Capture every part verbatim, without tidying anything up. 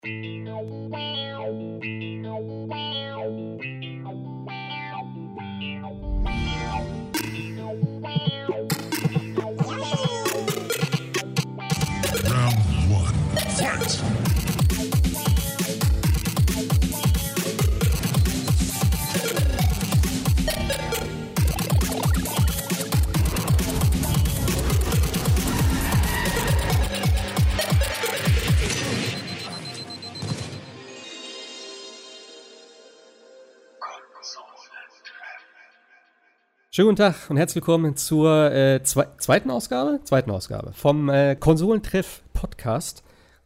Schönen guten Tag und herzlich willkommen zur äh, zwe- zweiten Ausgabe, zweiten Ausgabe vom äh, Konsolentreff-Podcast.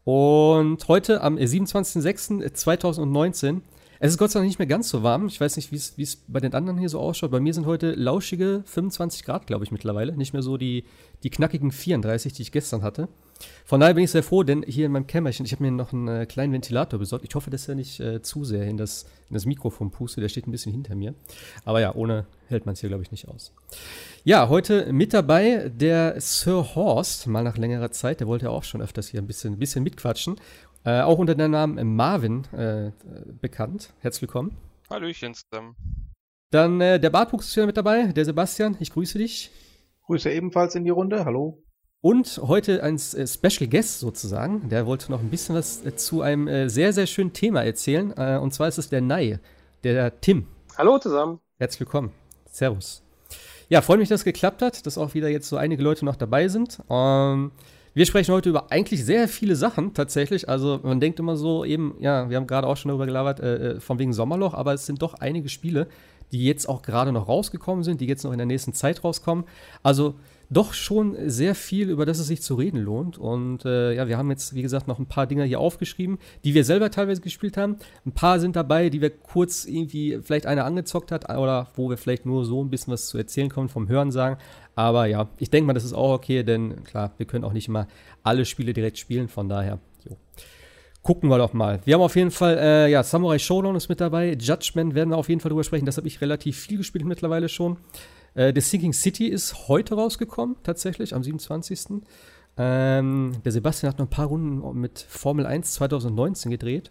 Und heute am äh, siebenundzwanzigsten sechsten zweitausendneunzehn. Es ist Gott sei Dank nicht mehr ganz so warm. Ich weiß nicht, wie es bei den anderen hier so ausschaut. Bei mir sind heute lauschige fünfundzwanzig Grad, glaube ich, mittlerweile. Nicht mehr so die, die knackigen vierunddreißig, die ich gestern hatte. Von daher bin ich sehr froh, denn hier in meinem Kämmerchen, ich habe mir noch einen äh, kleinen Ventilator besorgt. Ich hoffe, dass er nicht äh, zu sehr in das, in das Mikrofon pustet. Der steht ein bisschen hinter mir. Aber ja, ohne hält man es hier, glaube ich, nicht aus. Ja, heute mit dabei der Sir Horst, mal nach längerer Zeit. Der wollte ja auch schon öfters hier ein bisschen, ein bisschen mitquatschen. Äh, auch unter dem Namen Marvin äh, bekannt. Herzlich willkommen. Hallöchen zusammen. Dann äh, der Bartwuchs ist wieder mit dabei, der Sebastian. Ich grüße dich. Grüße ebenfalls in die Runde. Hallo. Und heute ein äh, Special Guest sozusagen. Der wollte noch ein bisschen was äh, zu einem äh, sehr, sehr schönen Thema erzählen. Äh, und zwar ist es der Nai, der Tim. Hallo zusammen. Herzlich willkommen. Servus. Ja, freut mich, dass es geklappt hat, dass auch wieder jetzt so einige Leute noch dabei sind. Ähm, wir sprechen heute über eigentlich sehr viele Sachen tatsächlich. Also man denkt immer so eben, ja, wir haben gerade auch schon darüber gelabert, äh, von wegen Sommerloch, aber es sind doch einige Spiele, die jetzt auch gerade noch rausgekommen sind, die jetzt noch in der nächsten Zeit rauskommen. Also doch schon sehr viel, über das es sich zu reden lohnt. Und äh, ja, wir haben jetzt, wie gesagt, noch ein paar Dinger hier aufgeschrieben, die wir selber teilweise gespielt haben. Ein paar sind dabei, die wir kurz irgendwie vielleicht einer angezockt hat oder wo wir vielleicht nur so ein bisschen was zu erzählen können vom Hörensagen. Aber ja, ich denke mal, das ist auch okay, denn klar, wir können auch nicht immer alle Spiele direkt spielen, von daher, jo. Gucken wir doch mal. Wir haben auf jeden Fall, äh, ja, Samurai Showdown ist mit dabei, Judgment werden wir auf jeden Fall drüber sprechen, das habe ich relativ viel gespielt mittlerweile schon. Äh, The Sinking City ist heute rausgekommen, tatsächlich, am siebenundzwanzigsten Ähm, der Sebastian hat noch ein paar Runden mit Formel eins zweitausendneunzehn gedreht.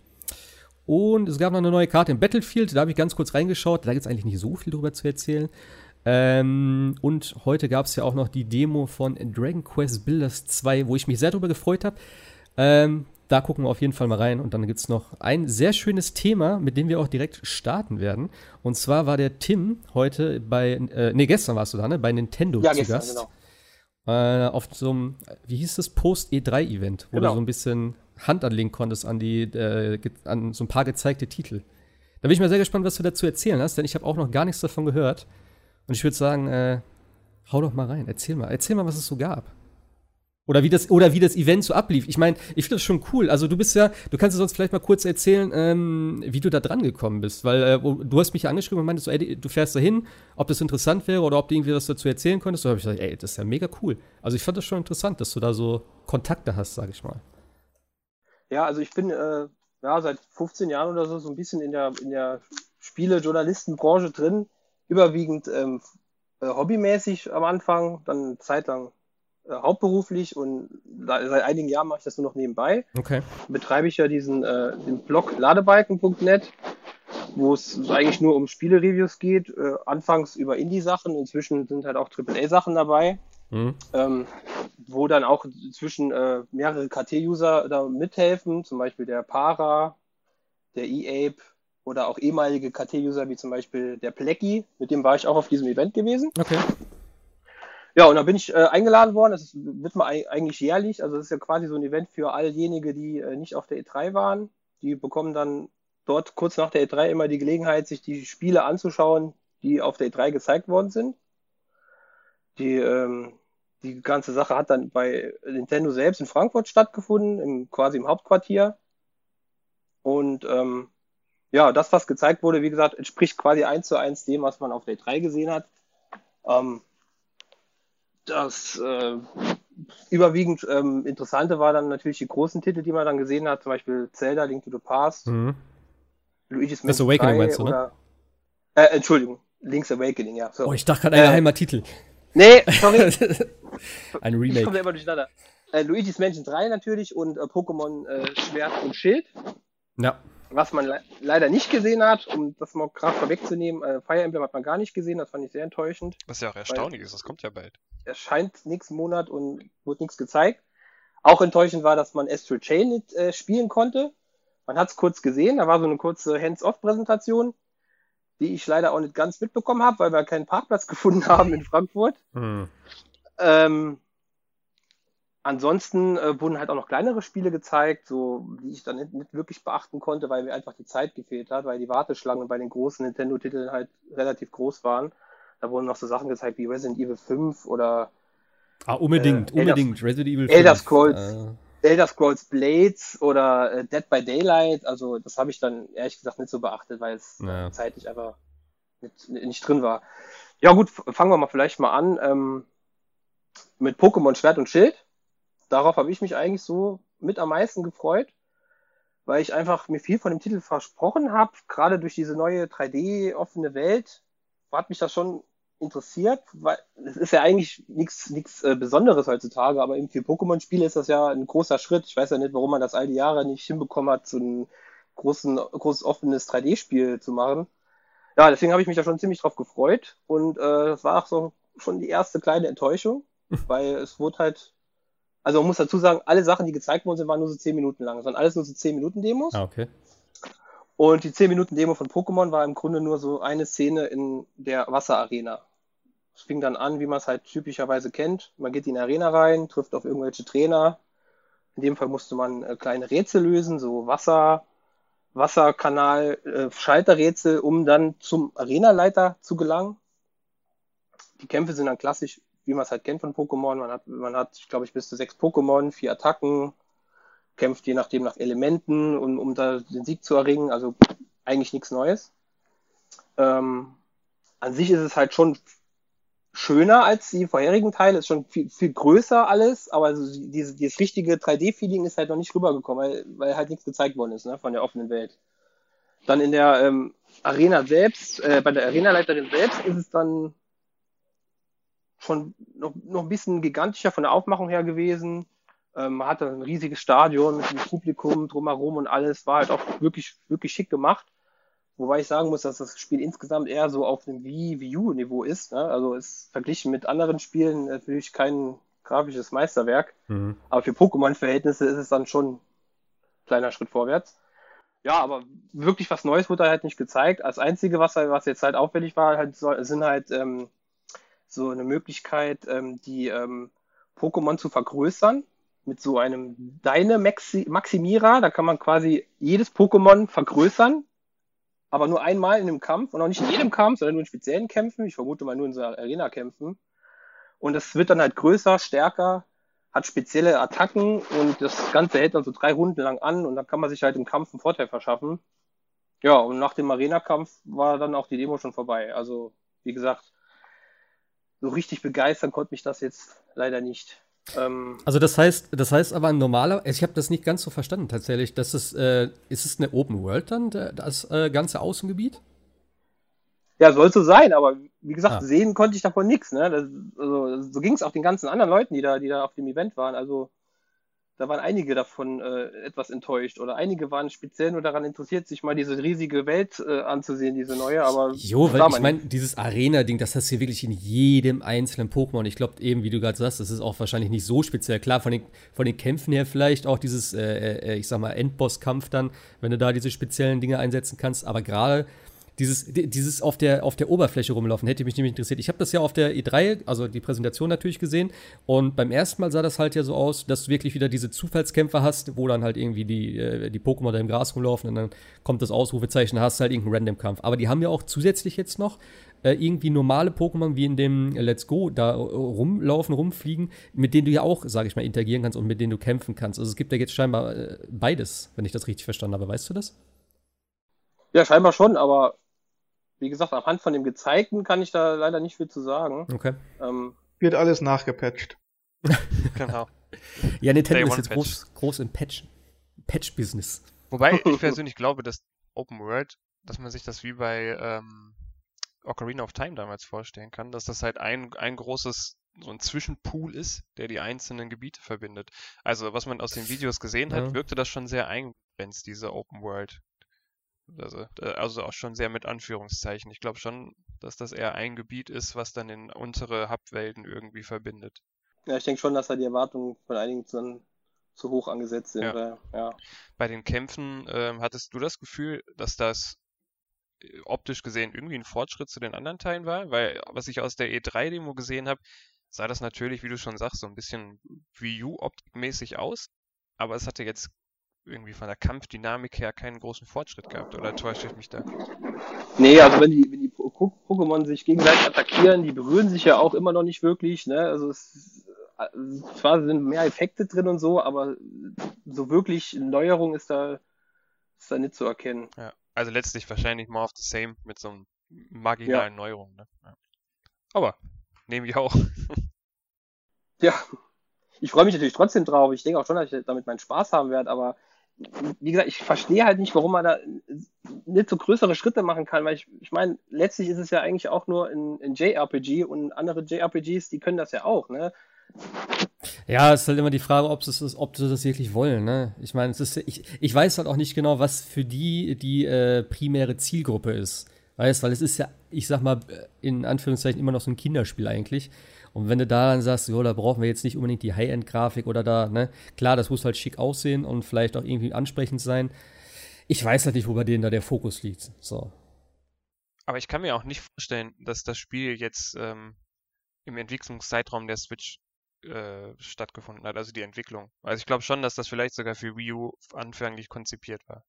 Und es gab noch eine neue Karte im Battlefield, da habe ich ganz kurz reingeschaut, da gibt es eigentlich nicht so viel drüber zu erzählen. Ähm, und heute gab es ja auch noch die Demo von Dragon Quest Builders zwei, wo ich mich sehr drüber gefreut habe. Ähm, da gucken wir auf jeden Fall mal rein. Und dann gibt es noch ein sehr schönes Thema, mit dem wir auch direkt starten werden. Und zwar war der Tim heute bei, äh, nee, gestern warst du da, ne? Bei Nintendo ja, zu gestern, Gast. Genau. Äh, auf so einem, wie hieß das, Post-E drei Event, wo Genau. du so ein bisschen Hand anlegen konntest an, die, äh, ge- an so ein paar gezeigte Titel. Da bin ich mal sehr gespannt, was du dazu erzählen hast, denn ich habe auch noch gar nichts davon gehört. Und ich würde sagen, äh, hau doch mal rein, erzähl mal. Erzähl mal, was es so gab. Oder wie das, oder wie das Event so ablief. Ich meine, ich finde das schon cool. Also du bist ja, du kannst uns sonst vielleicht mal kurz erzählen, ähm, wie du da dran gekommen bist. Weil äh, wo- du hast mich ja angeschrieben und meintest so, ey, du fährst da hin, ob das interessant wäre oder ob du irgendwie was dazu erzählen konntest. Da habe ich gesagt, ey, das ist ja mega cool. Also ich fand das schon interessant, dass du da so Kontakte hast, sag ich mal. Ja, also ich bin äh, ja, seit fünfzehn Jahren oder so so ein bisschen in der, in der Spiele-Journalistenbranche drin. Überwiegend ähm, äh, hobbymäßig am Anfang, dann eine Zeit lang äh, hauptberuflich und da, seit einigen Jahren mache ich das nur noch nebenbei. Okay. Betreibe ich ja diesen äh, den Blog ladebalken punkt net, wo es eigentlich nur um Spiele-Reviews geht. Äh, anfangs über Indie-Sachen, inzwischen sind halt auch Triple A-Sachen dabei. Mhm. Ähm, wo dann auch zwischen äh, mehrere K T-User da mithelfen, zum Beispiel der Para, der E-Ape oder auch ehemalige K T-User wie zum Beispiel der Plecky, mit dem war ich auch auf diesem Event gewesen. Okay. Ja, und da bin ich äh, eingeladen worden, das ist, wird man ei- eigentlich jährlich, also das ist ja quasi so ein Event für all diejenigen, die äh, nicht auf der E drei waren. Die bekommen dann dort kurz nach der E drei immer die Gelegenheit, sich die Spiele anzuschauen, die auf der E drei gezeigt worden sind. Die, ähm, die ganze Sache hat dann bei Nintendo selbst in Frankfurt stattgefunden, im, quasi im Hauptquartier. Und ähm, ja, das, was gezeigt wurde, wie gesagt, entspricht quasi eins zu eins dem, was man auf der E drei gesehen hat. Ähm, das äh, überwiegend ähm, Interessante war dann natürlich die großen Titel, die man dann gesehen hat, zum Beispiel Zelda, Link to the Past, Mhm. Luigi's Das Mansion Awakening drei meinst du, ne? oder äh, Entschuldigung, Link's Awakening, ja. So. Oh, ich dachte gerade ein Äh, geheimer Titel. Nee, sorry. Ein Ich Remake. komme immer durcheinander. äh, Luigi's Mansion drei natürlich und äh, Pokémon äh, Schwert und Schild. Ja. Was man le leider nicht gesehen hat, um das mal gerade vorwegzunehmen, äh, Fire Emblem hat man gar nicht gesehen, das fand ich sehr enttäuschend. Was ja auch erstaunlich ist, das kommt ja bald. Erscheint nächsten Monat und wird nichts gezeigt. Auch enttäuschend war, dass man Astral Chain nicht äh, spielen konnte. Man hat es kurz gesehen, da war so eine kurze Hands-off-Präsentation, die ich leider auch nicht ganz mitbekommen habe, weil wir keinen Parkplatz gefunden haben in Frankfurt. Hm. Ähm, ansonsten äh, wurden halt auch noch kleinere Spiele gezeigt, so die ich dann nicht, nicht wirklich beachten konnte, weil mir einfach die Zeit gefehlt hat, weil die Warteschlangen bei den großen Nintendo-Titeln halt relativ groß waren. Da wurden noch so Sachen gezeigt wie Resident Evil fünf oder Ah, unbedingt, äh, unbedingt. Elder, Resident Evil Elder fünf. Scrolls, Äh, Elder Scrolls Blades oder äh, Dead by Daylight. Also das habe ich dann ehrlich gesagt nicht so beachtet, weil es Ja. äh, zeitlich einfach nicht, nicht drin war. Ja gut, f- fangen wir mal vielleicht mal an ähm, mit Pokémon Schwert und Schild. Darauf habe ich mich eigentlich so mit am meisten gefreut, weil ich einfach mir viel von dem Titel versprochen habe. Gerade durch diese neue drei D-offene Welt hat mich das schon interessiert, weil es ist ja eigentlich nichts nichts äh, Besonderes heutzutage, aber eben für Pokémon-Spiele ist das ja ein großer Schritt. Ich weiß ja nicht, warum man das all die Jahre nicht hinbekommen hat, so ein großen, großes offenes drei D-Spiel zu machen. Ja, deswegen habe ich mich da schon ziemlich drauf gefreut und äh, das war auch so schon die erste kleine Enttäuschung, weil es wurde halt, also man muss dazu sagen, alle Sachen, die gezeigt worden sind, waren nur so zehn Minuten lang. Das waren alles nur so zehn Minuten Demos. ah, okay. Und die zehn Minuten Demo von Pokémon war im Grunde nur so eine Szene in der Wasserarena. Es fing dann an, wie man es halt typischerweise kennt. Man geht in die Arena rein, trifft auf irgendwelche Trainer. In dem Fall musste man äh, kleine Rätsel lösen, so Wasser, Wasserkanal, äh, Schalterrätsel, um dann zum Arenaleiter zu gelangen. Die Kämpfe sind dann klassisch, wie man es halt kennt von Pokémon. Man hat, man hat, glaube ich, bis zu sechs Pokémon, vier Attacken, kämpft je nachdem nach Elementen, um, um da den Sieg zu erringen. Also eigentlich nichts Neues. Ähm, an sich ist es halt schon schöner als die vorherigen Teile, ist schon viel, viel größer alles, aber so diese, dieses richtige drei D-Feeling ist halt noch nicht rübergekommen, weil, weil halt nichts gezeigt worden ist, ne, von der offenen Welt. Dann in der ähm, Arena selbst, äh, bei der Arenaleiterin selbst ist es dann schon noch, noch ein bisschen gigantischer von der Aufmachung her gewesen. Ähm, man hatte ein riesiges Stadion mit dem Publikum drumherum und alles, war halt auch wirklich, wirklich schick gemacht. Wobei ich sagen muss, dass das Spiel insgesamt eher so auf einem Wii, Wii U-Niveau ist. Ne? Also ist verglichen mit anderen Spielen natürlich kein grafisches Meisterwerk. Mhm. Aber für Pokémon-Verhältnisse ist es dann schon ein kleiner Schritt vorwärts. Ja, aber wirklich was Neues wurde da halt nicht gezeigt. Als Einzige, was, was jetzt halt auffällig war, halt, so, sind halt ähm, so eine Möglichkeit, ähm, die ähm, Pokémon zu vergrößern. Mit so einem Dyne-Maximierer. Da kann man quasi jedes Pokémon vergrößern. Aber nur einmal in einem Kampf und auch nicht in jedem Kampf, sondern nur in speziellen Kämpfen. Ich vermute mal nur in so Arena-Kämpfen. Und das wird dann halt größer, stärker, hat spezielle Attacken und das Ganze hält dann so drei Runden lang an und dann kann man sich halt im Kampf einen Vorteil verschaffen. Ja, und nach dem Arena-Kampf war dann auch die Demo schon vorbei. Also, wie gesagt, so richtig begeistern konnte mich das jetzt leider nicht. Ähm, Also das heißt, das heißt aber ein normaler, ich habe das nicht ganz so verstanden tatsächlich, dass es, äh, ist es eine Open World dann, der, das äh, ganze Außengebiet? Ja, soll so sein, aber wie gesagt, Ah. sehen konnte ich davon nichts. Ne? Das, also, so ging es auch den ganzen anderen Leuten, die da, die da auf dem Event waren. Also da waren einige davon äh, etwas enttäuscht oder einige waren speziell nur daran interessiert, sich mal diese riesige Welt äh, anzusehen, diese neue. Aber Jo, weil sah ich man meine, dieses Arena-Ding, das hast du hier wirklich in jedem einzelnen Pokémon. Ich glaube eben, wie du gerade sagst, das ist auch wahrscheinlich nicht so speziell. Klar, von den, von den Kämpfen her vielleicht auch dieses, äh, äh, ich sag mal, Endboss-Kampf dann, wenn du da diese speziellen Dinge einsetzen kannst. Aber gerade dieses, di- dieses auf der, auf der Oberfläche rumlaufen, hätte mich nämlich interessiert. Ich habe das ja auf der E drei, also die Präsentation natürlich gesehen. Und beim ersten Mal sah das halt ja so aus, dass du wirklich wieder diese Zufallskämpfe hast, wo dann halt irgendwie die, äh, die Pokémon da im Gras rumlaufen und dann kommt das Ausrufezeichen, hast halt irgendeinen Random-Kampf. Aber die haben ja auch zusätzlich jetzt noch äh, irgendwie normale Pokémon wie in dem Let's Go da äh, rumlaufen, rumfliegen, mit denen du ja auch, sage ich mal, interagieren kannst und mit denen du kämpfen kannst. Also es gibt ja jetzt scheinbar äh, beides, wenn ich das richtig verstanden habe. Weißt du das? Ja, scheinbar schon, aber wie gesagt, anhand von dem Gezeigten kann ich da leider nicht viel zu sagen. Okay. Ähm, Wird alles nachgepatcht. Genau. Ja, Nintendo Day ist One jetzt Patch. groß, groß im Patchen. Patch-Business. Wobei ich persönlich glaube, dass Open World, dass man sich das wie bei ähm, Ocarina of Time damals vorstellen kann, dass das halt ein, ein großes so ein Zwischenpool ist, der die einzelnen Gebiete verbindet. Also, was man aus den Videos gesehen hat, Ja. wirkte das schon sehr eingegrenzt, diese Open World. Also, äh, also auch schon sehr mit Anführungszeichen. Ich glaube schon, dass das eher ein Gebiet ist, was dann in unsere Hub-Welten irgendwie verbindet. Ja, ich denke schon, dass da die Erwartungen von einigen zu, zu hoch angesetzt sind. Ja. Weil, ja. Bei den Kämpfen ähm, hattest du das Gefühl, dass das äh, optisch gesehen irgendwie ein Fortschritt zu den anderen Teilen war? Weil, was ich aus der E drei Demo gesehen habe, sah das natürlich, wie du schon sagst, so ein bisschen Wii U-Optik-mäßig aus, aber es hatte jetzt irgendwie von der Kampfdynamik her keinen großen Fortschritt gehabt, oder täusche ich mich da? Nee, also wenn die, wenn die Po- Po- Pokémon sich gegenseitig attackieren, die berühren sich ja auch immer noch nicht wirklich, ne? Also es, äh, zwar sind mehr Effekte drin und so, aber so wirklich Neuerung ist da, ist da nicht zu erkennen. Ja, also letztlich wahrscheinlich more of the same mit so einem marginalen Neuerungen, ne? Ja. Aber nehme ich auch. Ja, ich freue mich natürlich trotzdem drauf. Ich denke auch schon, dass ich damit meinen Spaß haben werde, aber wie gesagt, ich verstehe halt nicht, warum man da nicht so größere Schritte machen kann, weil ich, ich meine, letztlich ist es ja eigentlich auch nur ein, ein J R P G und andere J R P Gs, die können das ja auch, ne? Ja, es ist halt immer die Frage, ob, es ist, ob sie das wirklich wollen, ne? Ich meine, es ist, ich, ich weiß halt auch nicht genau, was für die die äh, primäre Zielgruppe ist. Weißt, weil es ist ja, ich sag mal, in Anführungszeichen immer noch so ein Kinderspiel eigentlich. Und wenn du da dann sagst, jo, da brauchen wir jetzt nicht unbedingt die High-End-Grafik oder da, ne? Klar, das muss halt schick aussehen und vielleicht auch irgendwie ansprechend sein. Ich weiß halt nicht, wo bei denen da der Fokus liegt. So. Aber ich kann mir auch nicht vorstellen, dass das Spiel jetzt ähm, im Entwicklungszeitraum der Switch äh, stattgefunden hat, also die Entwicklung. Also ich glaube schon, dass das vielleicht sogar für Wii U anfänglich konzipiert war.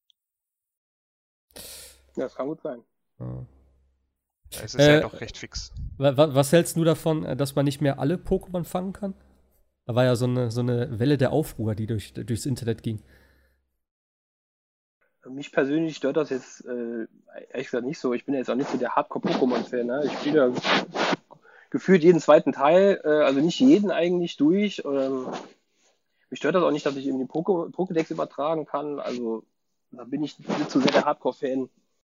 Ja, das kann gut sein. Ja. Es ist Äh, ja doch recht fix. Wa- wa- Was hältst du davon, äh, dass man nicht mehr alle Pokémon fangen kann? Da war ja so eine, so eine Welle der Aufruhr, die durch, durchs Internet ging. Mich persönlich stört das jetzt äh, ehrlich gesagt nicht so. Ich bin ja jetzt auch nicht so der Hardcore-Pokémon-Fan, ne? Ich spiele ja gefühlt jeden zweiten Teil, äh, also nicht jeden eigentlich durch. Ähm, mich stört das auch nicht, dass ich eben den Poké Pokédex übertragen kann. Also da bin ich nicht so sehr der Hardcore-Fan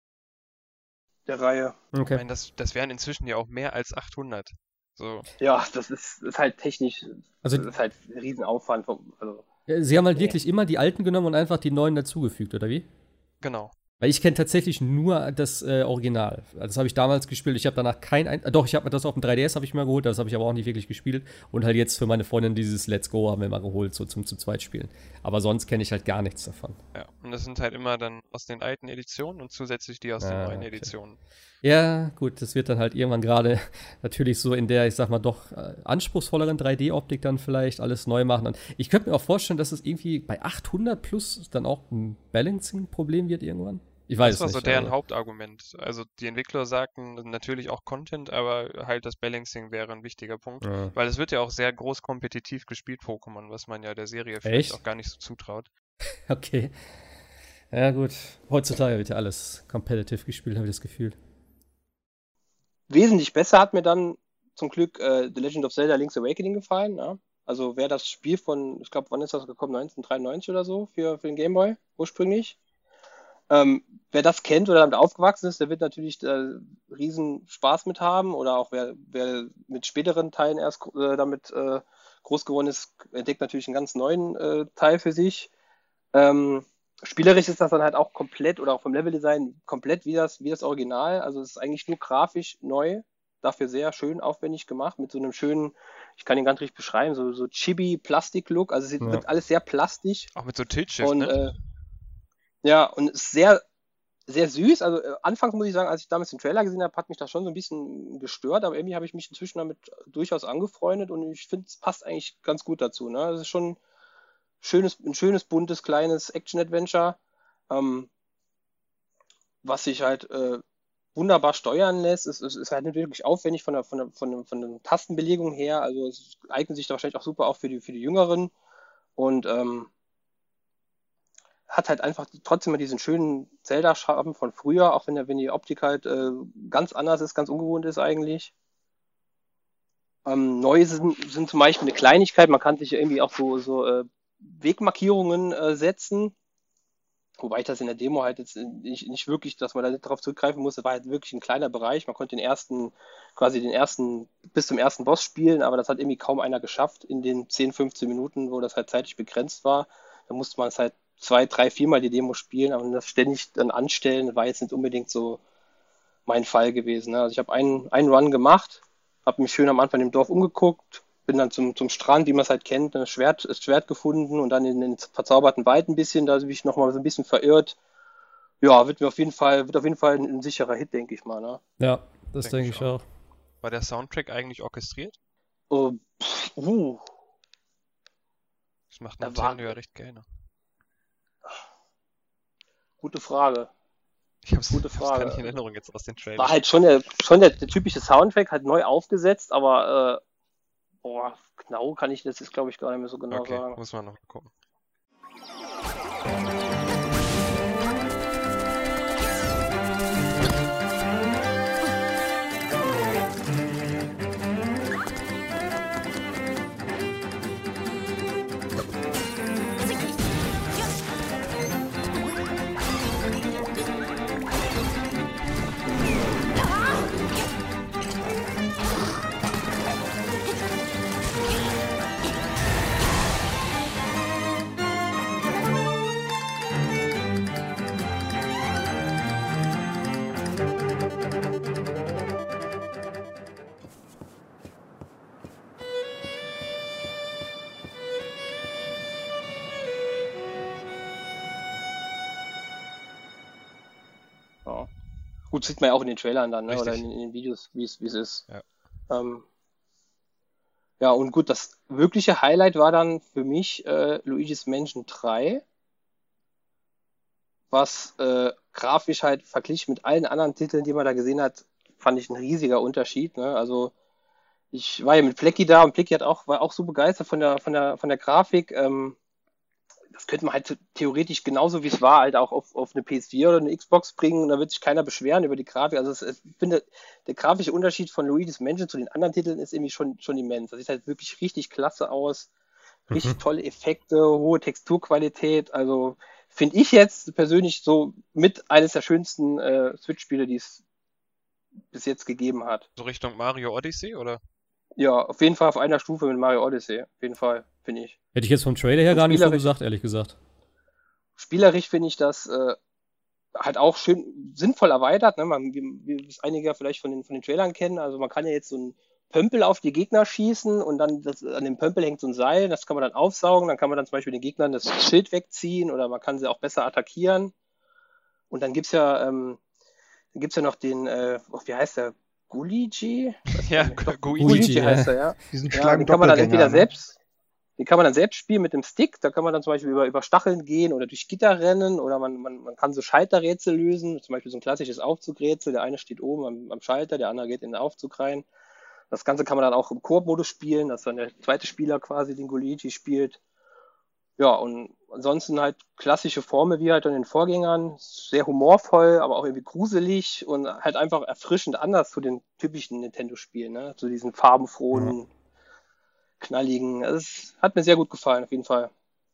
der Reihe. Ich Okay. meine, das, das wären inzwischen ja auch mehr als achthundert. So, Ja, das ist, ist halt technisch, Also- das ist halt ein Riesenaufwand. Vom, also, Äh, Sie haben halt Nee. wirklich immer die alten genommen und einfach die neuen dazugefügt, oder wie? genau. Weil ich kenne tatsächlich nur das äh, Original. Das habe ich damals gespielt. Ich habe danach kein ein äh, Doch, ich habe mir das auf dem drei D S habe ich mal geholt, das habe ich aber auch nicht wirklich gespielt. Und halt jetzt für meine Freundin dieses Let's Go haben wir mal geholt, so zum zu zweit spielen. Aber sonst kenne ich halt gar nichts davon. Ja. Und das sind halt immer dann aus den alten Editionen und zusätzlich die aus den Ah, neuen okay. Editionen. Ja, gut, das wird dann halt irgendwann gerade natürlich so in der, ich sag mal, doch äh, anspruchsvolleren drei D-Optik dann vielleicht alles neu machen. Und ich könnte mir auch vorstellen, dass es irgendwie bei achthundert plus dann auch ein Balancing-Problem wird irgendwann. Ich weiß Das war es so nicht. deren also. Hauptargument. Also die Entwickler sagten natürlich auch Content, aber halt das Balancing wäre ein wichtiger Punkt. Ja. Weil es wird ja auch sehr groß kompetitiv gespielt, Pokémon, was man ja der Serie Echt? vielleicht auch gar nicht so zutraut. Okay. Ja, gut. Heutzutage wird ja alles competitive gespielt, habe ich das Gefühl. wesentlich besser hat mir dann zum Glück äh, The Legend of Zelda Link's Awakening gefallen. Ja? Also wer das Spiel von, ich glaube, wann ist das gekommen? neunzehnhundertdreiundneunzig oder so für, für den Game Boy ursprünglich. Ähm, wer das kennt oder damit aufgewachsen ist, der wird natürlich äh, riesen Spaß mit haben. Oder auch wer, wer mit späteren Teilen erst äh, damit äh, groß geworden ist, entdeckt natürlich einen ganz neuen äh, Teil für sich. Ähm, spielerisch ist das dann halt auch komplett oder auch vom Leveldesign komplett wie das, wie das Original. Also es ist eigentlich nur grafisch neu, dafür sehr schön aufwendig gemacht, mit so einem schönen, ich kann ihn gar nicht richtig beschreiben, so, so Chibi-Plastik-Look. Also es Ja. wird alles sehr plastisch. Auch mit so Tiltschiff, Und ne? äh, ja, und es ist sehr, sehr süß. Also äh, anfangs muss ich sagen, als ich damals den Trailer gesehen habe, hat mich das schon so ein bisschen gestört, aber irgendwie habe ich mich inzwischen damit durchaus angefreundet und ich finde, es passt eigentlich ganz gut dazu. Ne? Es ist schon schönes, ein schönes, buntes, kleines Action-Adventure, ähm, was sich halt äh, wunderbar steuern lässt. Es, es ist halt nicht wirklich aufwendig von der, von der, von der, von der Tastenbelegung her. Also es eignet sich da wahrscheinlich auch super auch für die, für die Jüngeren und ähm, hat halt einfach trotzdem mal diesen schönen Zelda-Charme von früher, auch wenn, der, wenn die Optik halt äh, ganz anders ist, ganz ungewohnt ist eigentlich. Ähm, neu sind, sind zum Beispiel eine Kleinigkeit, man kann sich ja irgendwie auch so, so äh, Wegmarkierungen äh, setzen. Wobei ich das in der Demo halt jetzt nicht, nicht wirklich, dass man da nicht drauf zurückgreifen musste, war halt wirklich ein kleiner Bereich. Man konnte den ersten, quasi den ersten, bis zum ersten Boss spielen, aber das hat irgendwie kaum einer geschafft in den zehn, fünfzehn Minuten, wo das halt zeitlich begrenzt war. Da musste man es halt zwei, drei, viermal die Demo spielen, aber das ständig dann anstellen, war jetzt nicht unbedingt so mein Fall gewesen. Ne? Also ich habe einen, einen Run gemacht, habe mich schön am Anfang im Dorf umgeguckt, bin dann zum, zum Strand, wie man es halt kennt, das Schwert, das Schwert gefunden und dann in den verzauberten Wald ein bisschen, da bin ich nochmal so ein bisschen verirrt. Ja, wird mir auf jeden Fall, wird auf jeden Fall ein, ein sicherer Hit, denke ich mal. Ne? Ja, das Denke denke ich ich auch. War der Soundtrack eigentlich orchestriert? Oh, pff, uh, Das macht Da Nintendo war- ja recht gerne. gute Frage. Ich hab's, Gute ich hab's gar Frage. nicht in Erinnerung jetzt aus den War Trailern. halt schon der, schon der, der typische Soundtrack, halt neu aufgesetzt, aber äh, boah, genau kann ich das jetzt, glaube ich, gar nicht mehr so genau Okay, sagen. muss man noch gucken. Ja. Gut, sieht man ja auch in den Trailern dann, ne? Richtig. Oder in, in den Videos, wie es wie es ist. Ja. Ähm, ja, und gut, das wirkliche Highlight war dann für mich äh, Luigi's Mansion drei, was äh, grafisch halt verglichen mit allen anderen Titeln, die man da gesehen hat, fand ich ein riesiger Unterschied. Ne? Also ich war ja mit Flecky da und Flecky hat auch, war auch so begeistert von der, von der, von der Grafik. Ähm, das könnte man halt theoretisch genauso wie es war, halt auch auf, auf eine P S vier oder eine Xbox bringen und da wird sich keiner beschweren über die Grafik. Also es, ich finde, der grafische Unterschied von Luigi's Mansion zu den anderen Titeln ist irgendwie schon, schon immens. Das sieht halt wirklich richtig klasse aus. Richtig Mhm. tolle Effekte, hohe Texturqualität. Also finde ich jetzt persönlich so mit eines der schönsten äh, Switch-Spiele, die es bis jetzt gegeben hat. So Richtung Mario Odyssey, oder? Ja, auf jeden Fall auf einer Stufe mit Mario Odyssey. Auf jeden Fall, finde ich. Hätte ich jetzt vom Trailer her Und gar nicht so spielerisch- gesagt, ehrlich gesagt. Spielerisch finde ich das äh, halt auch schön sinnvoll erweitert, ne? Man, wie, wie es einige ja vielleicht von den, von den Trailern kennen. Also man kann ja jetzt so einen Pömpel auf die Gegner schießen und dann das, an dem Pömpel hängt so ein Seil, das kann man dann aufsaugen, dann kann man dann zum Beispiel den Gegnern das Schild wegziehen oder man kann sie auch besser attackieren. Und dann gibt's ja, ähm, dann gibt's ja noch den, äh, oh, wie heißt der? Guligi? Ja, Luigi, Guligi ja. heißt er, ja. Diesen Ja, kleinen den kann man dann Doppelgänger, entweder ne? selbst, den kann man dann selbst spielen mit dem Stick, da kann man dann zum Beispiel über, über Stacheln gehen oder durch Gitter rennen oder man, man, man kann so Schalterrätsel lösen, zum Beispiel so ein klassisches Aufzugrätsel, der eine steht oben am, am Schalter, der andere geht in den Aufzug rein. Das Ganze kann man dann auch im Koop-Modus spielen, dass dann der zweite Spieler quasi den Luigi spielt. Ja, und ansonsten halt klassische Formel wie halt in den Vorgängern, sehr humorvoll, aber auch irgendwie gruselig und halt einfach erfrischend anders zu den typischen Nintendo-Spielen, ne? Zu diesen farbenfrohen, knalligen. Also es hat mir sehr gut gefallen, auf jeden Fall.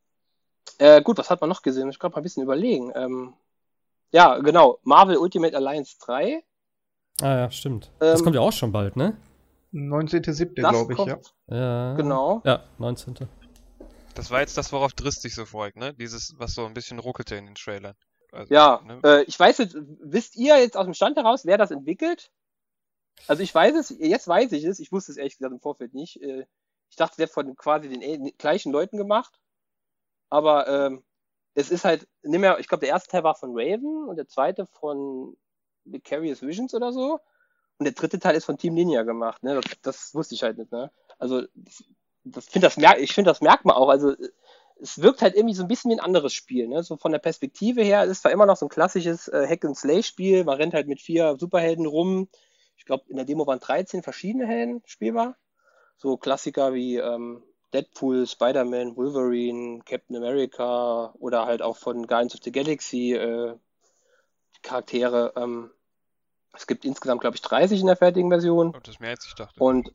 Äh, gut, was hat man noch gesehen? Ich kann mal ein bisschen überlegen. Ähm, ja, genau, Marvel Ultimate Alliance drei. Ah ja, stimmt. das Ähm, kommt ja auch schon bald, ne? neunzehnter siebter Das glaube ich, kommt, ja. Ja. genau. Ja, neunzehnten Das war jetzt das, worauf Driss sich so freut, ne? Dieses, was so ein bisschen ruckelte in den Trailern. Also, Ja, ne? äh, ich weiß jetzt, wisst ihr jetzt aus dem Stand heraus, wer das entwickelt? Also ich weiß es, jetzt weiß ich es, ich wusste es ehrlich gesagt im Vorfeld nicht. Äh, ich dachte, es wäre von quasi den ähn- gleichen Leuten gemacht. Aber ähm, es ist halt nicht mehr, ich glaube, der erste Teil war von Raven und der zweite von Vicarious Visions oder so. Und der dritte Teil ist von Team Ninja gemacht, ne? Das, das wusste ich halt nicht, ne? Also das, das find das merk, ich finde, das merkt man auch. Also äh, es wirkt halt irgendwie so ein bisschen wie ein anderes Spiel, ne? So von der Perspektive her ist es zwar immer noch so ein klassisches äh, Hack-and-Slay-Spiel, man rennt halt mit vier Superhelden rum. Ich glaube, in der Demo waren dreizehn verschiedene Helden spielbar. So Klassiker wie ähm, Deadpool, Spider-Man, Wolverine, Captain America oder halt auch von Guardians of the Galaxy äh, die Charaktere. Ähm, es gibt insgesamt, glaube ich, dreißig in der fertigen Version. Oh, das ist mehr als ich dachte. Und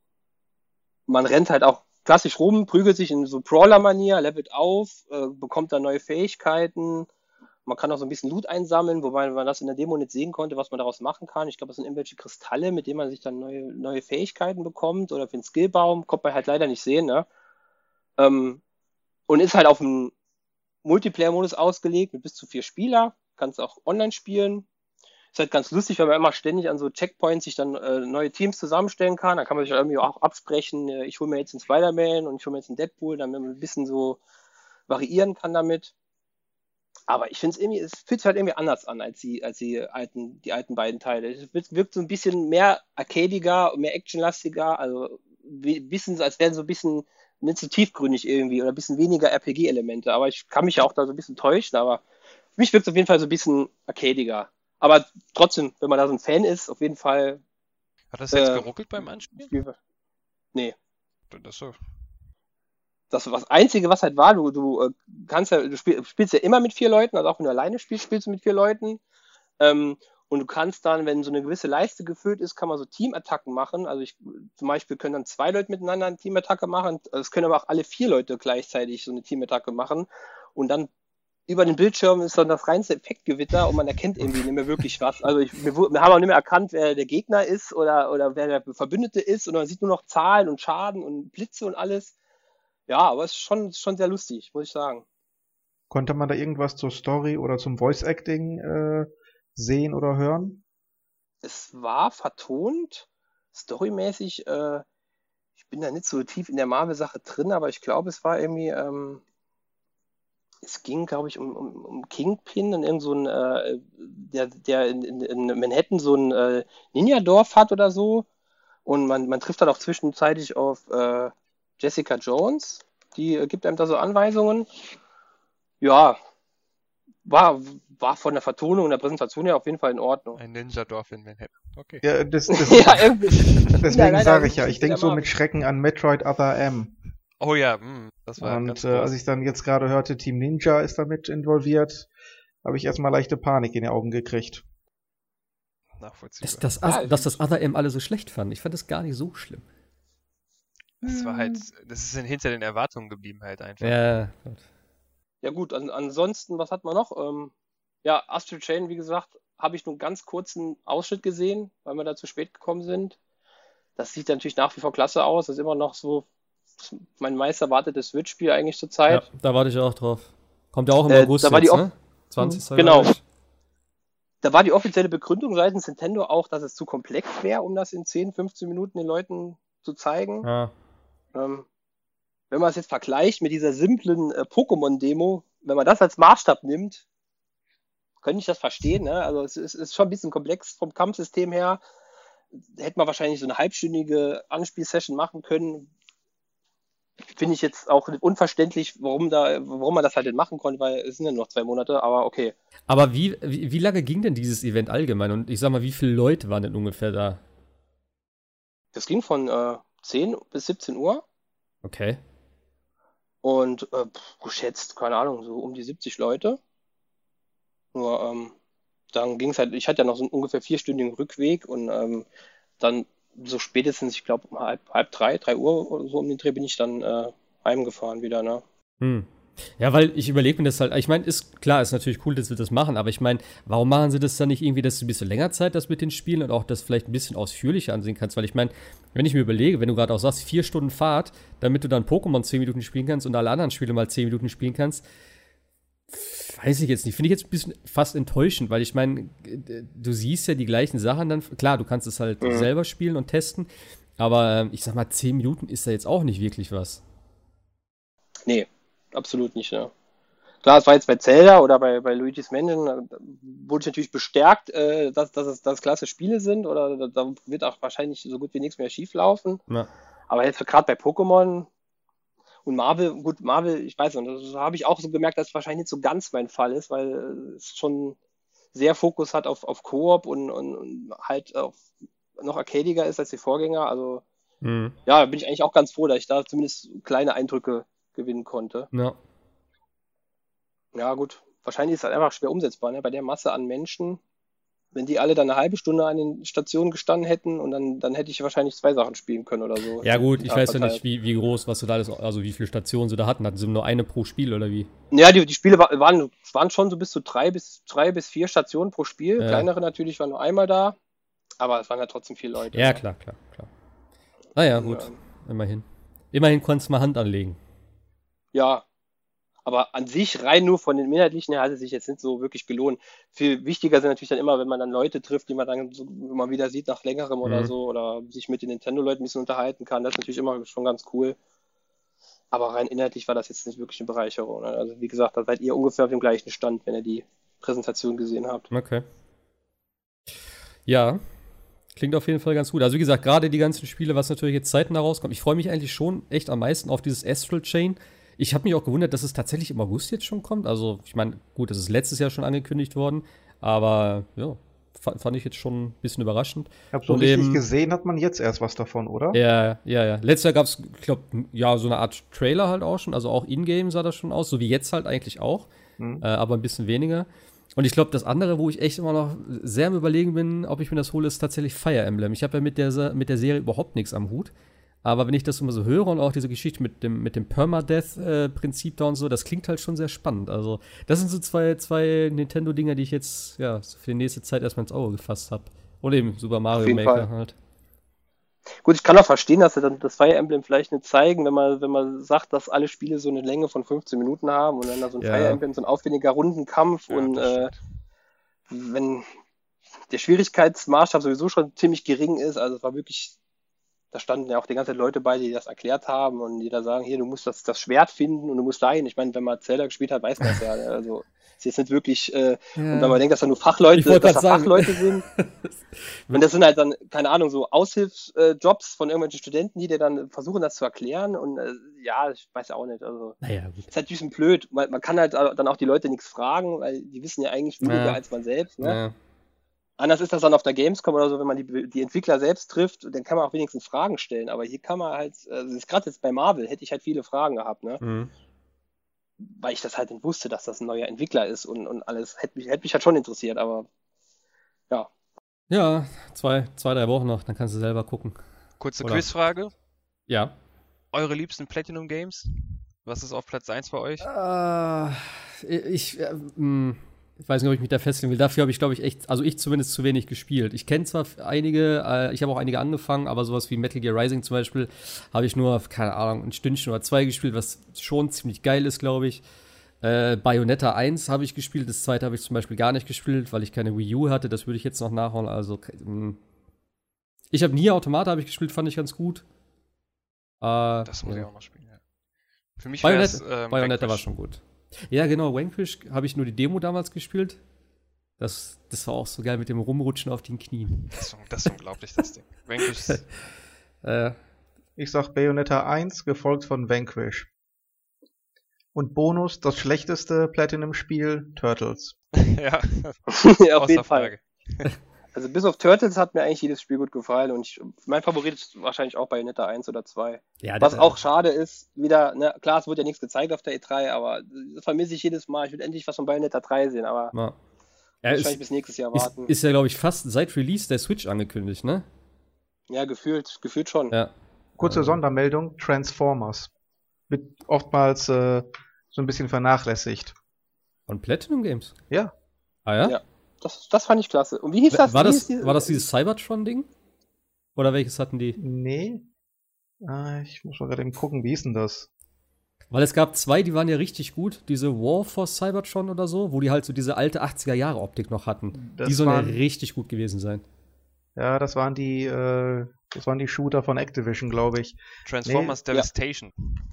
man rennt halt auch klassisch rum, prügelt sich in so Brawler-Manier, levelt auf, äh, bekommt dann neue Fähigkeiten Man kann auch so ein bisschen Loot einsammeln, wobei man das in der Demo nicht sehen konnte, was man daraus machen kann. Ich glaube, das sind irgendwelche Kristalle, mit denen man sich dann neue, neue Fähigkeiten bekommt oder für den Skillbaum. Konnte man halt leider nicht sehen, ne? Ähm, und ist halt auf einen Multiplayer-Modus ausgelegt mit bis zu vier Spieler. Kannst auch online spielen. Ist halt ganz lustig, weil man immer ständig an so Checkpoints sich dann äh, neue Teams zusammenstellen kann. Dann kann man sich irgendwie auch absprechen, äh, ich hole mir jetzt einen Spider-Man und ich hole mir jetzt einen Deadpool, damit man ein bisschen so variieren kann damit. Aber ich finde es irgendwie, es fühlt sich halt irgendwie anders an als die, als die alten, die alten beiden Teile. Es wirkt, wirkt so ein bisschen mehr arcadiger, mehr actionlastiger, also ein bisschen, als wären so ein bisschen nicht so tiefgründig irgendwie oder ein bisschen weniger R P G-Elemente. Aber ich kann mich ja auch da so ein bisschen täuschen, aber für mich wirkt es auf jeden Fall so ein bisschen arcadiger. Aber trotzdem, wenn man da so ein Fan ist, auf jeden Fall. Hat das jetzt äh, geruckelt beim Anspielen? Spiel- Nee. Das so. Das war das Einzige, was halt war, du, du äh, kannst ja, du spiel, spielst ja immer mit vier Leuten, also auch wenn du alleine spielst, spielst du mit vier Leuten. Ähm, und du kannst dann, wenn so eine gewisse Leiste gefüllt ist, kann man so Teamattacken machen. Also ich zum Beispiel können dann zwei Leute miteinander eine Teamattacke machen. Es können aber auch alle vier Leute gleichzeitig so eine Teamattacke machen. Und dann über den Bildschirm ist dann das reinste Effektgewitter und man erkennt irgendwie nicht mehr wirklich was. Also ich, wir, wir haben auch nicht mehr erkannt, wer der Gegner ist oder, oder wer der Verbündete ist. Und man sieht nur noch Zahlen und Schaden und Blitze und alles. Ja, aber es ist schon, schon sehr lustig, muss ich sagen. Konnte man da irgendwas zur Story oder zum Voice-Acting äh, sehen oder hören? Es war vertont, storymäßig, äh, ich bin da nicht so tief in der Marvel-Sache drin, aber ich glaube, es war irgendwie, ähm, es ging, glaube ich, um, um, um Kingpin und irgend so ein, äh, der, der in, in, in Manhattan so ein äh, Ninja-Dorf hat oder so. Und man, man trifft dann auch zwischenzeitlich auf äh, Jessica Jones, die äh, gibt einem da so Anweisungen. Ja, war, war von der Vertonung und der Präsentation her auf jeden Fall in Ordnung. Ein Ninja-Dorf in Manhattan. Okay. Ja, das, das, ja, irgendwie. deswegen Ja, sage ich ja, nicht ich denke der so Marvel. mit Schrecken an Metroid Other M. Oh ja, mh, das war ganz Und äh, groß. als ich dann jetzt gerade hörte, Team Ninja ist damit involviert, habe ich erstmal leichte Panik in die Augen gekriegt. Nachvollziehbar. Dass das, Ja, dass das Other M alle so schlecht fanden. Ich fand das gar nicht so schlimm. Das war halt, das ist hinter den Erwartungen geblieben halt einfach. Ja, gut. Ja gut, an, ansonsten, was hat man noch? Ähm, ja, Astral Chain, wie gesagt, habe ich nur einen ganz kurzen Ausschnitt gesehen, weil wir da zu spät gekommen sind. Das sieht natürlich nach wie vor klasse aus. Das ist immer noch so mein meist erwartetes Switch-Spiel eigentlich zur Ja, Zeit. da warte ich auch drauf. Kommt ja auch im Äh, August da war die jetzt, off- ne? zwanzigsten Genau. glaub ich. Da war die offizielle Begründung seitens Nintendo auch, dass es zu komplex wäre, um das in zehn, fünfzehn Minuten den Leuten zu zeigen. Ja. Ähm, wenn man es jetzt vergleicht mit dieser simplen äh, Pokémon-Demo, wenn man das als Maßstab nimmt, könnte ich das verstehen. Ne? Also es ist, ist schon ein bisschen komplex vom Kampfsystem her. Hätte man wahrscheinlich so eine halbstündige Anspielsession machen können. Finde ich jetzt auch unverständlich, warum da, warum man das halt nicht machen konnte, weil es sind ja nur noch zwei Monate, aber okay. Aber wie, wie, wie lange ging denn dieses Event allgemein? Und ich sag mal, wie viele Leute waren denn ungefähr da? Das ging von äh, zehn bis siebzehn Uhr Okay. und äh, pff, geschätzt, keine Ahnung, so um die siebzig Leute. Nur ähm, dann ging es halt, ich hatte ja noch so einen ungefähr vierstündigen Rückweg und ähm, dann so spätestens, ich glaube, um halb, halb drei, drei Uhr oder so um den Dreh bin ich dann äh, heimgefahren wieder, ne? Hm. Ja, weil ich überlege mir das halt, ich meine, ist klar, ist natürlich cool, dass wir das machen, aber ich meine, warum machen sie das dann nicht irgendwie, dass du ein bisschen länger Zeit das mit den Spielen und auch das vielleicht ein bisschen ausführlicher ansehen kannst? Weil ich meine, wenn ich mir überlege, wenn du gerade auch sagst, vier Stunden Fahrt, damit du dann Pokémon zehn Minuten spielen kannst und alle anderen Spiele mal zehn Minuten spielen kannst, weiß ich jetzt nicht. Finde ich jetzt ein bisschen fast enttäuschend, weil ich meine, du siehst ja die gleichen Sachen dann, klar, du kannst es halt Mhm. selber spielen und testen, aber ähm, ich sag mal, zehn Minuten ist da jetzt auch nicht wirklich was. Nee, absolut nicht, ne? Klar, es war jetzt bei Zelda oder bei, bei Luigi's Mansion, da wurde ich natürlich bestärkt, äh, dass, dass es dass es klasse Spiele sind oder da, da wird auch wahrscheinlich so gut wie nichts mehr schief laufen. Ja. Aber jetzt gerade bei Pokémon und Marvel, gut, Marvel, ich weiß nicht, das habe ich auch so gemerkt, dass es wahrscheinlich nicht so ganz mein Fall ist, weil äh, es schon sehr Fokus hat auf, auf Koop und, und, und halt auf, noch arcadiger ist als die Vorgänger. Also Mhm. ja, da bin ich eigentlich auch ganz froh, dass ich da zumindest kleine Eindrücke gewinnen konnte. Ja. Ja, gut. Wahrscheinlich ist das einfach schwer umsetzbar, ne? Bei der Masse an Menschen. wenn die alle dann eine halbe Stunde an den Stationen gestanden hätten und dann, dann hätte ich wahrscheinlich zwei Sachen spielen können oder so. Ja gut, ich Ja, weiß ja verteilt. nicht, wie, wie groß, was du da alles, also wie viele Stationen sie da hatten. Hatten sie nur eine pro Spiel oder wie? Ja, die, die Spiele wa- waren, waren schon so bis zu drei bis, drei bis vier Stationen pro Spiel. Ja. Kleinere natürlich waren nur einmal da, aber es waren ja trotzdem viele Leute. Ja, klar, klar, klar. Naja, Und, gut, ähm, immerhin. Immerhin konntest du mal Hand anlegen. Ja, aber an sich rein nur von den Inhaltlichen her hat es sich jetzt nicht so wirklich gelohnt. Viel wichtiger sind natürlich dann immer, wenn man dann Leute trifft, die man dann so mal wieder sieht nach längerem oder Mhm. so oder sich mit den Nintendo-Leuten ein bisschen unterhalten kann. Das ist natürlich immer schon ganz cool. Aber rein inhaltlich war das jetzt nicht wirklich eine Bereicherung. Ne? Also wie gesagt, da seid ihr ungefähr auf dem gleichen Stand, wenn ihr die Präsentation gesehen habt. Okay. Ja, klingt auf jeden Fall ganz gut. Also wie gesagt, gerade die ganzen Spiele, was natürlich jetzt zeitnah rauskommt. Ich freue mich eigentlich schon echt am meisten auf dieses Astral Chain. Ich habe mich auch gewundert, dass es tatsächlich im August jetzt schon kommt. Also ich meine, gut, es ist letztes Jahr schon angekündigt worden, aber ja, fa- fand ich jetzt schon ein bisschen überraschend. Ich habe so Und richtig eben- gesehen, hat man jetzt erst was davon, oder? Ja, ja, ja. Letztes Jahr gab es, ich glaube, ja, so eine Art Trailer halt auch schon. Also auch in-game sah das schon aus, so wie jetzt halt eigentlich auch, Hm. äh, aber ein bisschen weniger. Und ich glaube, das andere, wo ich echt immer noch sehr am Überlegen bin, ob ich mir das hole, ist tatsächlich Fire Emblem. Ich habe ja mit der, Se- mit der Serie überhaupt nichts am Hut. Aber wenn ich das immer so höre und auch diese Geschichte mit dem, mit dem Permadeath-Prinzip da und so, das klingt halt schon sehr spannend. Also, das sind so zwei, zwei Nintendo-Dinger, die ich jetzt ja so für die nächste Zeit erstmal ins Auge gefasst habe. Und eben Super Mario jeden Maker Fall. halt. Gut, ich kann auch verstehen, dass sie dann das Fire Emblem vielleicht nicht zeigen, wenn man, wenn man sagt, dass alle Spiele so eine Länge von fünfzehn Minuten haben und dann da so ein Ja. Fire Emblem, so ein aufwendiger Rundenkampf Ja, und das äh, stimmt. wenn der Schwierigkeitsmaßstab sowieso schon ziemlich gering ist, also es war wirklich, da standen ja auch die ganze Zeit Leute bei, die das erklärt haben und die da sagen, hier, du musst das, das Schwert finden und du musst dahin. Ich meine, wenn man Zelda gespielt hat, weiß man das ja. Also ist jetzt nicht wirklich, äh, und wenn man denkt, dass da nur Fachleute, Ich wollte dass da grad sagen. Fachleute sind. Und das sind halt dann, keine Ahnung, so Aushilfsjobs von irgendwelchen Studenten, die dir dann versuchen, das zu erklären. Und äh, ja, ich weiß ja auch nicht. Also Naja, gut. ist halt ein bisschen blöd, weil man kann halt dann auch die Leute nichts fragen, weil die wissen ja eigentlich weniger Ja. als man selbst. Ne? Ja. Anders ist das dann auf der Gamescom oder so, wenn man die, die Entwickler selbst trifft, dann kann man auch wenigstens Fragen stellen. Aber hier kann man halt, also gerade jetzt bei Marvel hätte ich halt viele Fragen gehabt, ne? Mhm. Weil ich das halt nicht wusste, dass das ein neuer Entwickler ist und, und alles. Hätte mich, hätte mich halt schon interessiert, aber ja. Ja, zwei, zwei, drei Wochen noch, dann kannst du selber gucken. Kurze Oder- Quizfrage. Ja. Eure liebsten Platinum Games? Was ist auf Platz eins bei euch? Äh, ich, äh, mh, ich weiß nicht, ob ich mich da festlegen will. Dafür habe ich, glaube ich, echt, also ich zumindest zu wenig gespielt. Ich kenne zwar einige, äh, ich habe auch einige angefangen, aber sowas wie Metal Gear Rising zum Beispiel habe ich nur, keine Ahnung, ein Stündchen oder zwei gespielt, was schon ziemlich geil ist, glaube ich. Äh, Bayonetta eins habe ich gespielt, das zweite habe ich zum Beispiel gar nicht gespielt, weil ich keine Wii U hatte. Das würde ich jetzt noch nachholen. Also, mh. ich habe Nier Automata habe ich gespielt, fand ich ganz gut. Äh, Das muss ja. ich auch noch spielen. Ja. Für mich wäre es Bayonetta, ähm, Bayonetta war Vanquish. schon gut. Ja, genau, Vanquish habe ich nur die Demo damals gespielt. Das, das war auch so geil mit dem Rumrutschen auf den Knien. Das ist, das ist unglaublich, das Ding. Vanquish ist, Äh, Ich sag Bayonetta eins, gefolgt von Vanquish. Und Bonus, das schlechteste Platinum-Spiel, Turtles. ja, Ja, auf außer jeden Fall. Frage. Also bis auf Turtles hat mir eigentlich jedes Spiel gut gefallen und ich, mein Favorit ist wahrscheinlich auch Bayonetta eins oder zwei. ja, Was das- auch schade ist, wieder, ne, klar, es wurde ja nichts gezeigt auf der E drei, aber das vermisse ich jedes Mal. Ich will endlich was von Bayonetta drei sehen, aber Ja. Ja, wahrscheinlich ist, bis nächstes Jahr ist, warten. ist ja, glaube ich, fast seit Release der Switch angekündigt, ne? Ja, gefühlt, gefühlt schon. Ja. Kurze Ähm, Sondermeldung, Transformers. Wird oftmals äh, so ein bisschen vernachlässigt. Von Platinum Games? Ja. Ah ja? Ja. Das, das fand ich klasse. Und wie hieß das? War Wie das, hieß die- war das dieses Cybertron-Ding? Oder welches hatten die? Nee. Ah, ich muss mal gerade eben gucken, wie hieß denn das? Weil es gab zwei, die waren ja richtig gut. Diese War for Cybertron oder so, wo die halt so diese alte achtziger-Jahre-Optik noch hatten. Das die sollen ja waren- richtig gut gewesen sein. Ja, das waren die, äh, das waren die Shooter von Activision, glaube ich. Transformers Nee, Devastation.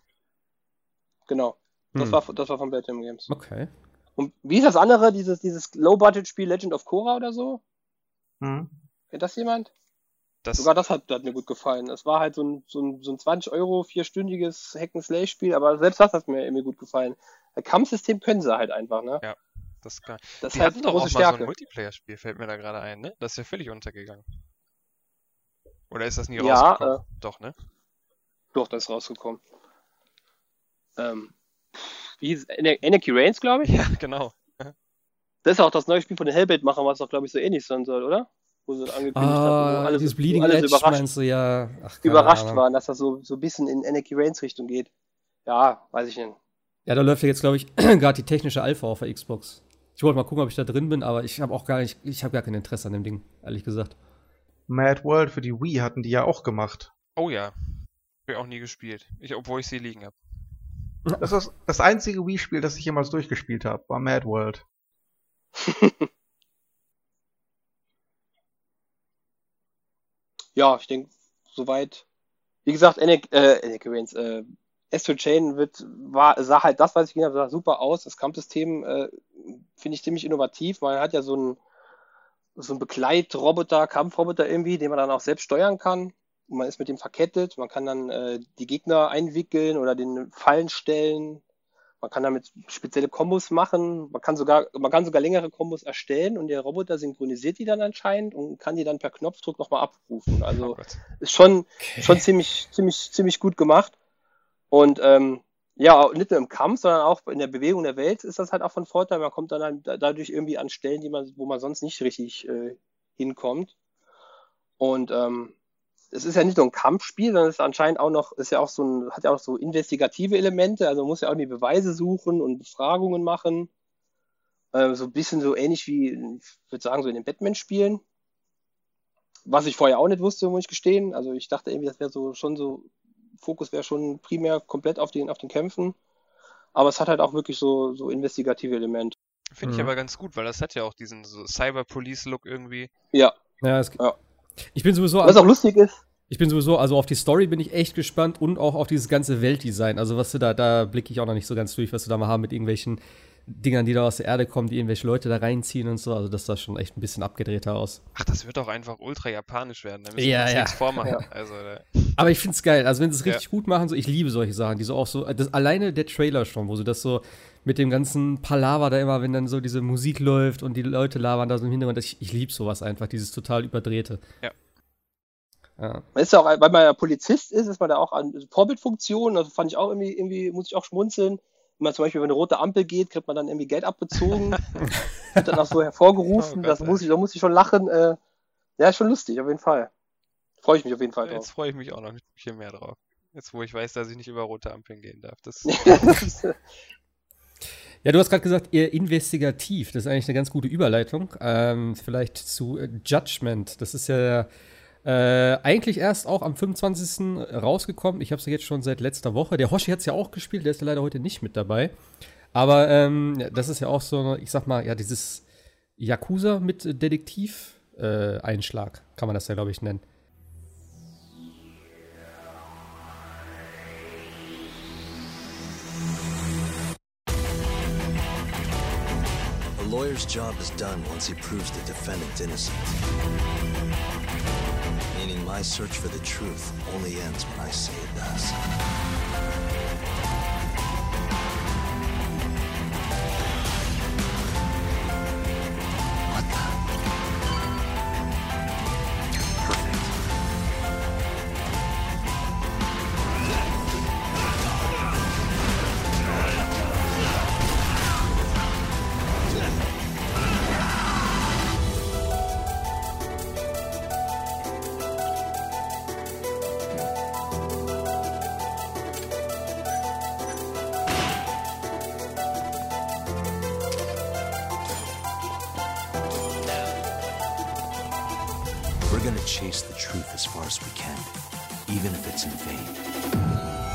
Genau. Das, Hm. war, das war von Platinum Games. Okay. Und wie ist das andere, dieses, dieses Low-Budget-Spiel Legend of Korra oder so? Hm. Kennt das jemand? Das, Sogar das hat, hat mir gut gefallen. Es war halt so ein, so ein, so ein zwanzig Euro, vierstündiges Hack-and-Slay-Spiel, aber selbst das hat mir irgendwie gut gefallen. Das Kampfsystem können sie halt einfach, ne? Ja, das ist klar. Das Die ist halt hatten doch große auch mal so ein Stärke. Multiplayer-Spiel, fällt mir da gerade ein, ne? Das ist ja völlig untergegangen. Oder ist das nie Ja, rausgekommen? äh, Doch, ne? Doch, das ist rausgekommen. Ähm, wie hieß es? Ana- Anarchy Reigns, glaube ich? Ja, genau. Das ist auch das neue Spiel von den Hellblade-Machern, was doch, glaube ich, so ähnlich sein soll, oder? Wo sie das angekündigt haben. Ah, Wo alle, dieses so- Bleeding wo alle so Edge überrascht, meinst du, ja. Ach, keine überrascht Ahnung. waren, dass das so, so ein bisschen in Anarchy Reigns Richtung geht. Ja, weiß ich nicht. Ja, da läuft ja jetzt, glaube ich, gerade die technische Alpha auf der Xbox. Ich wollte mal gucken, ob ich da drin bin, aber ich habe auch gar nicht, ich habe gar kein Interesse an dem Ding, ehrlich gesagt. Mad World für die Wii hatten die ja auch gemacht. Oh ja. Hab ich auch nie gespielt. Ich, obwohl ich sie liegen habe. Das ist das einzige Wii-Spiel, das ich jemals durchgespielt habe, war Mad World. Ja, ich denke, soweit. Wie gesagt, Anarchy, äh, Anarchy Reigns, äh, Astral Chain wird, war, sah halt das, was ich gesehen habe, sah super aus. Das Kampfsystem äh, finde ich ziemlich innovativ. Man hat ja so einen, so einen Begleitroboter, Kampfroboter irgendwie, den man dann auch selbst steuern kann. Und man ist mit dem verkettet. Man kann dann äh, die Gegner einwickeln oder den Fallen stellen. Man kann damit spezielle Kombos machen. Man kann sogar, man kann sogar längere Kombos erstellen und der Roboter synchronisiert die dann anscheinend und kann die dann per Knopfdruck nochmal abrufen. Oh Also Gott. ist schon, Okay. schon ziemlich, ziemlich, ziemlich gut gemacht. Und ähm, ja, nicht nur im Kampf, sondern auch in der Bewegung der Welt ist das halt auch von Vorteil. Man kommt dann halt da- dadurch irgendwie an Stellen, die man, wo man sonst nicht richtig äh, hinkommt. Und ähm, es ist ja nicht nur ein Kampfspiel, sondern es ist anscheinend auch noch, ist ja auch so ein, hat ja auch so investigative Elemente. Also man muss ja auch die Beweise suchen und Befragungen machen. Äh, so ein bisschen so ähnlich wie, ich würde sagen, so in den Batman-Spielen. Was ich vorher auch nicht wusste, muss ich gestehen. Also ich dachte irgendwie, das wäre so schon so, Fokus wäre schon primär komplett auf den, auf den Kämpfen. Aber es hat halt auch wirklich so, so investigative Elemente. Finde ich Mhm. aber ganz gut, weil das hat ja auch diesen so Cyber-Police-Look irgendwie. Ja. Ja, es, Ja. ich bin sowieso, Was auch lustig ist, ich bin sowieso, also auf die Story bin ich echt gespannt und auch auf dieses ganze Weltdesign. Also was du da, da blicke ich auch noch nicht so ganz durch, was du da mal haben mit irgendwelchen Dingern, die da aus der Erde kommen, die irgendwelche Leute da reinziehen und so. Also das sah schon echt ein bisschen abgedrehter aus. Ach, das wird doch einfach ultra japanisch werden. Da müssen Ja, wir uns ja. nichts vormachen. Ja. Also, äh, Aber ich find's geil. Also wenn sie es Ja. richtig gut machen, so ich liebe solche Sachen, die so auch so, das alleine der Trailer schon, wo sie das so mit dem ganzen Palaver da immer, wenn dann so diese Musik läuft und die Leute labern da so im Hintergrund, ich, ich liebe sowas einfach, dieses total überdrehte. Ja. Ja. man ist ja auch, weil man ja Polizist ist, ist man da auch an Vorbildfunktionen. Also fand ich auch irgendwie, irgendwie muss ich auch schmunzeln. Wenn man zum Beispiel über eine rote Ampel geht, kriegt man dann irgendwie Geld abgezogen. Wird dann auch so hervorgerufen. Oh Gott, das muss ich, da muss ich schon lachen. Äh, ja, ist schon lustig, auf jeden Fall. Freue ich mich auf jeden Fall jetzt drauf. freue ich mich auch noch ein bisschen mehr drauf. Jetzt, wo ich weiß, dass ich nicht über rote Ampeln gehen darf. Das, Ja, du hast gerade gesagt, eher investigativ. Das ist eigentlich eine ganz gute Überleitung. Ähm, vielleicht zu äh, Judgment. Das ist ja äh, eigentlich erst auch am fünfundzwanzigsten rausgekommen. Ich habe es ja jetzt schon seit letzter Woche. Der Hoshi hat es ja auch gespielt, der ist ja leider heute nicht mit dabei. Aber ähm, ja, das ist ja auch so, ich sag mal, ja, dieses Yakuza mit Detektiv-Einschlag, kann man das ja, glaube ich, nennen. A lawyer's job is done once he proves the defendant innocent. Meaning my search for the truth only ends when I say it does. What the? Perfect. We're gonna chase the truth as far as we can, even if it's in vain.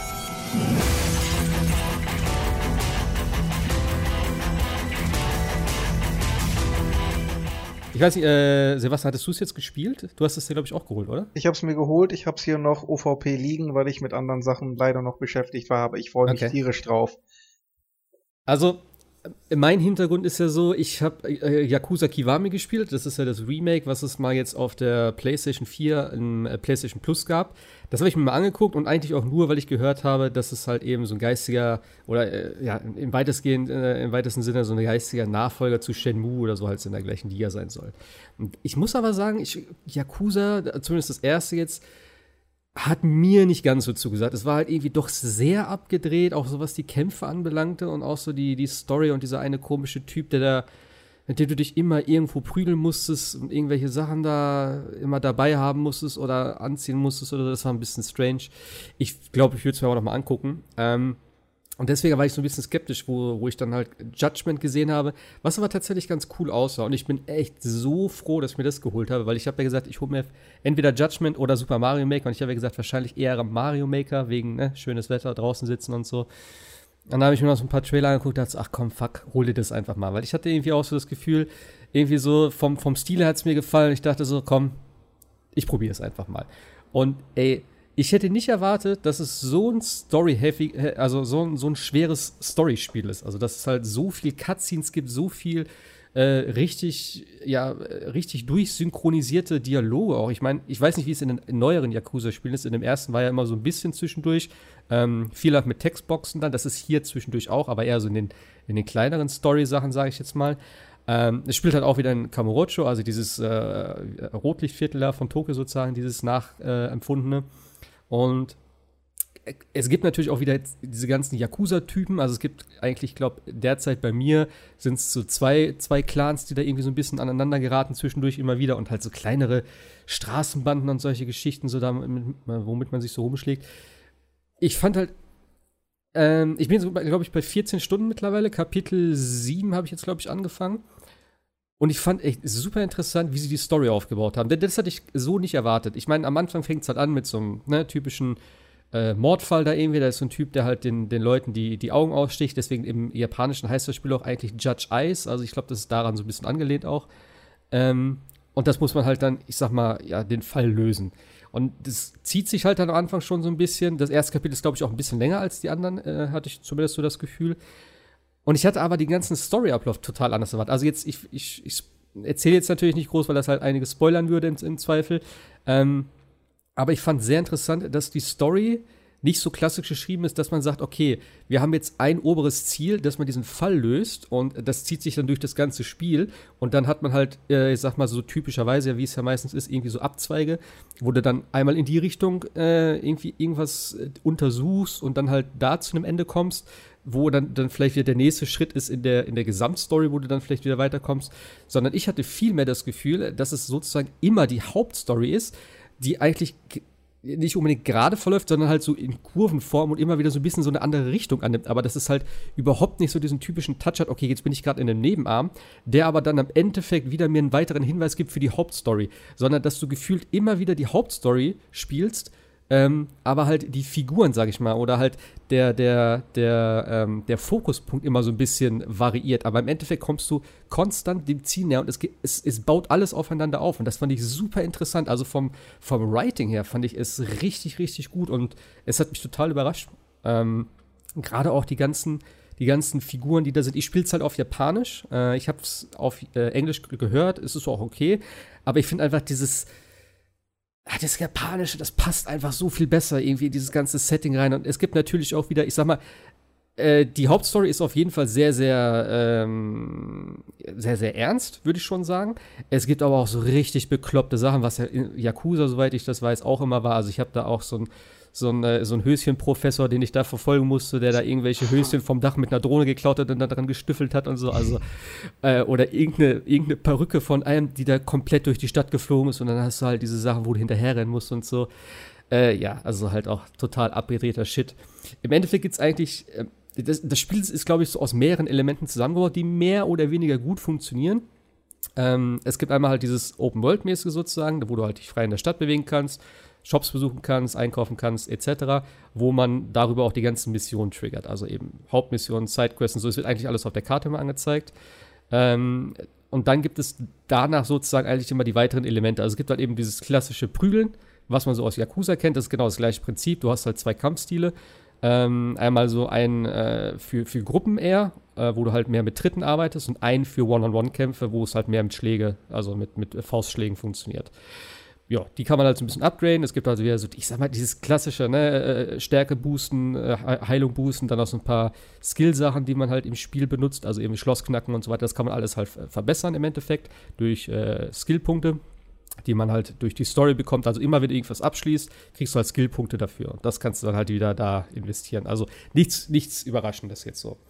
Ich weiß nicht, äh, Sebastian, hattest du es jetzt gespielt? Du hast es dir, glaube ich, auch geholt, oder? Ich habe es mir geholt, ich habe es hier noch O V P liegen, weil ich mit anderen Sachen leider noch beschäftigt war, aber ich freue mich Okay. tierisch drauf. Also, äh, mein Hintergrund ist ja so, ich habe äh, Yakuza Kiwami gespielt. Das ist ja das Remake, was es mal jetzt auf der PlayStation vier im äh, PlayStation Plus gab. Das habe ich mir mal angeguckt und eigentlich auch nur, weil ich gehört habe, dass es halt eben so ein geistiger oder äh, ja, im, weitestgehend, äh, im weitesten Sinne so ein geistiger Nachfolger zu Shenmue oder so halt in der gleichen Liga sein soll. Und ich muss aber sagen, ich, Yakuza, zumindest das erste jetzt, hat mir nicht ganz so zugesagt. Es war halt irgendwie doch sehr abgedreht, auch so was die Kämpfe anbelangte und auch so die, die Story und dieser eine komische Typ, der da mit dem du dich immer irgendwo prügeln musstest und irgendwelche Sachen da immer dabei haben musstest oder anziehen musstest oder das war ein bisschen strange. Ich glaube, ich würde es mir aber noch mal angucken. Ähm, und deswegen war ich so ein bisschen skeptisch, wo, wo ich dann halt Judgment gesehen habe, was aber tatsächlich ganz cool aussah. Und ich bin echt so froh, dass ich mir das geholt habe, weil ich habe ja gesagt, ich hole mir entweder Judgment oder Super Mario Maker. Und ich habe ja gesagt, wahrscheinlich eher Mario Maker, wegen ne, schönes Wetter, draußen sitzen und so. Dann habe ich mir noch so ein paar Trailer angeguckt und dachte, ach komm, fuck, hol dir das einfach mal. Weil ich hatte irgendwie auch so das Gefühl, irgendwie so vom, vom Stil hat es mir gefallen. Ich dachte so, komm, ich probiere es einfach mal. Und ey, ich hätte nicht erwartet, dass es so ein Story-heavy, also so ein, so ein schweres Story-Spiel ist. Also, dass es halt so viel Cutscenes gibt, so viel äh, richtig, ja, richtig durchsynchronisierte Dialoge auch. Ich meine, ich weiß nicht, wie es in den in neueren Yakuza-Spielen ist. In dem ersten war ja immer so ein bisschen zwischendurch. Ähm, viel auch mit Textboxen dann. Das ist hier zwischendurch auch, aber eher so in den, in den kleineren Story-Sachen, sage ich jetzt mal. Ähm, es spielt halt auch wieder in Kamurocho, also dieses äh, Rotlichtviertel da von Tokio sozusagen, dieses nachempfundene. Äh, Und es gibt natürlich auch wieder diese ganzen Yakuza-Typen. Also es gibt eigentlich, ich glaube, derzeit bei mir sind es so zwei, zwei Clans, die da irgendwie so ein bisschen aneinander geraten zwischendurch immer wieder und halt so kleinere Straßenbanden und solche Geschichten, so damit, womit man sich so rumschlägt. Ich fand halt, ähm, ich bin jetzt, glaube ich, bei vierzehn Stunden mittlerweile. Kapitel sieben habe ich jetzt, glaube ich, angefangen. Und ich fand echt super interessant, wie sie die Story aufgebaut haben. Denn das hatte ich so nicht erwartet. Ich meine, am Anfang fängt es halt an mit so einem ne, typischen äh, Mordfall da irgendwie. Da ist so ein Typ, der halt den, den Leuten die, die Augen aussticht. Deswegen im Japanischen heißt das Spiel auch eigentlich Judge Eyes. Also ich glaube, das ist daran so ein bisschen angelehnt auch. Ähm, und das muss man halt dann, ich sag mal, ja, den Fall lösen. Und das zieht sich halt dann am Anfang schon so ein bisschen. Das erste Kapitel ist, glaube ich, auch ein bisschen länger als die anderen, äh, hatte ich zumindest so das Gefühl. Und ich hatte aber den ganzen Story-Ablauf total anders erwartet. Also jetzt, ich, ich, ich erzähle jetzt natürlich nicht groß, weil das halt einiges spoilern würde im, im Zweifel. Ähm, aber ich fand sehr interessant, dass die Story nicht so klassisch geschrieben ist, dass man sagt, okay, wir haben jetzt ein oberes Ziel, dass man diesen Fall löst und das zieht sich dann durch das ganze Spiel und dann hat man halt, äh, ich sag mal so typischerweise, ja, wie es ja meistens ist, irgendwie so Abzweige, wo du dann einmal in die Richtung äh, irgendwie irgendwas äh, untersuchst und dann halt da zu einem Ende kommst, wo dann, dann vielleicht wieder der nächste Schritt ist in der, in der Gesamtstory, wo du dann vielleicht wieder weiterkommst, sondern ich hatte viel mehr das Gefühl, dass es sozusagen immer die Hauptstory ist, die eigentlich g- nicht unbedingt gerade verläuft, sondern halt so in Kurvenform und immer wieder so ein bisschen so eine andere Richtung annimmt. Aber das ist halt überhaupt nicht so diesen typischen Touch hat, okay, jetzt bin ich gerade in einem Nebenarm, der aber dann am Endeffekt wieder mir einen weiteren Hinweis gibt für die Hauptstory, sondern dass du gefühlt immer wieder die Hauptstory spielst, Ähm, aber halt die Figuren, sag ich mal, oder halt der, der, der, ähm, der Fokuspunkt immer so ein bisschen variiert. Aber im Endeffekt kommst du konstant dem Ziel näher und es, es, es baut alles aufeinander auf. Und das fand ich super interessant. Also vom, vom Writing her fand ich es richtig, richtig gut und es hat mich total überrascht. Ähm, Gerade auch die ganzen, die ganzen Figuren, die da sind. Ich spiele es halt auf Japanisch. Äh, ich habe es auf äh, Englisch gehört. Es ist auch okay. Aber ich finde einfach dieses Ah, das Japanische, das passt einfach so viel besser irgendwie in dieses ganze Setting rein. Und es gibt natürlich auch wieder, ich sag mal, äh, die Hauptstory ist auf jeden Fall sehr, sehr, ähm, sehr, sehr ernst, würde ich schon sagen. Es gibt aber auch so richtig bekloppte Sachen, was ja in Yakuza, soweit ich das weiß, auch immer war. Also ich habe da auch so ein So ein, äh, so ein Höschenprofessor, den ich da verfolgen musste, der da irgendwelche Höschen vom Dach mit einer Drohne geklaut hat und dann dran gestüffelt hat und so. Also, äh, oder irgendeine, irgendeine Perücke von einem, die da komplett durch die Stadt geflogen ist und dann hast du halt diese Sachen, wo du hinterherrennen musst und so. Äh, ja, also halt auch total abgedrehter Shit. Im Endeffekt gibt's eigentlich, äh, das, das Spiel ist, glaube ich, so aus mehreren Elementen zusammengebaut, die mehr oder weniger gut funktionieren. Ähm, es gibt einmal halt dieses Open-World-mäßige sozusagen, wo du halt dich frei in der Stadt bewegen kannst, Shops besuchen kannst, einkaufen kannst, et cetera, wo man darüber auch die ganzen Missionen triggert. Also eben Hauptmissionen, Sidequests und so. Es wird eigentlich alles auf der Karte immer angezeigt. Ähm, und dann gibt es danach sozusagen eigentlich immer die weiteren Elemente. Also es gibt halt eben dieses klassische Prügeln, was man so aus Yakuza kennt. Das ist genau das gleiche Prinzip. Du hast halt zwei Kampfstile. Ähm, einmal so einen äh, für, für Gruppen eher, äh, wo du halt mehr mit Tritten arbeitest und einen für One-on-One-Kämpfe, wo es halt mehr mit Schläge, also mit, mit Faustschlägen funktioniert. Ja, die kann man halt so ein bisschen upgraden. Es gibt also wieder so, ich sag mal, dieses klassische, ne, Stärke boosten, Heilung boosten, dann auch so ein paar Skill-Sachen, die man halt im Spiel benutzt, also eben Schloss knacken und so weiter. Das kann man alles halt verbessern im Endeffekt durch äh, Skillpunkte, die man halt durch die Story bekommt. Also immer, wenn du irgendwas abschließt, kriegst du halt Skillpunkte dafür. Und das kannst du dann halt wieder da investieren. Also nichts, nichts Überraschendes jetzt so.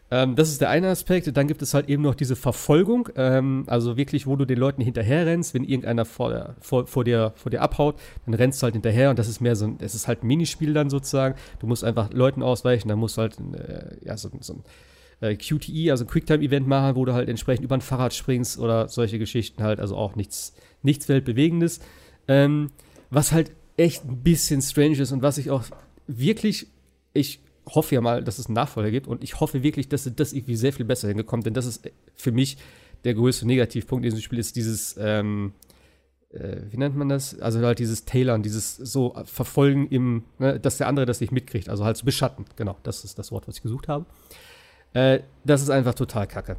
Ähm, das ist der eine Aspekt. Dann gibt es halt eben noch diese Verfolgung. Ähm, also wirklich, wo du den Leuten hinterher rennst. Wenn irgendeiner vor, der, vor, vor, dir, vor dir abhaut, dann rennst du halt hinterher. Und das ist mehr so ein, es ist halt ein Minispiel dann sozusagen. Du musst einfach Leuten ausweichen. Dann musst du halt äh, ja, so, so ein äh, Q T E, also ein Quicktime-Event machen, wo du halt entsprechend über ein Fahrrad springst oder solche Geschichten halt. Also auch nichts, nichts Weltbewegendes. Ähm, was halt echt ein bisschen strange ist und was ich auch wirklich, ich hoffe ja mal, dass es einen Nachfolger gibt und ich hoffe wirklich, dass das irgendwie sehr viel besser hingekommen, denn das ist für mich der größte Negativpunkt in diesem Spiel, ist dieses, ähm, äh, wie nennt man das? Also halt dieses Tailern, dieses so Verfolgen im, ne, dass der andere das nicht mitkriegt, also halt so beschatten, genau, das ist das Wort, was ich gesucht habe. Äh, das ist einfach total kacke.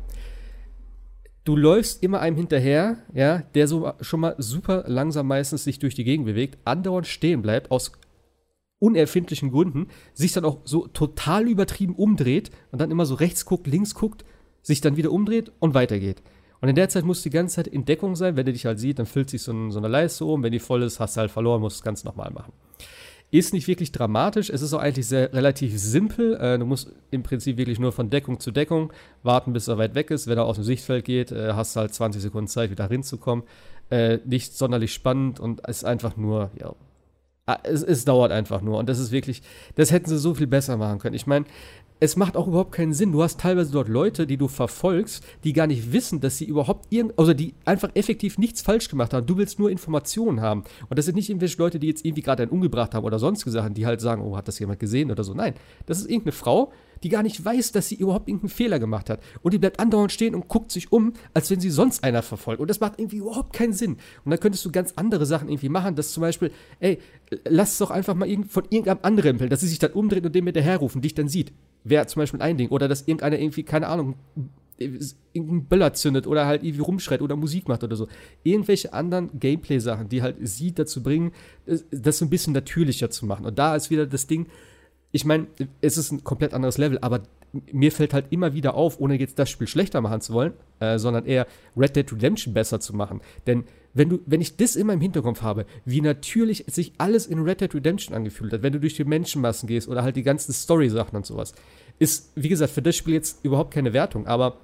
Du läufst immer einem hinterher, ja, der so schon mal super langsam meistens sich durch die Gegend bewegt, andauernd stehen bleibt, aus unerfindlichen Gründen, sich dann auch so total übertrieben umdreht und dann immer so rechts guckt, links guckt, sich dann wieder umdreht und weitergeht. Und in der Zeit musst du die ganze Zeit in Deckung sein. Wenn er dich halt sieht, dann füllt sich so, ein, so eine Leiste um. Wenn die voll ist, hast du halt verloren, musst es ganz normal machen. Ist nicht wirklich dramatisch, es ist auch eigentlich sehr relativ simpel. Äh, du musst im Prinzip wirklich nur von Deckung zu Deckung warten, bis er weit weg ist. Wenn er aus dem Sichtfeld geht, äh, hast du halt zwanzig Sekunden Zeit, wieder hinzukommen. Äh, nicht sonderlich spannend und ist einfach nur, ja, es, es dauert einfach nur. Und das ist wirklich, das hätten sie so viel besser machen können. Ich meine, es macht auch überhaupt keinen Sinn. Du hast teilweise dort Leute, die du verfolgst, die gar nicht wissen, dass sie überhaupt irgend, also die einfach effektiv nichts falsch gemacht haben. Du willst nur Informationen haben. Und das sind nicht irgendwelche Leute, die jetzt irgendwie gerade einen umgebracht haben oder sonstige Sachen, die halt sagen, oh, hat das jemand gesehen oder so. Nein, das ist irgendeine Frau, die gar nicht weiß, dass sie überhaupt irgendeinen Fehler gemacht hat. Und die bleibt andauernd stehen und guckt sich um, als wenn sie sonst einer verfolgt. Und das macht irgendwie überhaupt keinen Sinn. Und dann könntest du ganz andere Sachen irgendwie machen, dass zum Beispiel, ey, lass es doch einfach mal irgend, von irgendeinem anrempeln, dass sie sich dann umdreht und den mit daherrufen, dich dann sieht. Wäre zum Beispiel ein Ding. Oder dass irgendeiner irgendwie, keine Ahnung, irgendeinen Böller zündet oder halt irgendwie rumschreit oder Musik macht oder so. Irgendwelche anderen Gameplay-Sachen, die halt sie dazu bringen, das so ein bisschen natürlicher zu machen. Und da ist wieder das Ding, ich meine, es ist ein komplett anderes Level, aber mir fällt halt immer wieder auf, ohne jetzt das Spiel schlechter machen zu wollen, äh, sondern eher Red Dead Redemption besser zu machen. Denn wenn du, wenn ich das immer im Hinterkopf habe, wie natürlich sich alles in Red Dead Redemption angefühlt hat, wenn du durch die Menschenmassen gehst oder halt die ganzen Story-Sachen und sowas, ist, wie gesagt, für das Spiel jetzt überhaupt keine Wertung, aber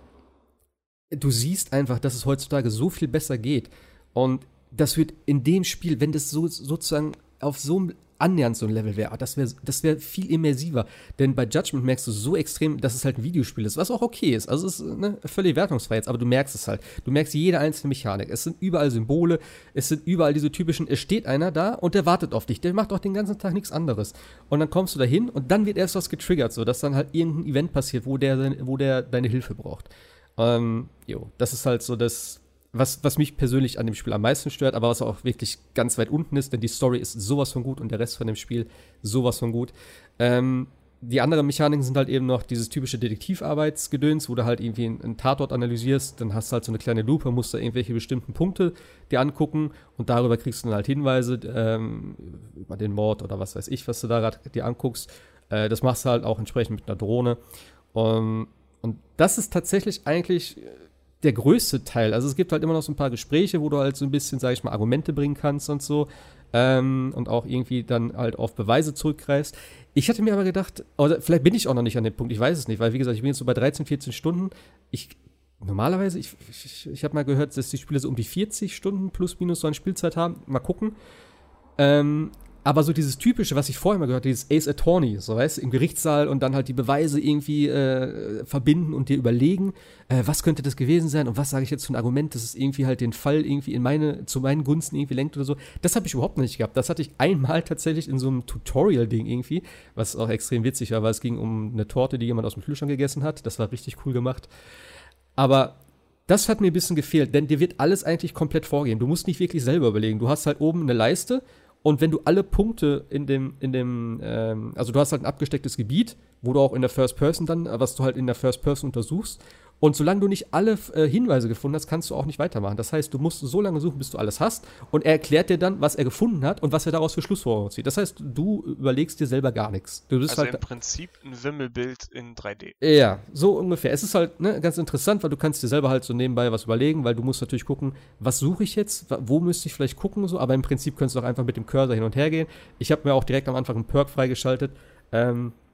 du siehst einfach, dass es heutzutage so viel besser geht. Und das wird in dem Spiel, wenn das so sozusagen auf so einem annähernd so ein Level wäre, das wäre das wär viel immersiver. Denn bei Judgment merkst du so extrem, dass es halt ein Videospiel ist, was auch okay ist. Also es ist ne, völlig wertungsfrei jetzt, aber du merkst es halt. Du merkst jede einzelne Mechanik. Es sind überall Symbole, es sind überall diese typischen, es steht einer da und der wartet auf dich. Der macht auch den ganzen Tag nichts anderes. Und dann kommst du da hin und dann wird erst was getriggert, so dass dann halt irgendein Event passiert, wo der, wo der deine Hilfe braucht. Ähm, jo, das ist halt so das, was, was mich persönlich an dem Spiel am meisten stört, aber was auch wirklich ganz weit unten ist, denn die Story ist sowas von gut und der Rest von dem Spiel sowas von gut. Ähm, die anderen Mechaniken sind halt eben noch dieses typische Detektivarbeitsgedöns, wo du halt irgendwie einen, einen Tatort analysierst, dann hast du halt so eine kleine Lupe, musst da irgendwelche bestimmten Punkte dir angucken und darüber kriegst du dann halt Hinweise ähm, über den Mord oder was weiß ich, was du da gerade dir anguckst. Äh, das machst du halt auch entsprechend mit einer Drohne. Um, und das ist tatsächlich eigentlich der größte Teil. Also es gibt halt immer noch so ein paar Gespräche, wo du halt so ein bisschen, sag ich mal, Argumente bringen kannst und so. Ähm, und auch irgendwie dann halt auf Beweise zurückgreifst. Ich hatte mir aber gedacht, oder vielleicht bin ich auch noch nicht an dem Punkt, ich weiß es nicht, weil wie gesagt, ich bin jetzt so bei dreizehn, vierzehn Stunden. Ich, normalerweise, ich, ich, ich habe mal gehört, dass die Spiele so um die vierzig Stunden plus minus so eine Spielzeit haben. Mal gucken. Ähm, Aber so dieses Typische, was ich vorher mal gehört habe, dieses Ace Attorney, so weißt du, im Gerichtssaal und dann halt die Beweise irgendwie äh, verbinden und dir überlegen, äh, was könnte das gewesen sein und was sage ich jetzt für ein Argument, dass es irgendwie halt den Fall irgendwie in meine, zu meinen Gunsten irgendwie lenkt oder so. Das habe ich überhaupt nicht gehabt. Das hatte ich einmal tatsächlich in so einem Tutorial-Ding irgendwie, was auch extrem witzig war, weil es ging um eine Torte, die jemand aus dem Kühlschrank gegessen hat. Das war richtig cool gemacht. Aber das hat mir ein bisschen gefehlt, denn dir wird alles eigentlich komplett vorgehen. Du musst nicht wirklich selber überlegen. Du hast halt oben eine Leiste. Und wenn du alle Punkte in dem, in dem, ähm, also du hast halt ein abgestecktes Gebiet, wo du auch in der First Person dann, was du halt in der First Person untersuchst. Und solange du nicht alle äh, Hinweise gefunden hast, kannst du auch nicht weitermachen. Das heißt, du musst so lange suchen, bis du alles hast. Und er erklärt dir dann, was er gefunden hat und was er daraus für Schlussfolgerungen zieht. Das heißt, du überlegst dir selber gar nichts. Du bist also halt im Prinzip ein Wimmelbild in drei D. Ja, so ungefähr. Es ist halt ne, ganz interessant, weil du kannst dir selber halt so nebenbei was überlegen, weil du musst natürlich gucken, was suche ich jetzt, wo müsste ich vielleicht gucken, so. Aber im Prinzip kannst du auch einfach mit dem Cursor hin und her gehen. Ich habe mir auch direkt am Anfang einen Perk freigeschaltet, ähm,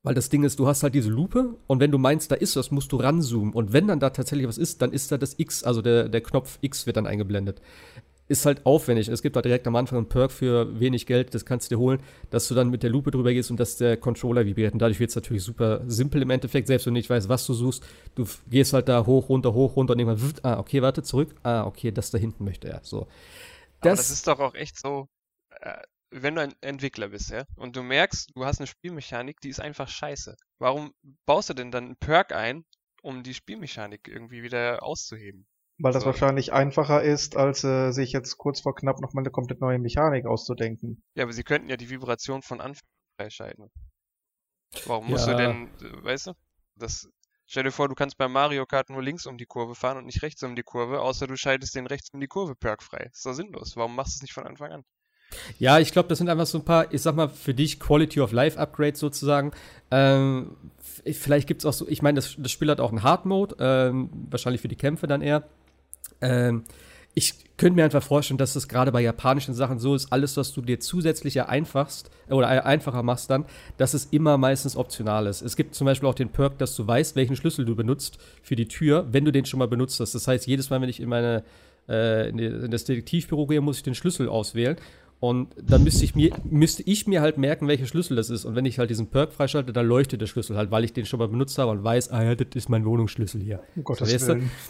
Weil das Ding ist, du hast halt diese Lupe und wenn du meinst, da ist was, musst du ranzoomen. Und wenn dann da tatsächlich was ist, dann ist da das X, also der, der Knopf X wird dann eingeblendet. Ist halt aufwendig. Es gibt da direkt am Anfang einen Perk für wenig Geld, das kannst du dir holen, dass du dann mit der Lupe drüber gehst und dass der Controller vibriert. Und dadurch wird es natürlich super simpel im Endeffekt, selbst wenn du nicht weißt, was du suchst. Du f- gehst halt da hoch, runter, hoch, runter und irgendwann, wuff, ah, okay, warte, zurück. Ah, okay, das da hinten möchte er. So. Aber Das, das ist doch auch echt so, äh, wenn du ein Entwickler bist, ja, und du merkst, du hast eine Spielmechanik, die ist einfach scheiße. Warum baust du denn dann einen Perk ein, um die Spielmechanik irgendwie wieder auszuheben? Weil das So. wahrscheinlich einfacher ist, als äh, sich jetzt kurz vor knapp nochmal eine komplett neue Mechanik auszudenken. Ja, aber sie könnten ja die Vibration von Anfang an freischalten. Warum musst Ja. du denn, äh, weißt du, das, stell dir vor, du kannst bei Mario Kart nur links um die Kurve fahren und nicht rechts um die Kurve, außer du schaltest den rechts um die Kurve Perk frei. Ist doch sinnlos. Warum machst du es nicht von Anfang an? Ja, ich glaube, das sind einfach so ein paar, ich sag mal, für dich Quality of Life Upgrades sozusagen. Ähm, f- vielleicht gibt es auch so, ich meine, das, das Spiel hat auch einen Hard Mode, ähm, wahrscheinlich für die Kämpfe dann eher. Ähm, ich könnte mir einfach vorstellen, dass das gerade bei japanischen Sachen so ist, alles, was du dir zusätzlich ja einfachst oder einfacher machst dann, dass es immer meistens optional ist. Es gibt zum Beispiel auch den Perk, dass du weißt, welchen Schlüssel du benutzt für die Tür, wenn du den schon mal benutzt hast. Das heißt, jedes Mal, wenn ich in meine äh, in, die, in das Detektivbüro gehe, muss ich den Schlüssel auswählen. Und dann müsste ich, mir, müsste ich mir halt merken, welcher Schlüssel das ist. Und wenn ich halt diesen Perk freischalte, dann leuchtet der Schlüssel halt, weil ich den schon mal benutzt habe und weiß, ah ja, das ist mein Wohnungsschlüssel hier. Um Gottes So, weißt du? Willen.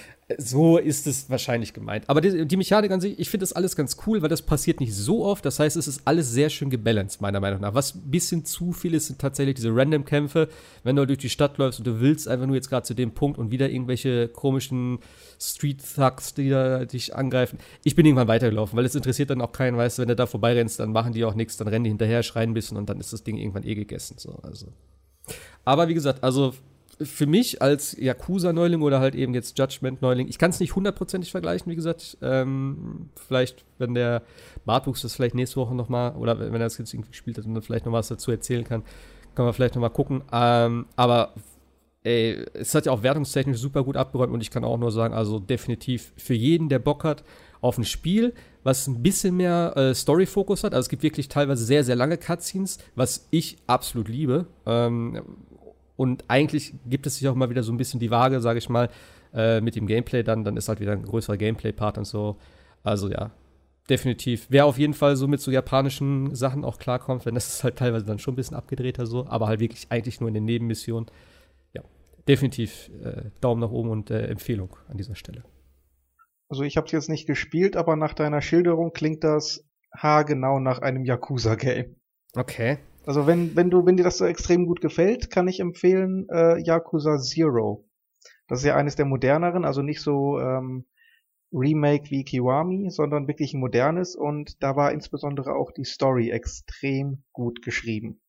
So ist es wahrscheinlich gemeint. Aber die, die Mechanik an sich, ich finde das alles ganz cool, weil das passiert nicht so oft. Das heißt, es ist alles sehr schön gebalanced, meiner Meinung nach. Was ein bisschen zu viel ist, sind tatsächlich diese Random-Kämpfe. Wenn du durch die Stadt läufst und du willst einfach nur jetzt gerade zu dem Punkt und wieder irgendwelche komischen Street-Thugs, die da dich angreifen. Ich bin irgendwann weitergelaufen, weil es interessiert dann auch keinen, weißt du, wenn du da vorbeirennst, dann machen die auch nichts, dann rennen die hinterher, schreien ein bisschen und dann ist das Ding irgendwann eh gegessen. So, also. Aber wie gesagt, also für mich als Yakuza-Neuling oder halt eben jetzt Judgment-Neuling, ich kann es nicht hundertprozentig vergleichen, wie gesagt. Ähm, vielleicht, wenn der Bartwuchs das vielleicht nächste Woche nochmal, oder wenn er das jetzt irgendwie gespielt hat und dann vielleicht noch was dazu erzählen kann, kann man vielleicht nochmal gucken. Ähm, aber ey, es hat ja auch wertungstechnisch super gut abgeräumt und ich kann auch nur sagen, also definitiv für jeden, der Bock hat auf ein Spiel, was ein bisschen mehr äh, Story-Fokus hat. Also es gibt wirklich teilweise sehr, sehr lange Cutscenes, was ich absolut liebe. Ähm, Und eigentlich gibt es sich auch mal wieder so ein bisschen die Waage, sage ich mal, äh, mit dem Gameplay dann. Dann ist halt wieder ein größerer Gameplay-Part und so. Also ja, definitiv. Wer auf jeden Fall so mit so japanischen Sachen auch klarkommt, denn das ist halt teilweise dann schon ein bisschen abgedrehter so, aber halt wirklich eigentlich nur in den Nebenmissionen. Ja, definitiv äh, Daumen nach oben und äh, Empfehlung an dieser Stelle. Also ich habe es jetzt nicht gespielt, aber nach deiner Schilderung klingt das haargenau nach einem Yakuza-Game. Okay. Also wenn, wenn du, wenn dir das so extrem gut gefällt, kann ich empfehlen äh, Yakuza Zero. Das ist ja eines der moderneren, also nicht so ähm, Remake wie Kiwami, sondern wirklich ein modernes und da war insbesondere auch die Story extrem gut geschrieben.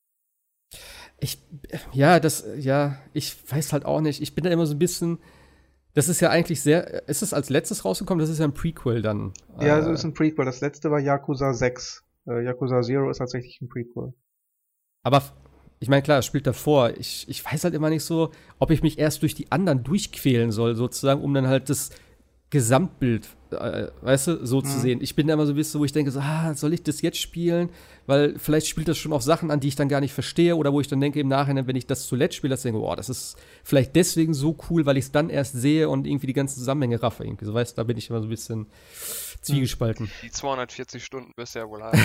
Ich, ja, das, ja, ich weiß halt auch nicht. Ich bin da immer so ein bisschen, das ist ja eigentlich sehr, ist es als letztes rausgekommen? Das ist ja ein Prequel dann. Ja, Äh, also ist ein Prequel. Das letzte war Yakuza sechs. Äh, Yakuza Zero ist tatsächlich ein Prequel. Aber f- ich meine, klar, es spielt davor. Ich, ich weiß halt immer nicht so, ob ich mich erst durch die anderen durchquälen soll, sozusagen, um dann halt das Gesamtbild, äh, weißt du, so zu Mhm. sehen. Ich bin da immer so ein bisschen, wo ich denke, so, ah, soll ich das jetzt spielen? Weil vielleicht spielt das schon auf Sachen an, die ich dann gar nicht verstehe oder wo ich dann denke im Nachhinein, wenn ich das zuletzt spiele, dass ich denke, boah, das ist vielleicht deswegen so cool, weil ich es dann erst sehe und irgendwie die ganzen Zusammenhänge raffe. Irgendwie. So, weißt du, da bin ich immer so ein bisschen zwiegespalten. Die zweihundertvierzig Stunden wirst du ja wohl haben.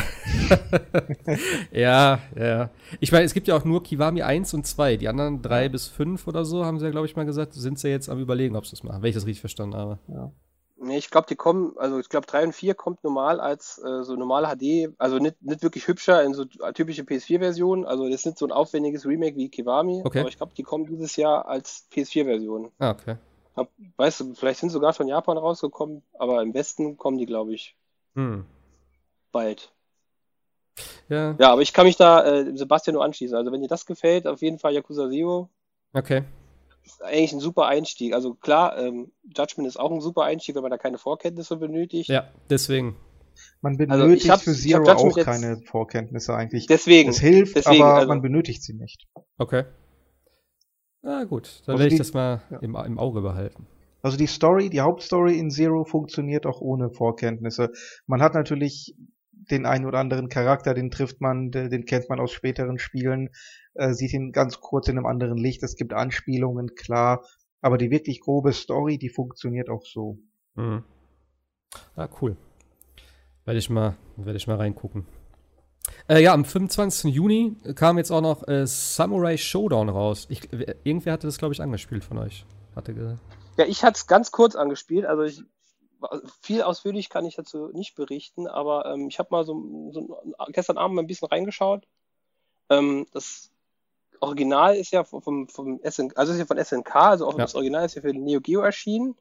Ja, ja. Ich meine, es gibt ja auch nur Kiwami eins und zwei. Die anderen drei bis fünf oder so, haben sie ja, glaube ich, mal gesagt, sind sie jetzt am Überlegen, ob sie das machen, wenn ich das richtig verstanden habe. Nee, ich glaube, die kommen, also ich glaube drei und vier kommt normal als äh, so normale H D, also nicht, nicht wirklich hübscher in so typische P S vier Version, also das ist nicht so ein aufwendiges Remake wie Kiwami, Okay. aber ich glaube, die kommen dieses Jahr als P S vier Version. Ah, okay. Hab, weißt du, vielleicht sind sogar von Japan rausgekommen, aber im Westen kommen die, glaube ich, Hm. bald. Ja, Ja, aber ich kann mich da äh, Sebastian nur anschließen. Also wenn dir das gefällt, auf jeden Fall Yakuza Zero. okay. Ist eigentlich ein super Einstieg. Also klar, ähm, Judgment ist auch ein super Einstieg, wenn man da keine Vorkenntnisse benötigt. Ja, deswegen. Man Also benötigt ich hab's- für ich hab Zero Judgment auch jetzt- keine Vorkenntnisse eigentlich. Deswegen. Es hilft, deswegen, aber also, man benötigt sie nicht. Okay. Ah, gut. Dann Also werde ich die- das mal ja. im, im Auge behalten. Also die Story, die Hauptstory in Zero funktioniert auch ohne Vorkenntnisse. Man hat natürlich den einen oder anderen Charakter, den trifft man, den kennt man aus späteren Spielen, äh, sieht ihn ganz kurz in einem anderen Licht. Es gibt Anspielungen, klar, aber die wirklich grobe Story, die funktioniert auch so. Mhm. Ah, cool. Werde ich mal, werde ich mal reingucken. Äh, ja, am fünfundzwanzigsten Juni kam jetzt auch noch äh, Samurai Showdown raus. Ich, irgendwer hatte das, glaube ich, angespielt von euch. Hatte gesagt. Ja, ich hatte es ganz kurz angespielt, also ich, viel ausführlich kann ich dazu nicht berichten, aber ähm, ich habe mal so, so gestern Abend mal ein bisschen reingeschaut. Ähm, das Original ist ja vom, vom S N K, also ist ja von S N K, also auch ja. Das Original ist ja für den Neo Geo erschienen.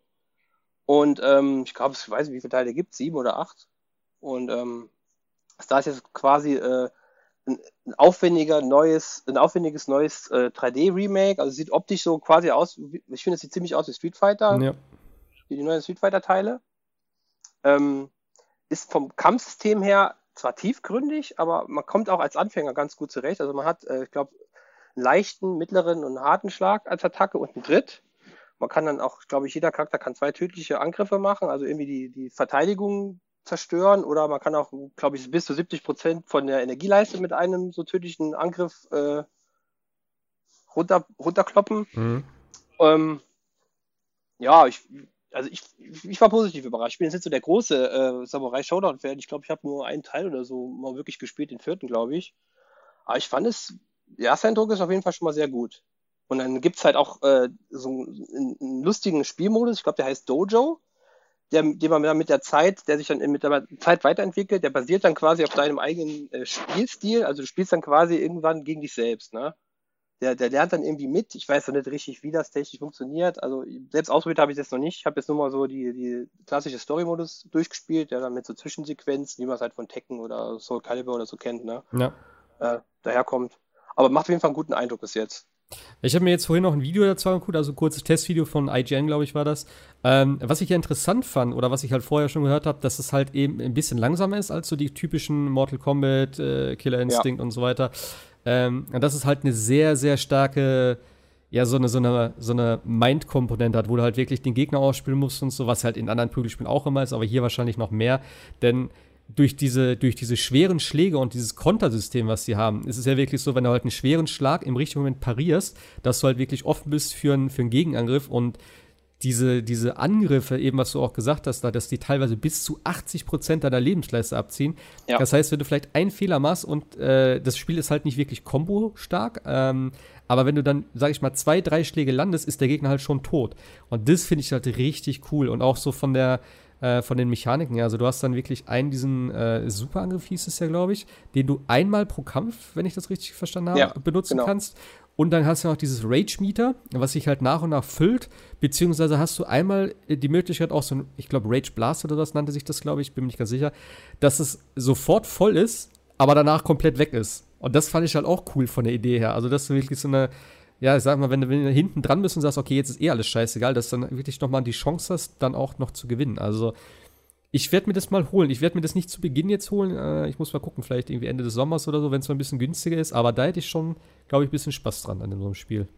Und ähm, ich glaube, ich weiß nicht, wie viele Teile gibt, sieben oder acht. Und ähm, da ist jetzt quasi äh, ein, ein aufwendiger neues, ein aufwendiges neues äh, drei D-Remake. Also sieht optisch so quasi aus, ich finde, es sieht ziemlich aus wie Street Fighter. Ja. Wie die neuen Street Fighter-Teile. Ähm, ist vom Kampfsystem her zwar tiefgründig, aber man kommt auch als Anfänger ganz gut zurecht. Also man hat, äh, ich glaube, einen leichten, mittleren und einen harten Schlag als Attacke und einen Tritt. Man kann dann auch, glaube ich, jeder Charakter kann zwei tödliche Angriffe machen, also irgendwie die, die Verteidigung zerstören, oder man kann auch, glaube ich, bis zu siebzig Prozent von der Energieleiste mit einem so tödlichen Angriff äh, runter, runterkloppen. Mhm. Ähm, ja, ich Also ich, ich war positiv überrascht. Ich bin jetzt nicht so der große äh, Samurai Showdown-Fan. Ich glaube, ich habe nur einen Teil oder so mal wirklich gespielt, den vierten, glaube ich. Aber ich fand es, der erste Eindruck ist auf jeden Fall schon mal sehr gut. Und dann gibt es halt auch äh, so einen, einen lustigen Spielmodus, ich glaube, der heißt Dojo, der, den man dann mit der Zeit, der sich dann mit der Zeit weiterentwickelt, der basiert dann quasi auf deinem eigenen äh, Spielstil. Also du spielst dann quasi irgendwann gegen dich selbst, ne? Der, der lernt dann irgendwie mit. Ich weiß noch nicht richtig, wie das technisch funktioniert. Also selbst ausprobiert habe ich das noch nicht. Ich habe jetzt nur mal so die, die klassische Story-Modus durchgespielt, der dann mit so Zwischensequenzen, wie man es halt von Tekken oder Soul Calibur oder so kennt, ne? Ja. Äh, daherkommt. Aber macht auf jeden Fall einen guten Eindruck bis jetzt. Ich habe mir jetzt vorhin noch ein Video dazu angeguckt, also ein kurzes Testvideo von I G N, glaube ich, war das. Ähm, was ich ja interessant fand, oder was ich halt vorher schon gehört habe, dass es halt eben ein bisschen langsamer ist als so die typischen Mortal Kombat, äh, Killer Instinct ja. und so weiter. Ähm, und dass es halt eine sehr, sehr starke, ja, so eine, so eine, so eine Mind-Komponente hat, wo du halt wirklich den Gegner ausspielen musst und so, was halt in anderen Prügelspielen auch immer ist, aber hier wahrscheinlich noch mehr, denn durch diese, durch diese schweren Schläge und dieses Kontersystem, was sie haben, ist es ja wirklich so, wenn du halt einen schweren Schlag im richtigen Moment parierst, dass du halt wirklich offen bist für einen, für einen Gegenangriff, und diese, diese Angriffe, eben was du auch gesagt hast, da, dass die teilweise bis zu achtzig Prozent deiner Lebensleiste abziehen. Ja. Das heißt, wenn du vielleicht einen Fehler machst und äh, das Spiel ist halt nicht wirklich Combo-stark, ähm, aber wenn du dann, sag ich mal, zwei, drei Schläge landest, ist der Gegner halt schon tot. Und das finde ich halt richtig cool. Und auch so von der Äh, von den Mechaniken, ja, also du hast dann wirklich einen, diesen äh, Superangriff hieß es ja, glaube ich, den du einmal pro Kampf, wenn ich das richtig verstanden habe, ja, benutzen genau. kannst. Und dann hast du noch dieses Rage-Meter, was sich halt nach und nach füllt, beziehungsweise hast du einmal die Möglichkeit auch so ein, ich glaube Rage Blast oder was nannte sich das, glaube ich, bin mir nicht ganz sicher, dass es sofort voll ist, aber danach komplett weg ist. Und das fand ich halt auch cool von der Idee her. Also, dass du wirklich so eine, ja, ich sag mal, wenn du, wenn du hinten dran bist und sagst, okay, jetzt ist eh alles scheißegal, dass du dann wirklich nochmal die Chance hast, dann auch noch zu gewinnen. Also, ich werde mir das mal holen. Ich werde mir das nicht zu Beginn jetzt holen. Äh, ich muss mal gucken, vielleicht irgendwie Ende des Sommers oder so, wenn es mal ein bisschen günstiger ist. Aber da hätte ich schon, glaube ich, ein bisschen Spaß dran an so einem Spiel.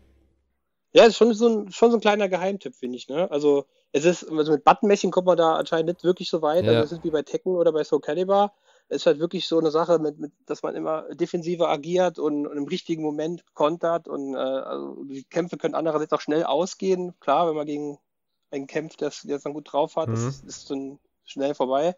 Ja, ist schon so ein, schon so ein kleiner Geheimtipp, finde ich, ne? Also, es ist, also mit Buttonmashing kommt man da anscheinend nicht wirklich so weit. Ja. Also, es ist wie bei Tekken oder bei Soul Calibur. Es ist halt wirklich so eine Sache, mit, mit, dass man immer defensiver agiert und, und im richtigen Moment kontert. Und äh, also die Kämpfe können andererseits auch schnell ausgehen. Klar, wenn man gegen einen kämpft, der es dann gut drauf hat, mhm. das ist dann schnell vorbei.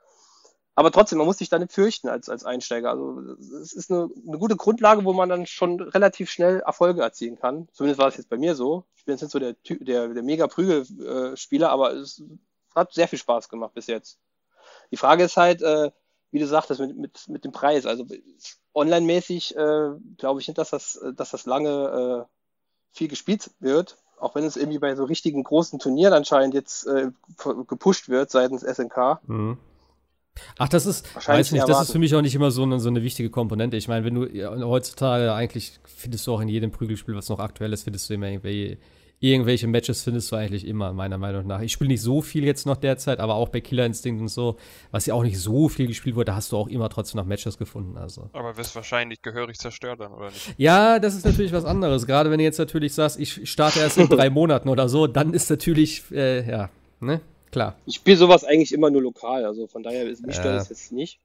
Aber trotzdem, man muss sich da nicht fürchten als, als Einsteiger. Also es ist eine, eine gute Grundlage, wo man dann schon relativ schnell Erfolge erzielen kann. Zumindest war es jetzt bei mir so. Ich bin jetzt nicht so der, der, der Mega-Prügel-Spieler, aber es hat sehr viel Spaß gemacht bis jetzt. Die Frage ist halt, äh, wie du sagtest, mit, mit, mit dem Preis. Also online-mäßig äh, glaube ich nicht, dass das, dass das lange äh, viel gespielt wird. Auch wenn es irgendwie bei so richtigen großen Turnieren anscheinend jetzt äh, gepusht wird seitens S N K. Mhm. Ach, das ist, weiß nicht, das ist für mich auch nicht immer so eine, so eine wichtige Komponente. Ich meine, wenn du ja, heutzutage eigentlich findest du auch in jedem Prügelspiel, was noch aktuell ist, findest du immer irgendwie Irgendwelche Matches findest du eigentlich immer, meiner Meinung nach. Ich spiele nicht so viel jetzt noch derzeit, aber auch bei Killer Instinct und so, was ja auch nicht so viel gespielt wurde, da hast du auch immer trotzdem noch Matches gefunden. Also. Aber wirst wahrscheinlich gehörig zerstört dann, oder nicht? Ja, das ist natürlich was anderes. Gerade wenn du jetzt natürlich sagst, ich starte erst in drei Monaten oder so, dann ist natürlich, äh, ja, ne, klar. Ich spiele sowas eigentlich immer nur lokal, also von daher ist mich stört das jetzt nicht.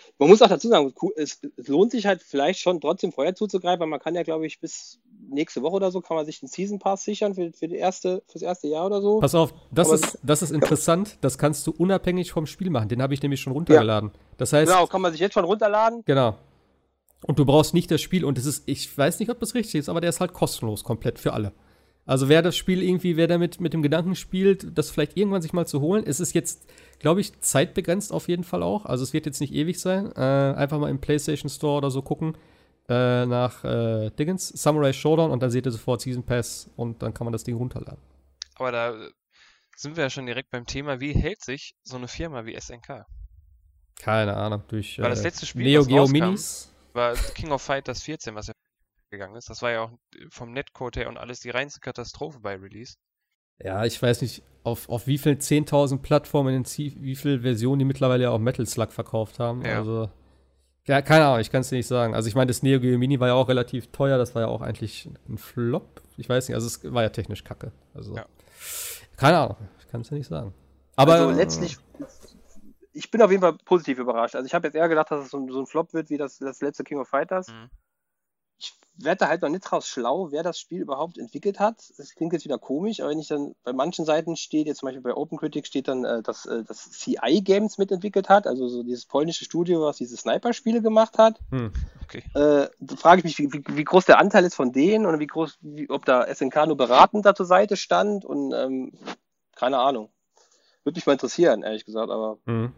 Man muss auch dazu sagen, es, es lohnt sich halt vielleicht schon trotzdem vorher zuzugreifen, weil man kann ja, glaube ich, bis nächste Woche oder so kann man sich den Season Pass sichern für, für die erste, fürs erste Jahr oder so. Pass auf, das, Aber ist, das ist interessant, das kannst du unabhängig vom Spiel machen. Den habe ich nämlich schon runtergeladen. Das heißt, Genau, kann man sich jetzt schon runterladen. genau. Und du brauchst nicht das Spiel, und es ist, ich weiß nicht, ob das richtig ist, aber der ist halt kostenlos komplett für alle. Also wer das Spiel irgendwie, wer damit mit dem Gedanken spielt, das vielleicht irgendwann sich mal zu holen, es ist jetzt, glaube ich, zeitbegrenzt auf jeden Fall auch. Also es wird jetzt nicht ewig sein. Äh, einfach mal im PlayStation Store oder so gucken äh, nach äh, Dingens, Samurai Showdown, und dann seht ihr sofort Season Pass und dann kann man das Ding runterladen. Aber da sind wir ja schon direkt beim Thema, wie hält sich so eine Firma wie S N K? Keine Ahnung, durch Weil das äh, letzte Spiel, Neo was Geo rauskam, Minis. war King of Fighters vierzehn, was ja gegangen ist. Das war ja auch vom Netcode her und alles die reinste Katastrophe bei Release. Ja, ich weiß nicht, auf, auf wie viel zehntausend Plattformen, in wie viel Versionen die mittlerweile auch Metal Slug verkauft haben. Ja. Also, ja, keine Ahnung, ich kann es dir nicht sagen. Also ich meine, das Neo Geo Mini war ja auch relativ teuer, das war ja auch eigentlich ein Flop. Ich weiß nicht, also es war ja technisch kacke. Also, Ja. keine Ahnung, ich kann es dir nicht sagen. Aber also letztlich, ich bin auf jeden Fall positiv überrascht. Also ich habe jetzt eher gedacht, dass es so, so ein Flop wird wie das, das letzte King of Fighters. Mhm. Ich werde da halt noch nicht draus schlau, wer das Spiel überhaupt entwickelt hat. Das klingt jetzt wieder komisch, aber wenn ich dann bei manchen Seiten steht, jetzt zum Beispiel bei OpenCritic steht dann, äh, dass äh, das C I Games mitentwickelt hat, also so dieses polnische Studio, was diese Sniper-Spiele gemacht hat. hm. Okay. Äh, da frage ich mich, wie, wie, wie groß der Anteil ist von denen oder wie groß, wie, ob da S N K nur beratend da zur Seite stand und ähm, keine Ahnung. Würde mich mal interessieren, ehrlich gesagt, aber Hm.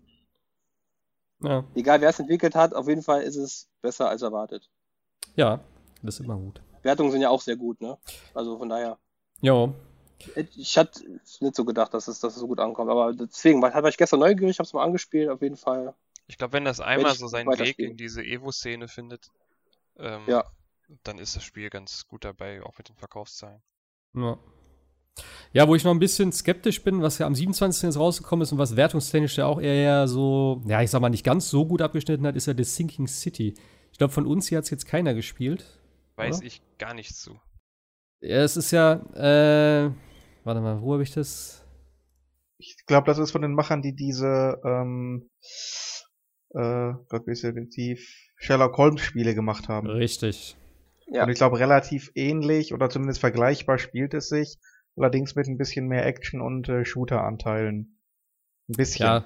Ja. egal wer es entwickelt hat, auf jeden Fall ist es besser als erwartet. Ja, das ist immer gut. Wertungen sind ja auch sehr gut, ne? Also von daher. Jo. Ich hatte nicht so gedacht, dass es, dass es so gut ankommt, aber deswegen war ich gestern neugierig, habe es mal angespielt, auf jeden Fall. Ich glaube, wenn das einmal ich so seinen Weg weiterspielen. in diese Evo-Szene findet, ähm, Ja. dann ist das Spiel ganz gut dabei, auch mit den Verkaufszahlen. Ja. Ja, wo ich noch ein bisschen skeptisch bin, was ja am siebenundzwanzigsten jetzt rausgekommen ist und was wertungstechnisch ja auch eher so, ja, ich sag mal, nicht ganz so gut abgeschnitten hat, ist ja The Sinking City. Ich glaube, von uns hier hat es jetzt keiner gespielt. Weiß oder? ich gar nichts zu. Ja, es ist ja, äh, warte mal, wo habe ich das? Ich glaube, das ist von den Machern, die diese, ähm, äh, Gott, wie ist der, die Sherlock Holmes Spiele gemacht haben. Richtig. Ja. Und ich glaube, relativ ähnlich oder zumindest vergleichbar spielt es sich, allerdings mit ein bisschen mehr Action und äh, Shooter-Anteilen. Ein bisschen. Ja.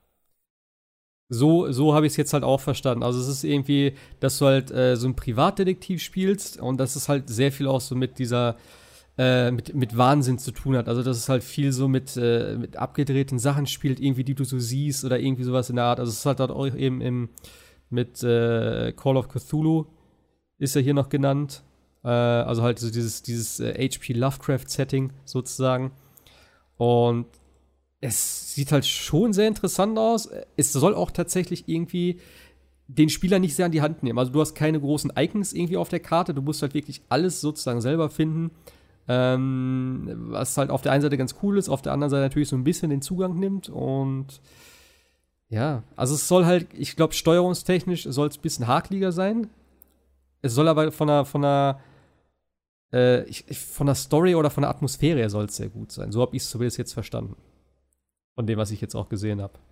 So, so habe ich es jetzt halt auch verstanden. Also es ist irgendwie, dass du halt äh, so ein Privatdetektiv spielst und dass es halt sehr viel auch so mit dieser, äh, mit, mit Wahnsinn zu tun hat. Also dass es halt viel so mit, äh, mit abgedrehten Sachen spielt, irgendwie, die du so siehst oder irgendwie sowas in der Art. Also es ist halt auch eben im, mit äh, Call of Cthulhu ist ja hier noch genannt. Äh, also halt so dieses, dieses äh, H P Lovecraft-Setting sozusagen. Und es sieht halt schon sehr interessant aus. Es soll auch tatsächlich irgendwie den Spieler nicht sehr an die Hand nehmen. Also du hast keine großen Icons irgendwie auf der Karte. Du musst halt wirklich alles sozusagen selber finden. Ähm, was halt auf der einen Seite ganz cool ist, auf der anderen Seite natürlich so ein bisschen den Zugang nimmt. Und ja, also es soll halt, ich glaube, steuerungstechnisch soll es ein bisschen hakeliger sein. Es soll aber von der, von der, äh, ich, von der Story oder von der Atmosphäre her soll es sehr gut sein. So habe ich es zumindest jetzt verstanden. Von dem, was ich jetzt auch gesehen habe.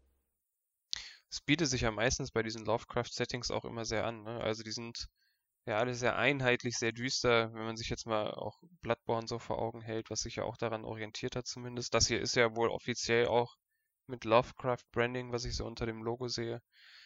Es bietet sich ja meistens bei diesen Lovecraft-Settings auch immer sehr an, ne? Also die sind ja alle sehr einheitlich, sehr düster, wenn man sich jetzt mal auch Bloodborne so vor Augen hält, was sich ja auch daran orientiert hat zumindest. Das hier ist ja wohl offiziell auch mit Lovecraft-Branding, was ich so unter dem Logo sehe.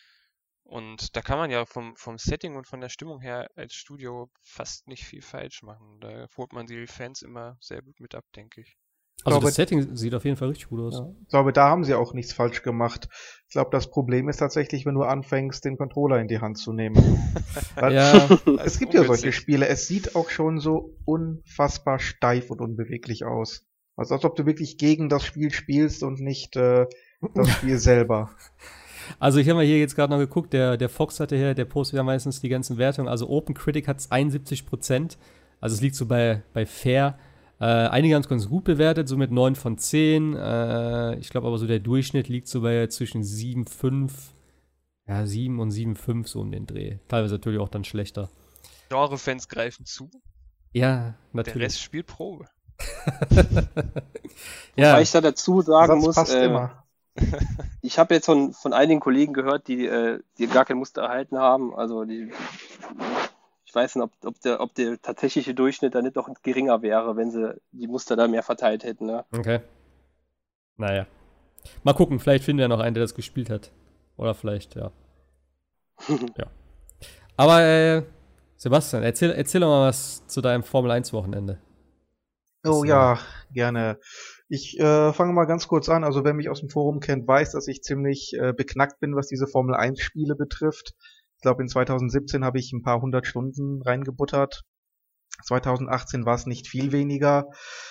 Und da kann man ja vom, vom Setting und von der Stimmung her als Studio fast nicht viel falsch machen. Da holt man die Fans immer sehr gut mit ab, denke ich. Also glaube, das Setting sieht auf jeden Fall richtig gut aus. Ja. Ich glaube, da haben sie auch nichts falsch gemacht. Ich glaube, das Problem ist tatsächlich, wenn du anfängst, den Controller in die Hand zu nehmen. Weil Ja, es gibt ja solche Spiele. Es sieht auch schon so unfassbar steif und unbeweglich aus. Also als ob du wirklich gegen das Spiel spielst und nicht äh, das Spiel selber. also ich habe mal hier jetzt gerade noch geguckt, der, der Fox hatte hier, der postet ja meistens die ganzen Wertungen. Also OpenCritic hat es einundsiebzig Prozent. Also es liegt so bei, bei Fair. Äh, einige haben es ganz gut bewertet, so mit neun von zehn. Äh, ich glaube aber so der Durchschnitt liegt so bei zwischen sieben Komma fünf, ja, sieben und sieben Komma fünf so um den Dreh. Teilweise natürlich auch dann schlechter. Genre-Fans greifen zu, Ja, der natürlich. Rest spielt Probe. Wobei Ja, ich da dazu sagen Satz muss, passt äh, immer. Ich habe jetzt von, von einigen Kollegen gehört, die, äh, die gar kein Muster erhalten haben. Also die, ich weiß nicht, ob, ob, der, ob der tatsächliche Durchschnitt da nicht noch geringer wäre, wenn sie die Muster da mehr verteilt hätten. Ne? Okay. Naja. Mal gucken, vielleicht findet er noch einen, der das gespielt hat. Oder vielleicht, ja. ja. Aber, äh, Sebastian, erzähl, erzähl doch mal was zu deinem Formel eins Wochenende. Oh ja, gerne. Ich äh, fange mal ganz kurz an. Also wer mich aus dem Forum kennt, weiß, dass ich ziemlich äh, beknackt bin, was diese Formel eins Spiele betrifft. Ich glaube, in zwanzig siebzehn habe ich ein paar hundert Stunden reingebuttert. zwanzig achtzehn war es nicht viel weniger.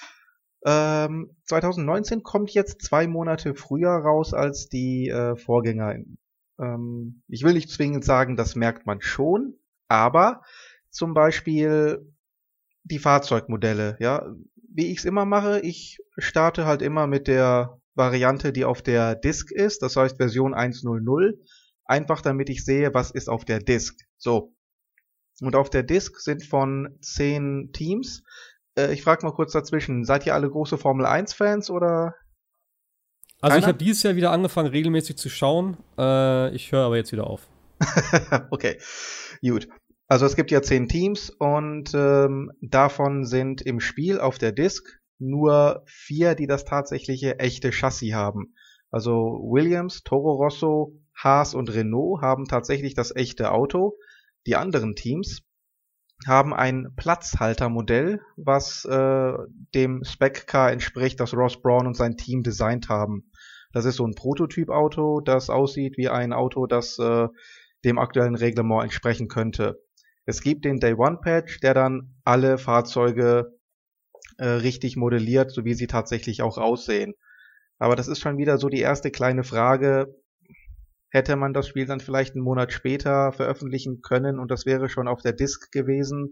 Ähm, zwanzig neunzehn kommt jetzt zwei Monate früher raus als die äh, Vorgänger. Ähm, ich will nicht zwingend sagen, das merkt man schon, aber zum Beispiel die Fahrzeugmodelle, ja, wie ich es immer mache, ich starte halt immer mit der Variante, die auf der Disk ist, das heißt Version eins Punkt null null, einfach damit ich sehe, was ist auf der Disk. So. Und auf der Disk sind von zehn Teams, äh, ich frage mal kurz dazwischen, seid ihr alle große Formel eins Fans oder? Also Keiner? ich habe dieses Jahr wieder angefangen, regelmäßig zu schauen, äh, ich höre aber jetzt wieder auf. Okay, gut. Also es gibt ja zehn Teams und ähm, davon sind im Spiel auf der Disk nur vier, die das tatsächliche echte Chassis haben. Also Williams, Toro Rosso, Haas und Renault haben tatsächlich das echte Auto. Die anderen Teams haben ein Platzhaltermodell, was äh, dem Spec-Car entspricht, das Ross Brawn und sein Team designt haben. Das ist so ein Prototyp-Auto, das aussieht wie ein Auto, das äh, dem aktuellen Reglement entsprechen könnte. Es gibt den Day One Patch, der dann alle Fahrzeuge äh, richtig modelliert, so wie sie tatsächlich auch aussehen. Aber das ist schon wieder so die erste kleine Frage. Hätte man das Spiel dann vielleicht einen Monat später veröffentlichen können und das wäre schon auf der Disk gewesen?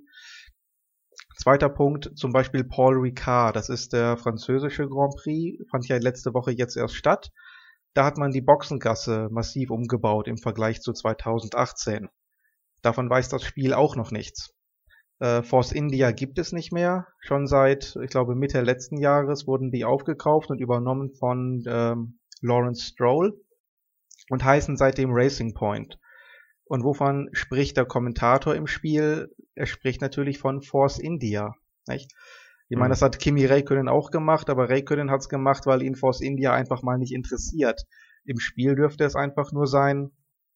Zweiter Punkt, zum Beispiel Paul Ricard, das ist der französische Grand Prix, fand ja letzte Woche jetzt erst statt. Da hat man die Boxengasse massiv umgebaut im Vergleich zu zwanzig achtzehn. Davon weiß das Spiel auch noch nichts. Äh, Force India gibt es nicht mehr. Schon seit, ich glaube, Mitte letzten Jahres wurden die aufgekauft und übernommen von ähm, Lawrence Stroll und heißen seitdem Racing Point. Und wovon spricht der Kommentator im Spiel? Er spricht natürlich von Force India. Nicht? Ich meine, das hat Kimi Räikkönen auch gemacht, aber Räikkönen hat es gemacht, weil ihn Force India einfach mal nicht interessiert. Im Spiel dürfte es einfach nur sein,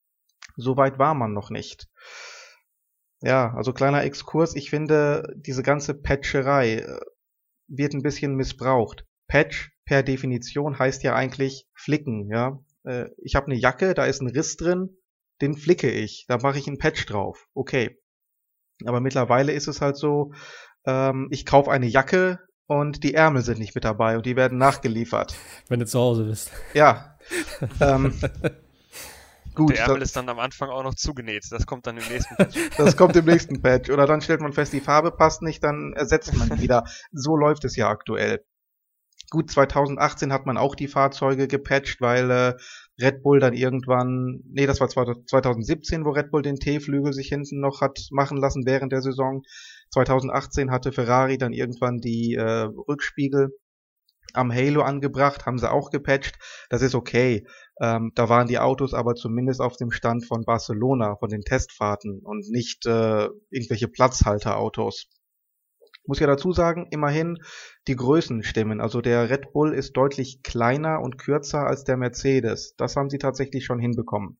so weit war man noch nicht. Ja, also kleiner Exkurs. Ich finde, diese ganze Patcherei wird ein bisschen missbraucht. Patch per Definition heißt ja eigentlich flicken, ja. Ich habe eine Jacke, da ist ein Riss drin, den flicke ich, da mache ich einen Patch drauf. Okay. Aber mittlerweile ist es halt so, ähm, ich kaufe eine Jacke und die Ärmel sind nicht mit dabei und die werden nachgeliefert. Wenn du zu Hause bist. Ja. ähm, Gut, der Ärmel ist dann am Anfang auch noch zugenäht. Das kommt dann im nächsten Patch. Das kommt im nächsten Patch. Oder dann stellt man fest, die Farbe passt nicht, dann ersetzt man die wieder. So läuft es ja aktuell. Gut, zwanzig achtzehn hat man auch die Fahrzeuge gepatcht, weil äh, Red Bull dann irgendwann, nee, das war zwanzig siebzehn, wo Red Bull den T-Flügel sich hinten noch hat machen lassen während der Saison. zwanzig achtzehn hatte Ferrari dann irgendwann die äh, Rückspiegel am Halo angebracht, haben sie auch gepatcht. Das ist okay. Ähm, da waren die Autos aber zumindest auf dem Stand von Barcelona, von den Testfahrten und nicht äh, irgendwelche Platzhalterautos. Muss ja dazu sagen, immerhin die Größen stimmen. Also der Red Bull ist deutlich kleiner und kürzer als der Mercedes. Das haben sie tatsächlich schon hinbekommen.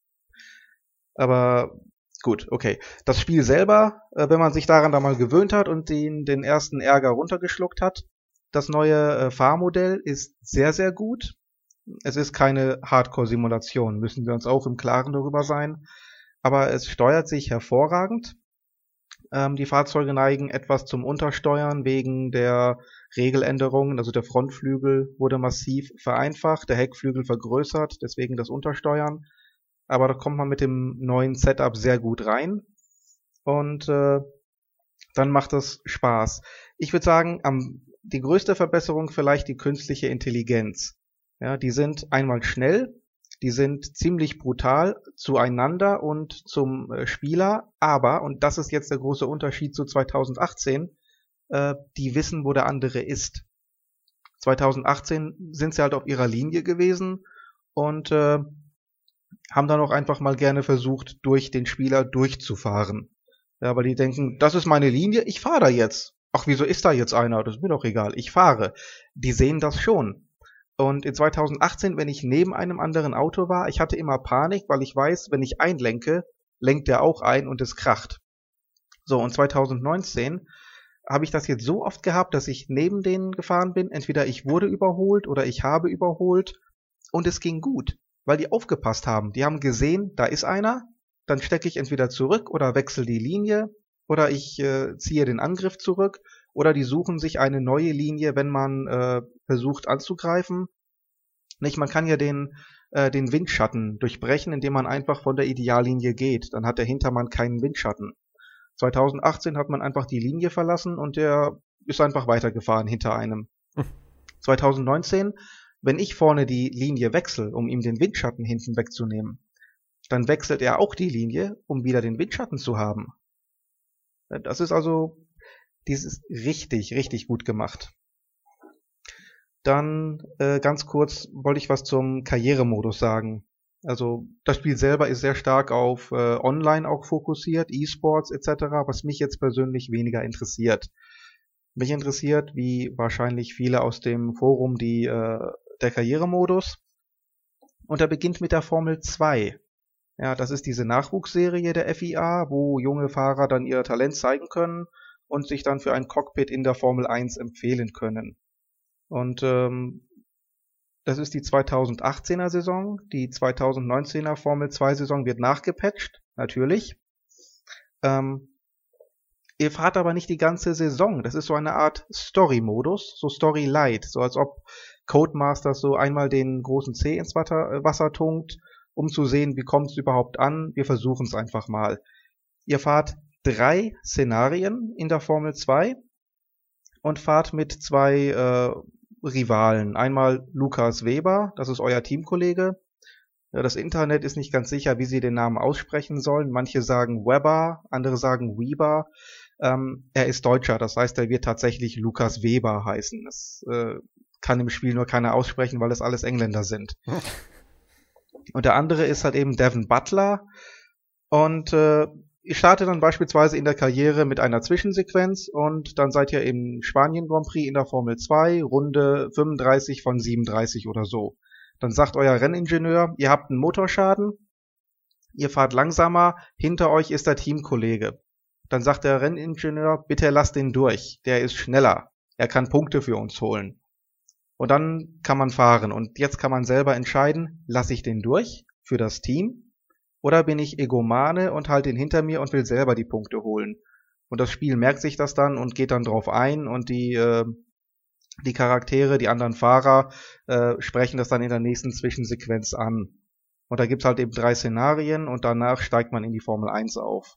Aber gut, okay. Das Spiel selber, äh, wenn man sich daran da mal gewöhnt hat und den, den ersten Ärger runtergeschluckt hat, das neue äh, Fahrmodell ist sehr, sehr gut. Es ist keine Hardcore-Simulation, müssen wir uns auch im Klaren darüber sein. Aber es steuert sich hervorragend. Ähm, die Fahrzeuge neigen etwas zum Untersteuern wegen der Regeländerungen. Also der Frontflügel wurde massiv vereinfacht, der Heckflügel vergrößert, deswegen das Untersteuern. Aber da kommt man mit dem neuen Setup sehr gut rein. Und äh, dann macht das Spaß. Ich würde sagen, am, die größte Verbesserung vielleicht die künstliche Intelligenz. Ja, die sind einmal schnell, die sind ziemlich brutal zueinander und zum äh, Spieler, aber, und das ist jetzt der große Unterschied zu zwanzig achtzehn, äh, die wissen, wo der andere ist. zwanzig achtzehn sind sie halt auf ihrer Linie gewesen und äh, haben dann auch einfach mal gerne versucht, durch den Spieler durchzufahren. Ja, weil die denken, das ist meine Linie, ich fahre da jetzt. Ach, wieso ist da jetzt einer? Das ist mir doch egal, ich fahre. Die sehen das schon. Und in zweitausendachtzehn, wenn ich neben einem anderen Auto war, ich hatte immer Panik, weil ich weiß, wenn ich einlenke, lenkt der auch ein und es kracht. So, und zweitausendneunzehn habe ich das jetzt so oft gehabt, dass ich neben denen gefahren bin. Entweder ich wurde überholt oder ich habe überholt und es ging gut, weil die aufgepasst haben. Die haben gesehen, da ist einer, dann stecke ich entweder zurück oder wechsle die Linie oder ich äh, ziehe den Angriff zurück oder die suchen sich eine neue Linie, wenn man äh, versucht anzugreifen. Nicht, man kann ja den, äh, den Windschatten durchbrechen, indem man einfach von der Ideallinie geht. Dann hat der Hintermann keinen Windschatten. zweitausendachtzehn hat man einfach die Linie verlassen und der ist einfach weitergefahren hinter einem. Hm. zweitausendneunzehn, wenn ich vorne die Linie wechsle, um ihm den Windschatten hinten wegzunehmen, dann wechselt er auch die Linie, um wieder den Windschatten zu haben. Das ist also, dieses richtig, richtig gut gemacht. Dann äh, ganz kurz wollte ich was zum Karrieremodus sagen. Also das Spiel selber ist sehr stark auf äh, Online auch fokussiert, E-Sports et cetera, was mich jetzt persönlich weniger interessiert. Mich interessiert, wie wahrscheinlich viele aus dem Forum, die äh, der Karrieremodus. Und er beginnt mit der Formel zwei. Ja, das ist diese Nachwuchsserie der F I A, wo junge Fahrer dann ihr Talent zeigen können und sich dann für ein Cockpit in der Formel eins empfehlen können. Und ähm, das ist die zweitausendachtzehner Saison. Die zweitausendneunzehner Formel zwei Saison wird nachgepatcht, natürlich. Ähm, ihr fahrt aber nicht die ganze Saison. Das ist so eine Art Story-Modus, so Story-Light. So als ob Codemasters so einmal den großen C ins Wasser, äh, Wasser tunkt, um zu sehen, wie kommt es überhaupt an. Wir versuchen es einfach mal. Ihr fahrt drei Szenarien in der Formel zwei und fahrt mit zwei äh, Rivalen. Einmal Lukas Weber, das ist euer Teamkollege. Das Internet ist nicht ganz sicher, wie sie den Namen aussprechen sollen. Manche sagen Weber, andere sagen Weber. Ähm, er ist Deutscher, das heißt, er wird tatsächlich Lukas Weber heißen. Das äh, kann im Spiel nur keiner aussprechen, weil es alles Engländer sind. Und der andere ist halt eben Devin Butler. Und äh, ihr startet dann beispielsweise in der Karriere mit einer Zwischensequenz und dann seid ihr im Spanien Grand Prix in der Formel zwei, Runde fünfunddreißig von siebenunddreißig oder so. Dann sagt euer Renningenieur, ihr habt einen Motorschaden, ihr fahrt langsamer, hinter euch ist der Teamkollege. Dann sagt der Renningenieur, bitte lasst ihn durch, der ist schneller, er kann Punkte für uns holen. Und dann kann man fahren und jetzt kann man selber entscheiden, lasse ich den durch für das Team? Oder bin ich Egomane und halte ihn hinter mir und will selber die Punkte holen? Und das Spiel merkt sich das dann und geht dann drauf ein und die, äh, die Charaktere, die anderen Fahrer äh, sprechen das dann in der nächsten Zwischensequenz an. Und da gibt's halt eben drei Szenarien und danach steigt man in die Formel eins auf.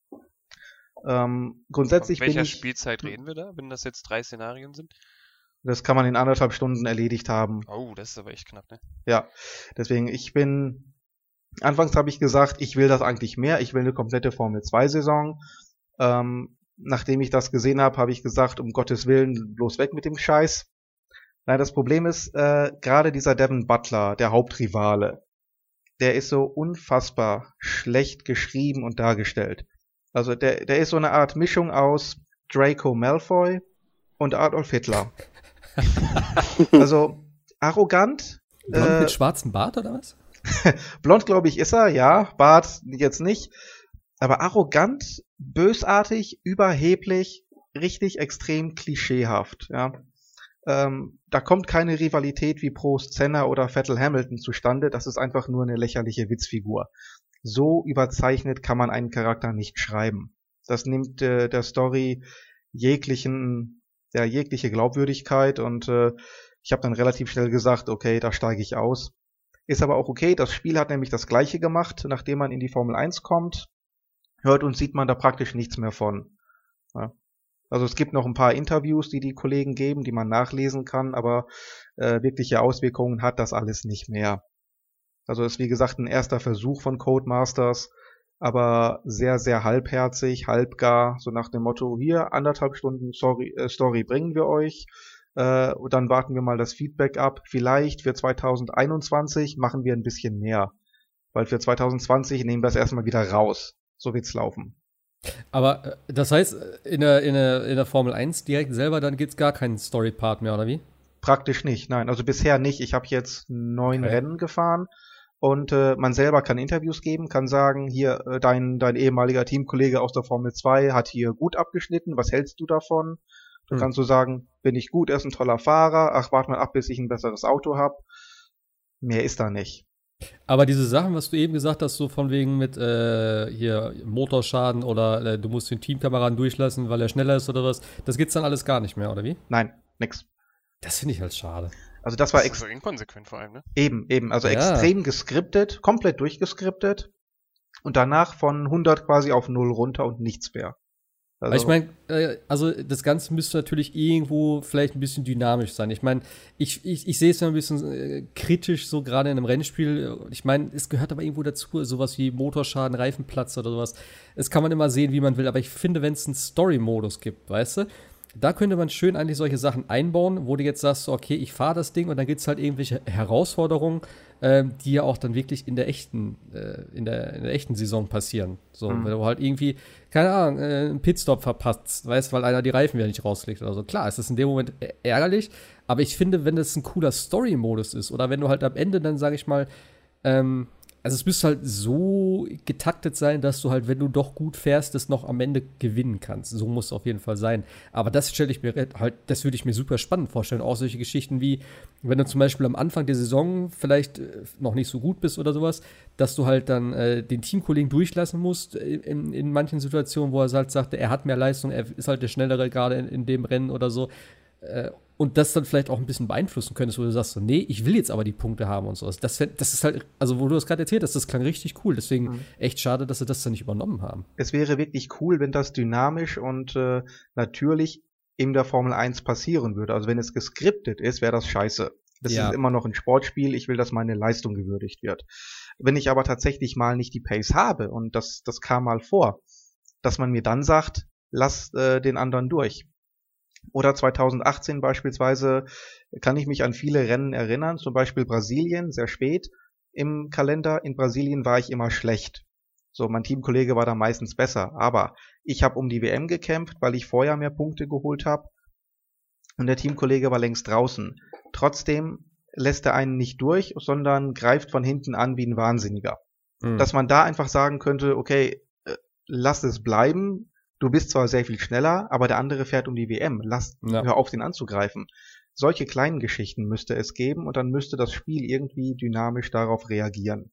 Ähm, grundsätzlich Von welcher bin ich, Spielzeit reden wir da, wenn das jetzt drei Szenarien sind? Das kann man in anderthalb Stunden erledigt haben. Oh, das ist aber echt knapp, ne? Ja, deswegen, ich bin... Anfangs habe ich gesagt, ich will das eigentlich mehr, ich will eine komplette Formel zwei Saison. Ähm, nachdem ich das gesehen habe, habe ich gesagt, um Gottes Willen, bloß weg mit dem Scheiß. Nein, das Problem ist, äh, gerade dieser Devin Butler, der Hauptrivale, der ist so unfassbar schlecht geschrieben und dargestellt. Also der, der ist so eine Art Mischung aus Draco Malfoy und Adolf Hitler. Also arrogant. Blond äh, mit schwarzem Bart oder was? Blond, glaube ich, ist er, ja. Bart jetzt nicht. Aber arrogant, bösartig, überheblich, richtig extrem klischeehaft, ja. Ähm, da kommt keine Rivalität wie Prost Senna oder Vettel Hamilton zustande. Das ist einfach nur eine lächerliche Witzfigur. So überzeichnet kann man einen Charakter nicht schreiben. Das nimmt äh, der Story jeglichen, ja, jegliche Glaubwürdigkeit und äh, ich habe dann relativ schnell gesagt, okay, da steige ich aus. Ist aber auch okay, das Spiel hat nämlich das gleiche gemacht, nachdem man in die Formel eins kommt, hört und sieht man da praktisch nichts mehr von. Ja. Also es gibt noch ein paar Interviews, die die Kollegen geben, die man nachlesen kann, aber äh, wirkliche Auswirkungen hat das alles nicht mehr. Also ist wie gesagt ein erster Versuch von Codemasters, aber sehr, sehr halbherzig, halbgar, so nach dem Motto, hier anderthalb Stunden Story, äh, Story bringen wir euch, Äh, und dann warten wir mal das Feedback ab. Vielleicht für zwanzig einundzwanzig machen wir ein bisschen mehr. Weil für zwanzig zwanzig nehmen wir es erstmal wieder raus. So wird's laufen. Aber äh, das heißt, in der, in, der, in der Formel eins direkt selber, dann gibt's gar keinen Story-Part mehr, oder wie? Praktisch nicht, nein. Also bisher nicht. Ich habe jetzt neun Okay. Rennen gefahren. Und äh, man selber kann Interviews geben, kann sagen, hier, äh, dein, dein ehemaliger Teamkollege aus der Formel zwei hat hier gut abgeschnitten, was hältst du davon? Dann Hm. kannst du sagen, bin ich gut, er ist ein toller Fahrer, ach, warte mal ab, bis ich ein besseres Auto hab. Mehr ist da nicht. Aber diese Sachen, was du eben gesagt hast, so von wegen mit äh, hier Motorschaden oder äh, du musst den Teamkameraden durchlassen, weil er schneller ist oder was, das gibt's dann alles gar nicht mehr, oder wie? Nein, nix. Das finde ich halt schade. Also das war Das ist ex so inkonsequent vor allem, ne? eben, eben, also Ja. extrem geskriptet, komplett durchgeskriptet und danach von hundert quasi auf null runter und nichts mehr. Aber ich meine, äh, also das Ganze müsste natürlich irgendwo vielleicht ein bisschen dynamisch sein. Ich meine, ich, ich, ich sehe es ja ein bisschen äh, kritisch, so gerade in einem Rennspiel. Ich meine, es gehört aber irgendwo dazu, sowas wie Motorschaden, Reifenplatz oder sowas. Das kann man immer sehen, wie man will. Aber ich finde, wenn es einen Story-Modus gibt, weißt du, da könnte man schön eigentlich solche Sachen einbauen, wo du jetzt sagst, so, okay, ich fahre das Ding und dann gibt es halt irgendwelche Herausforderungen, ähm, die ja auch dann wirklich in der echten, äh, in der, in der echten Saison passieren. So, Mhm. wenn du halt irgendwie, keine Ahnung, äh, einen Pitstop verpasst, weißt, weil einer die Reifen wieder nicht rauslegt oder so. Klar, es ist in dem Moment ä- ärgerlich, aber ich finde, wenn das ein cooler Story-Modus ist oder wenn du halt am Ende dann, sag ich mal, ähm, also es müsste halt so getaktet sein, dass du halt, wenn du doch gut fährst, das noch am Ende gewinnen kannst. So muss es auf jeden Fall sein. Aber das stelle ich mir halt, das würde ich mir super spannend vorstellen. Auch solche Geschichten wie, wenn du zum Beispiel am Anfang der Saison vielleicht äh, noch nicht so gut bist oder sowas, dass du halt dann äh, den Teamkollegen durchlassen musst äh, in, in manchen Situationen, wo er halt sagte, er hat mehr Leistung, er ist halt der Schnellere gerade in, in dem Rennen oder so. Äh, und das dann vielleicht auch ein bisschen beeinflussen könntest, wo du sagst, so, nee, ich will jetzt aber die Punkte haben und sowas. Das, wär- das ist halt, also wo du das gerade erzählt hast, das klang richtig cool. Deswegen Mhm. echt schade, dass sie das dann nicht übernommen haben. Es wäre wirklich cool, wenn das dynamisch und äh, natürlich in der Formel eins passieren würde. Also wenn es geskriptet ist, wäre das scheiße. Das Ja. ist immer noch ein Sportspiel, ich will, dass meine Leistung gewürdigt wird. Wenn ich aber tatsächlich mal nicht die Pace habe, und das, das kam mal vor, dass man mir dann sagt, lass äh, den anderen durch. Oder zwanzig achtzehn beispielsweise kann ich mich an viele Rennen erinnern, zum Beispiel Brasilien, sehr spät im Kalender. In Brasilien war ich immer schlecht. So, mein Teamkollege war da meistens besser. Aber ich habe um die W M gekämpft, weil ich vorher mehr Punkte geholt habe. Und der Teamkollege war längst draußen. Trotzdem lässt er einen nicht durch, sondern greift von hinten an wie ein Wahnsinniger. Mhm. Dass man da einfach sagen könnte, okay, äh, lass es bleiben. Du bist zwar sehr viel schneller, aber der andere fährt um die W M. Lass, Ja. hör auf, den anzugreifen. Solche kleinen Geschichten müsste es geben und dann müsste das Spiel irgendwie dynamisch darauf reagieren.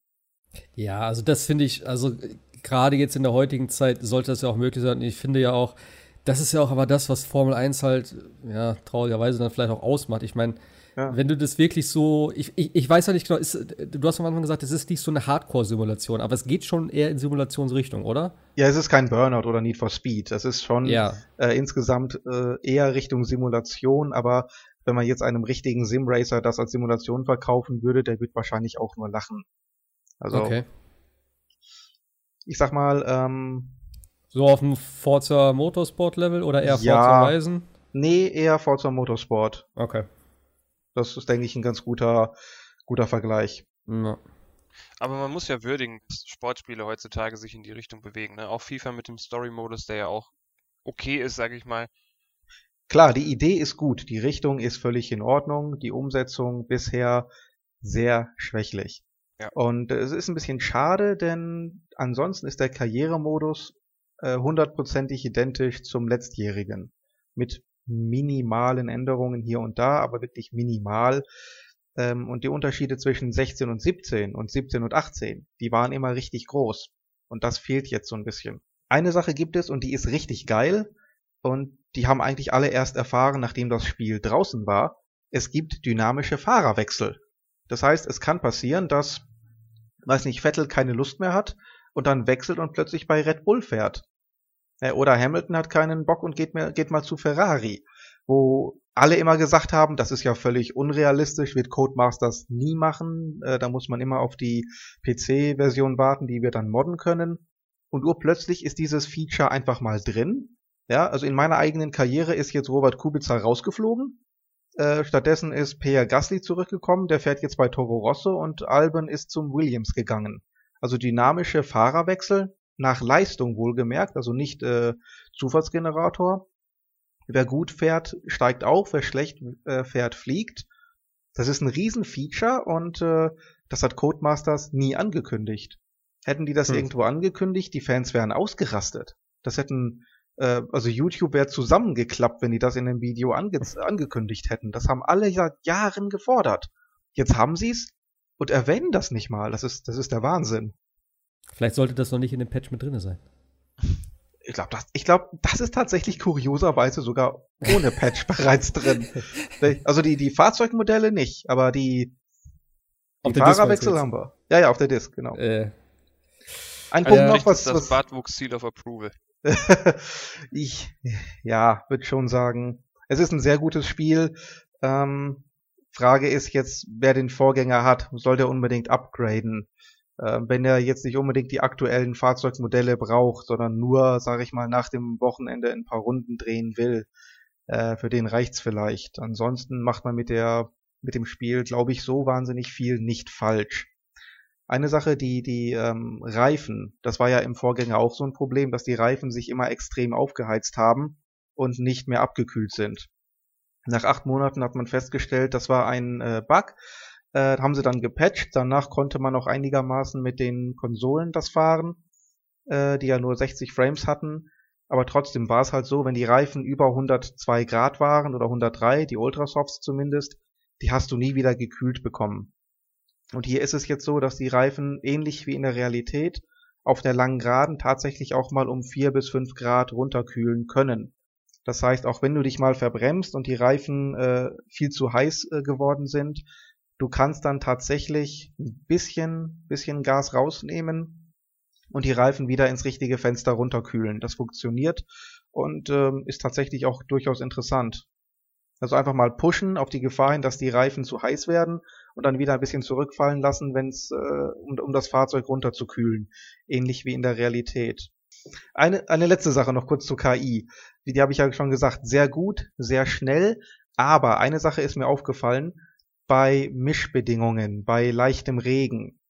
Ja, also das finde ich, also äh, gerade jetzt in der heutigen Zeit sollte das ja auch möglich sein. Und ich finde ja auch, das ist ja auch aber das, was Formel eins halt, ja, traurigerweise dann vielleicht auch ausmacht. Ich meine, Ja. wenn du das wirklich so, ich, ich, ich weiß ja nicht genau, ist, du hast am Anfang gesagt, es ist nicht so eine Hardcore-Simulation, aber es geht schon eher in Simulationsrichtung, oder? Ja, es ist kein Burnout oder Need for Speed. Es ist schon Ja. äh, insgesamt äh, eher Richtung Simulation, aber wenn man jetzt einem richtigen Simracer das als Simulation verkaufen würde, der wird wahrscheinlich auch nur lachen. Also, Okay. ich sag mal, ähm, So auf dem Forza Motorsport-Level oder eher Ja. Forza Horizon? nee, eher Forza Motorsport. Okay. Das ist, denke ich, ein ganz guter, guter Vergleich. Ja. Aber man muss ja würdigen, dass Sportspiele heutzutage sich in die Richtung bewegen, ne? Auch FIFA mit dem Story-Modus, der ja auch okay ist, sag ich mal. Klar, die Idee ist gut, die Richtung ist völlig in Ordnung, die Umsetzung bisher sehr schwächlich. Ja. Und äh, es ist ein bisschen schade, denn ansonsten ist der Karrieremodus äh, hundertprozentig identisch zum letztjährigen. Mit minimalen Änderungen hier und da, aber wirklich minimal. Ähm, und die Unterschiede zwischen sechzehn und siebzehn und siebzehn und achtzehn, die waren immer richtig groß. Und das fehlt jetzt so ein bisschen. Eine Sache gibt es und die ist richtig geil. Und die haben eigentlich alle erst erfahren, nachdem das Spiel draußen war. Es gibt dynamische Fahrerwechsel. Das heißt, es kann passieren, dass, weiß nicht, Vettel keine Lust mehr hat und dann wechselt und plötzlich bei Red Bull fährt. Äh, Oder Hamilton hat keinen Bock und geht, mehr, geht mal zu Ferrari. Wo alle immer gesagt haben, das ist ja völlig unrealistisch, wird Codemasters nie machen. Äh, Da muss man immer auf die P C-Version warten, die wir dann modden können. Und urplötzlich ist dieses Feature einfach mal drin. Ja, also in meiner eigenen Karriere ist jetzt Robert Kubica rausgeflogen. Äh, stattdessen ist Pierre Gasly zurückgekommen, der fährt jetzt bei Toro Rosso und Albon ist zum Williams gegangen. Also dynamische Fahrerwechsel, nach Leistung wohlgemerkt, also nicht äh, Zufallsgenerator. Wer gut fährt, steigt auf, wer schlecht äh, fährt, fliegt. Das ist ein Riesenfeature und äh, das hat Codemasters nie angekündigt. Hätten die das hm. irgendwo angekündigt, die Fans wären ausgerastet. Das hätten, äh, also YouTube wäre zusammengeklappt, wenn die das in einem Video ange angekündigt hätten. Das haben alle seit Jahren gefordert. Jetzt haben sie's und erwähnen das nicht mal. Das ist, das ist der Wahnsinn. Vielleicht sollte das noch nicht in dem Patch mit drin sein. Ich glaube, das, ich glaub, das ist tatsächlich kurioserweise sogar ohne Patch bereits drin. Also die, die Fahrzeugmodelle nicht, aber die, die Fahrerwechsel haben wir. Ja, ja, auf der Disk, genau. Äh, Ein Punkt noch, was... Das Bartwuchs Seal of Approval. ich, ja, würde schon sagen, es ist ein sehr gutes Spiel. Ähm, Frage ist jetzt, wer den Vorgänger hat, soll der unbedingt upgraden? Äh, wenn er jetzt nicht unbedingt die aktuellen Fahrzeugmodelle braucht, sondern nur, sage ich mal, nach dem Wochenende ein paar Runden drehen will, äh, für den reicht's vielleicht. Ansonsten macht man mit der, mit dem Spiel, glaube ich, so wahnsinnig viel nicht falsch. Eine Sache, die, die ähm, Reifen, das war ja im Vorgänger auch so ein Problem, dass die Reifen sich immer extrem aufgeheizt haben und nicht mehr abgekühlt sind. Nach acht Monaten hat man festgestellt, das war ein äh, Bug, äh, haben sie dann gepatcht, danach konnte man auch einigermaßen mit den Konsolen das fahren, äh, die ja nur sechzig Frames hatten, aber trotzdem war es halt so, wenn die Reifen über hundertzwei Grad waren oder hundertdrei, die Ultrasofts zumindest, die hast du nie wieder gekühlt bekommen. Und hier ist es jetzt so, dass die Reifen ähnlich wie in der Realität auf der langen Geraden tatsächlich auch mal um vier bis fünf Grad runterkühlen können. Das heißt, auch wenn du dich mal verbremst und die Reifen äh, viel zu heiß äh, geworden sind, du kannst dann tatsächlich ein bisschen, bisschen Gas rausnehmen und die Reifen wieder ins richtige Fenster runterkühlen. Das funktioniert und ähm, ist tatsächlich auch durchaus interessant. Also einfach mal pushen auf die Gefahr hin, dass die Reifen zu heiß werden und dann wieder ein bisschen zurückfallen lassen, wenn's, äh, um, um das Fahrzeug runterzukühlen. Ähnlich wie in der Realität. Eine, eine letzte Sache noch kurz zur K I. Die habe ich ja schon gesagt, sehr gut, sehr schnell. Aber eine Sache ist mir aufgefallen, bei Mischbedingungen, bei leichtem Regen,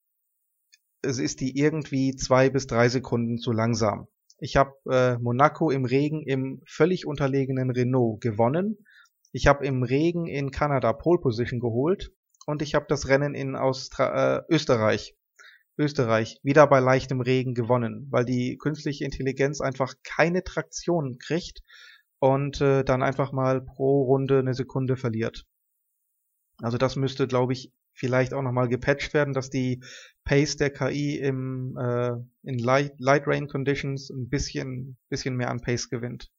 es ist die irgendwie zwei bis drei Sekunden zu langsam. Ich habe äh, Monaco im Regen im völlig unterlegenen Renault gewonnen. Ich habe im Regen in Kanada Pole Position geholt und ich habe das Rennen in Austra- äh, Österreich, Österreich wieder bei leichtem Regen gewonnen, weil die künstliche Intelligenz einfach keine Traktion kriegt und äh, dann einfach mal pro Runde eine Sekunde verliert. Also das müsste, glaube ich, vielleicht auch nochmal gepatcht werden, dass die Pace der K I im äh, in Light, Light Rain Conditions ein bisschen, bisschen mehr an Pace gewinnt.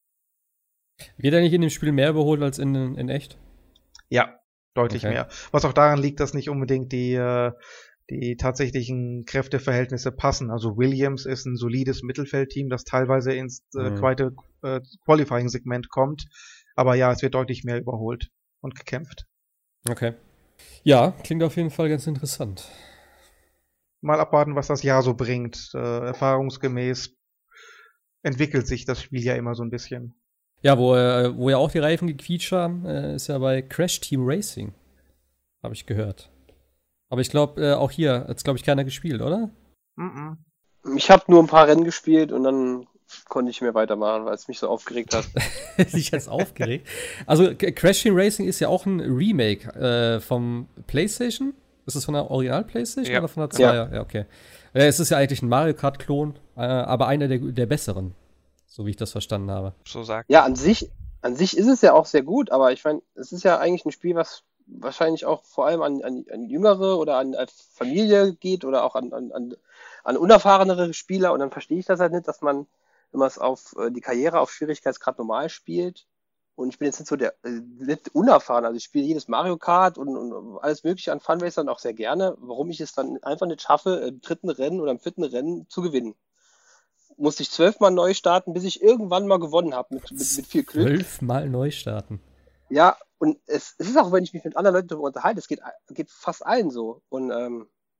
Wird er nicht in dem Spiel mehr überholt als in, in echt? Ja, deutlich okay. mehr. Was auch daran liegt, dass nicht unbedingt die, äh, die tatsächlichen Kräfteverhältnisse passen. Also Williams ist ein solides Mittelfeldteam, das teilweise ins äh, mhm. zweite äh, Qualifying-Segment kommt. Aber ja, es wird deutlich mehr überholt und gekämpft. Okay. Ja, klingt auf jeden Fall ganz interessant. Mal abwarten, was das Jahr so bringt. Äh, erfahrungsgemäß entwickelt sich das Spiel ja immer so ein bisschen. Ja, wo, äh, wo ja auch die Reifen gequietscht haben, äh, ist ja bei Crash Team Racing. Habe ich gehört. Aber ich glaube, äh, auch hier hat es, glaube ich, keiner gespielt, oder? Mm-mm. Ich habe nur ein paar Rennen gespielt und dann konnte ich mehr weitermachen, weil es mich so aufgeregt hat. Dich hat's aufgeregt? Also, Crash Team Racing ist ja auch ein Remake äh, vom PlayStation. Ist das von der Original-PlayStation ja. oder von der Zweier? Ja, ja okay. Äh, es ist ja eigentlich ein Mario Kart-Klon, äh, aber einer der, der besseren. So wie ich das verstanden habe. So sagt ja, an sich, an sich ist es ja auch sehr gut, aber ich meine, es ist ja eigentlich ein Spiel, was wahrscheinlich auch vor allem an, an, an Jüngere oder an, an Familie geht oder auch an, an, an unerfahrenere Spieler und dann verstehe ich das halt nicht, dass man, wenn man es auf äh, die Karriere auf Schwierigkeitsgrad normal spielt und ich bin jetzt nicht so der, äh, nicht unerfahren, also ich spiele jedes Mario Kart und, und alles mögliche an Funracern auch sehr gerne, warum ich es dann einfach nicht schaffe, im dritten Rennen oder im vierten Rennen zu gewinnen. Musste ich zwölfmal neu starten, bis ich irgendwann mal gewonnen habe mit, mit, mit viel Glück. Zwölfmal neu starten. Ja, und es, es ist auch, wenn ich mich mit anderen Leuten darüber unterhalte, es geht, geht fast allen so. Und ähm,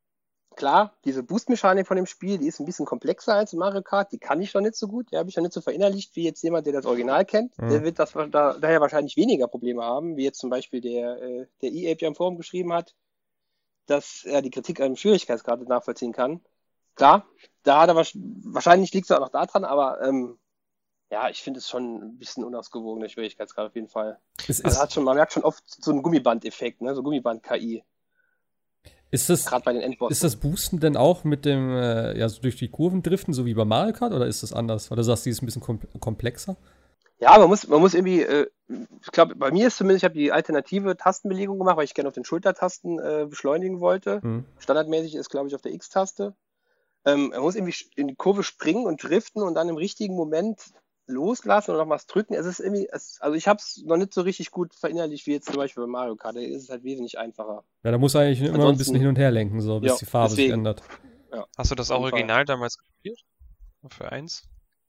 klar, diese Boost-Mechanik von dem Spiel, die ist ein bisschen komplexer als in Mario Kart, die kann ich noch nicht so gut, die habe ich noch nicht so verinnerlicht, wie jetzt jemand, der das Original kennt. Mhm. Der wird das da, daher wahrscheinlich weniger Probleme haben, wie jetzt zum Beispiel der, äh, der E-Ape ja im Forum geschrieben hat, dass er die Kritik an dem Schwierigkeitsgrad nachvollziehen kann. Klar, da hat er wasch- wahrscheinlich liegt es auch noch daran, aber ähm, ja, ich finde es schon ein bisschen unausgewogen, der Schwierigkeitsgrad auf jeden Fall. Ist, Also ist, hat schon, man merkt schon oft so einen Gummiband-Effekt, ne? So Gummiband-K I, ist, das, gerade bei den Endbossen. ist das Boosten denn auch mit dem, äh, ja, so durch die Kurven driften, so wie bei Mario Kart, oder ist das anders? Weil du sagst, die ist ein bisschen kom komplexer? Ja, man muss, man muss irgendwie, äh, ich glaube, bei mir ist zumindest, ich habe die alternative Tastenbelegung gemacht, weil ich gerne auf den Schultertasten äh, beschleunigen wollte. Mhm. Standardmäßig ist, glaube ich, auf der X-Taste. Ähm, man muss irgendwie sch- in die Kurve springen und driften und dann im richtigen Moment loslassen oder noch was drücken. Es ist irgendwie, es, also ich habe es noch nicht so richtig gut verinnerlicht, wie jetzt zum Beispiel bei Mario Kart. Da ist es halt wesentlich einfacher. Ja, da muss eigentlich immer ein Ansonsten- bisschen hin und her lenken, so, bis Ja, die Farbe sich deswegen. ändert. Hast du das Auf jeden Original damals gespielt? Für eins?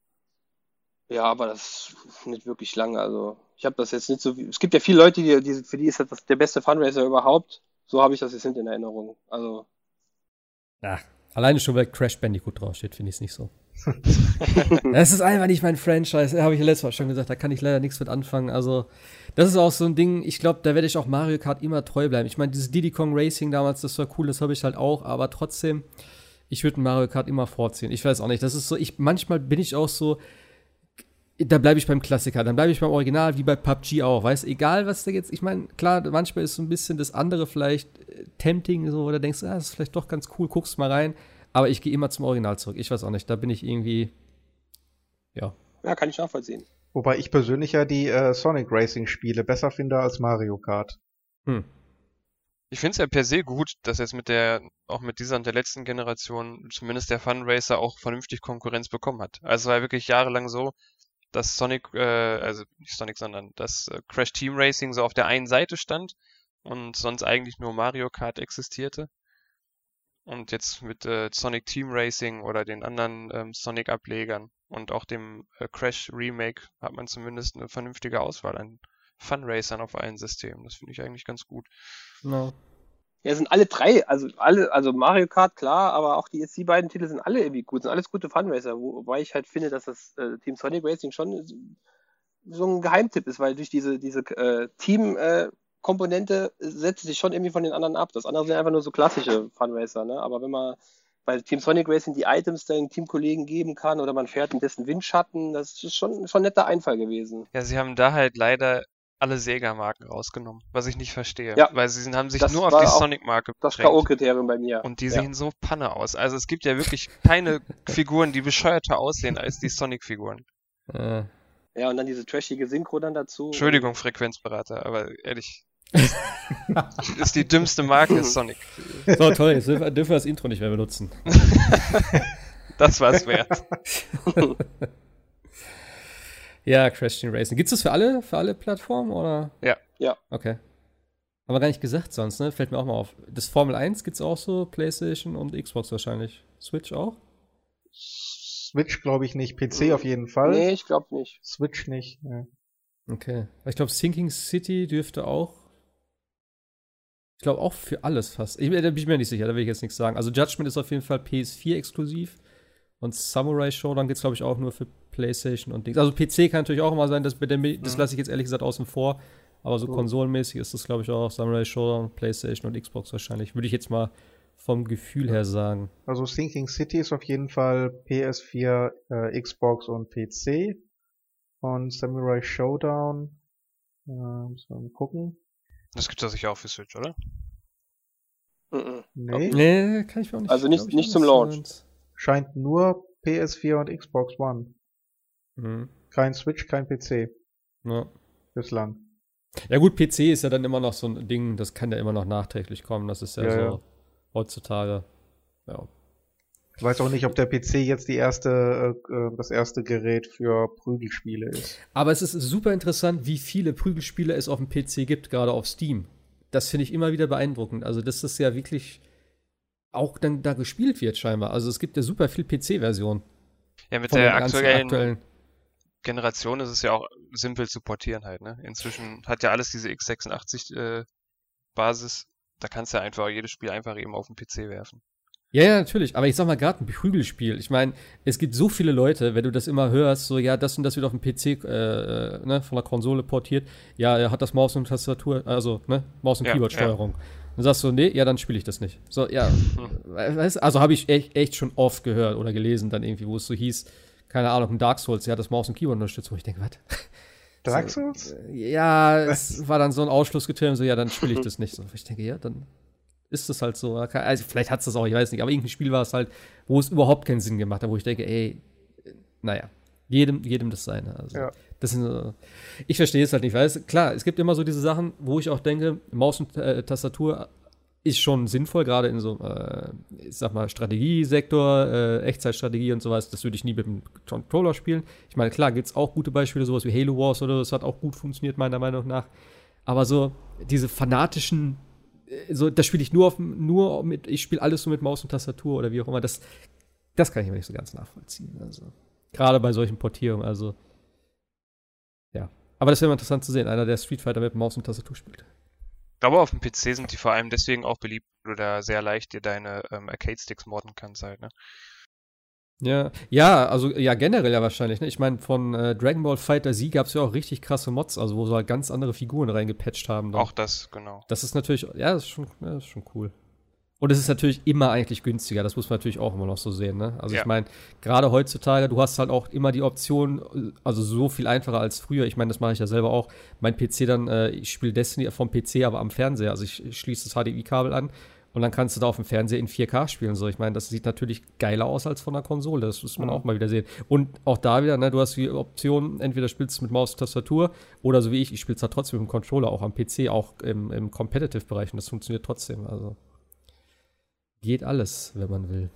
Ja, aber das ist nicht wirklich lange. Also ich habe das jetzt nicht so wie. Es gibt ja viele Leute, die, die für die ist das der beste Fundraiser überhaupt. So habe ich das jetzt nicht in Erinnerung. Also Ach, alleine schon, weil Crash Bandicoot draufsteht, finde ich es nicht so. Das ist einfach nicht mein Franchise, habe ich ja letztes Mal schon gesagt, da kann ich leider nichts mit anfangen. Also, das ist auch so ein Ding, ich glaube, da werde ich auch Mario Kart immer treu bleiben. Ich meine, dieses Diddy Kong Racing damals, das war cool, das habe ich halt auch, aber trotzdem, ich würde Mario Kart immer vorziehen. Ich weiß auch nicht, das ist so, ich manchmal bin ich auch so, da bleibe ich beim Klassiker, dann bleibe ich beim Original, wie bei P U B G auch, weißt, egal was da jetzt, ich meine, klar, manchmal ist so ein bisschen das andere vielleicht äh, tempting, so, oder denkst du, ah, das ist vielleicht doch ganz cool, guckst mal rein, aber ich gehe immer zum Original zurück, ich weiß auch nicht, da bin ich irgendwie, ja. ja, kann ich nachvollziehen. Wobei ich persönlich ja die äh, Sonic Racing Spiele besser finde als Mario Kart. Hm. Ich finde es ja per se gut, dass jetzt mit der, auch mit dieser und der letzten Generation zumindest der Fun Racer auch vernünftig Konkurrenz bekommen hat. Also es war wirklich jahrelang so, dass Sonic, äh, also nicht Sonic, sondern dass äh, Crash Team Racing so auf der einen Seite stand und sonst eigentlich nur Mario Kart existierte. Und jetzt mit äh, Sonic Team Racing oder den anderen ähm, Sonic-Ablegern und auch dem äh, Crash Remake hat man zumindest eine vernünftige Auswahl an Fun Racern auf allen Systemen. Das finde ich eigentlich ganz gut. No. Ja, sind alle drei, also alle, also Mario Kart, klar, aber auch die jetzt die beiden Titel sind alle irgendwie gut, sind alles gute Funracer, wo- wobei ich halt finde, dass das äh, Team Sonic Racing schon so ein Geheimtipp ist, weil durch diese, diese äh, Team-Komponente setzt es sich schon irgendwie von den anderen ab. Das andere sind einfach nur so klassische Funracer, ne? Aber wenn man bei Team Sonic Racing die Items den Teamkollegen geben kann oder man fährt in dessen Windschatten, das ist schon, schon ein netter Einfall gewesen. Ja, sie haben da halt leider alle Sega-Marken rausgenommen, was ich nicht verstehe. Ja. Weil sie sind- haben sich Das nur auf war die auch Sonic-Marke Das beschränkt. K O-Kriterium bei mir. Und die Ja. sehen so Panne aus. Also es gibt ja wirklich keine Figuren, die bescheuerter aussehen als die Sonic-Figuren. Äh, Ja, und dann diese trashige Synchro dann dazu. Entschuldigung, Frequenzberater, aber ehrlich, ist die dümmste Marke Sonic. so, toll, jetzt dürfen dürfen wir das Intro nicht mehr benutzen. Das war's wert. Ja, Crash Team Racing. Gibt's das für alle, für alle Plattformen, oder? Ja. Ja. Okay. Haben wir gar nicht gesagt sonst, ne? Fällt mir auch mal auf. Das Formel eins gibt's auch so, PlayStation und Xbox wahrscheinlich. Switch auch? Switch glaube ich nicht, P C auf jeden Fall. Nee, ich glaube nicht. Switch nicht. Ja. Okay. Ich glaube, Sinking City dürfte auch. Ich glaube auch für alles fast. Ich, da bin ich mir nicht sicher, da will ich jetzt nichts sagen. Also Judgment ist auf jeden Fall P S vier exklusiv. Und Samurai Showdown geht's, glaube ich, auch nur für PlayStation und Dings. Also P C kann natürlich auch immer sein, das, mit dem, das lasse ich jetzt ehrlich gesagt außen vor. Aber so Mhm. konsolenmäßig ist das, glaube ich, auch Samurai Showdown, PlayStation und Xbox wahrscheinlich. Würde ich jetzt mal vom Gefühl her sagen. Also Sinking City ist auf jeden Fall P S vier, äh, Xbox und P C. Und Samurai Showdown, äh, müssen wir mal gucken. Das gibt's ja sicher auch für Switch, oder? Mhm. Nee, Nee, kann ich mir auch nicht. Also nicht- glaub ich, nicht zum anders Launch. sein. scheint nur P S vier und Xbox One. Mhm. Kein Switch, kein P C Ja. bislang. Ja gut, P C ist ja dann immer noch so ein Ding, das kann ja immer noch nachträglich kommen. Das ist ja, Ja, so ja. heutzutage. Ja. Ich weiß auch nicht, ob der P C jetzt die erste, äh, äh, das erste Gerät für Prügelspiele ist. Aber es ist super interessant, wie viele Prügelspiele es auf dem P C gibt, gerade auf Steam. Das finde ich immer wieder beeindruckend. Also, dass das ja wirklich auch dann da gespielt wird, scheinbar. Also, es gibt ja super viel P C-Versionen. Ja, mit von der den ganzen aktuellen, aktuellen. Generation ist es ja auch simpel zu portieren halt, ne? Inzwischen hat ja alles diese x sechsundachtzig äh, Basis. Da kannst du ja einfach jedes Spiel einfach eben auf den P C werfen. Ja, ja, natürlich. Aber ich sag mal, gerade ein Prügelspiel. Ich meine, es gibt so viele Leute, wenn du das immer hörst, so, ja, das und das wird auf dem P C äh, ne, von der Konsole portiert. Ja, er hat das Maus und Tastatur, also, ne, Maus- und Ja, Keyboard-Steuerung. Dann sagst du, nee, ja, dann spiele ich das nicht. So, ja, weißt, also habe ich echt, echt schon oft gehört oder gelesen dann irgendwie, wo es so hieß, keine Ahnung, ein Dark Souls, ja, das Maus und Keyboard unterstützt, wo ich denke, was? Dark Souls? So, äh, ja, es war dann so ein Ausschlusskriterium, so, ja, dann spiele ich das nicht. So, ich denke, ja, dann ist das halt so. Also, vielleicht hat es das auch, ich weiß nicht, aber irgendein Spiel war es halt, wo es überhaupt keinen Sinn gemacht hat, wo ich denke, ey, naja, jedem, jedem das seine. Also, ja. Das sind, äh, ich verstehe es halt nicht, weil es, klar, es gibt immer so diese Sachen, wo ich auch denke, Maus und äh, Tastatur ist schon sinnvoll, gerade in so, äh, ich sag mal, Strategiesektor, äh, Echtzeitstrategie und sowas, das würde ich nie mit dem Controller spielen. Ich meine, klar, gibt es auch gute Beispiele, sowas wie Halo Wars oder so, das hat auch gut funktioniert, meiner Meinung nach. Aber so, diese fanatischen so, das spiele ich nur auf, nur mit, ich spiele alles so mit Maus und Tastatur oder wie auch immer. Das, das kann ich mir nicht so ganz nachvollziehen. Also, gerade bei solchen Portierungen, also, ja. Aber das wäre mal interessant zu sehen, einer, der Street Fighter mit Maus und Tastatur spielt. Ich glaube, auf dem P C sind die vor allem deswegen auch beliebt, weil du da sehr leicht dir deine ähm, Arcade-Sticks modden kannst halt, ne? Ja, ja, also ja, generell ja wahrscheinlich. Ne? Ich meine, von äh, Dragon Ball Fighter Z gab es ja auch richtig krasse Mods, also wo sie halt ganz andere Figuren reingepatcht haben. Dann. Auch das, genau. Das ist natürlich, ja, das ist schon, ja, das ist schon cool. Und es ist natürlich immer eigentlich günstiger, das muss man natürlich auch immer noch so sehen. Ne? Also ja. Ich meine, gerade heutzutage, du hast halt auch immer die Option, also so viel einfacher als früher. Ich meine, das mache ich ja selber auch. Mein P C dann, äh, ich spiele Destiny vom P C, aber am Fernseher. Also ich, ich schließe das H D M I-Kabel an. Und dann kannst du da auf dem Fernseher in vier K spielen. So, ich meine, das sieht natürlich geiler aus als von der Konsole. Das muss man mhm. auch mal wieder sehen. Und auch da wieder, ne, du hast die Option, entweder spielst du mit Maus und Tastatur oder so wie ich, ich spiele es halt trotzdem mit dem Controller, auch am P C, auch im, im Competitive-Bereich. Und das funktioniert trotzdem. Also geht alles, wenn man will.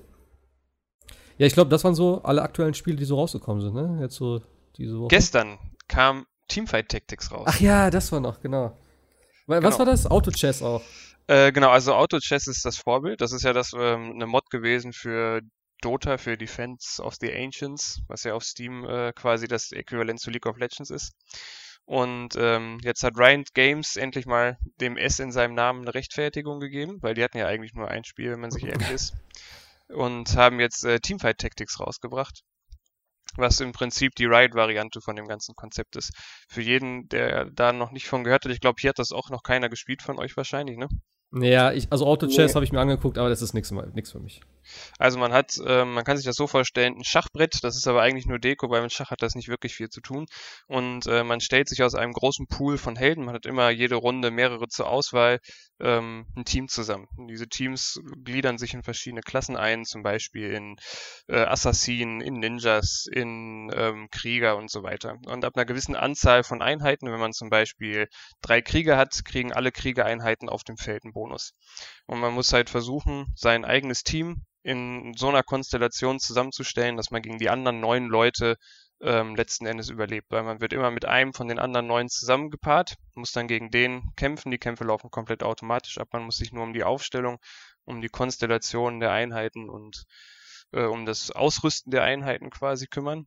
Ja, ich glaube, das waren so alle aktuellen Spiele, die so rausgekommen sind, ne? Jetzt so diese Woche. Gestern kam Teamfight Tactics raus. Ach ja, das war noch, genau. Was genau. war das? Auto-Chess auch. Äh, genau, also Auto-Chess ist das Vorbild. Das ist ja das ähm, eine Mod gewesen für Dota, für Defense of the Ancients, was ja auf Steam äh, quasi das Äquivalent zu League of Legends ist. Und ähm, jetzt hat Riot Games endlich mal dem S in seinem Namen eine Rechtfertigung gegeben, weil die hatten ja eigentlich nur ein Spiel, wenn man sich ehrlich ist. Und haben jetzt äh, Teamfight Tactics rausgebracht, was im Prinzip die Riot-Variante von dem ganzen Konzept ist. Für jeden, der da noch nicht von gehört hat, ich glaube, hier hat das auch noch keiner gespielt von euch wahrscheinlich, ne? Ja, ich, also Auto-Chess nee. habe ich mir angeguckt, aber das ist nichts für mich. Also man hat, äh, man kann sich das so vorstellen, ein Schachbrett, das ist aber eigentlich nur Deko, weil mit Schach hat das nicht wirklich viel zu tun. Und äh, man stellt sich aus einem großen Pool von Helden, man hat immer jede Runde mehrere zur Auswahl, ähm, ein Team zusammen. Und diese Teams gliedern sich in verschiedene Klassen ein, zum Beispiel in äh, Assassinen, in Ninjas, in ähm, Krieger und so weiter. Und ab einer gewissen Anzahl von Einheiten, wenn man zum Beispiel drei Krieger hat, kriegen alle Kriegereinheiten auf dem Feld einen Bonus. Und man muss halt versuchen, sein eigenes Team in so einer Konstellation zusammenzustellen, dass man gegen die anderen neun Leute ähm, letzten Endes überlebt, weil man wird immer mit einem von den anderen neun zusammengepaart, muss dann gegen den kämpfen, die Kämpfe laufen komplett automatisch ab, man muss sich nur um die Aufstellung, um die Konstellation der Einheiten und äh, um das Ausrüsten der Einheiten quasi kümmern.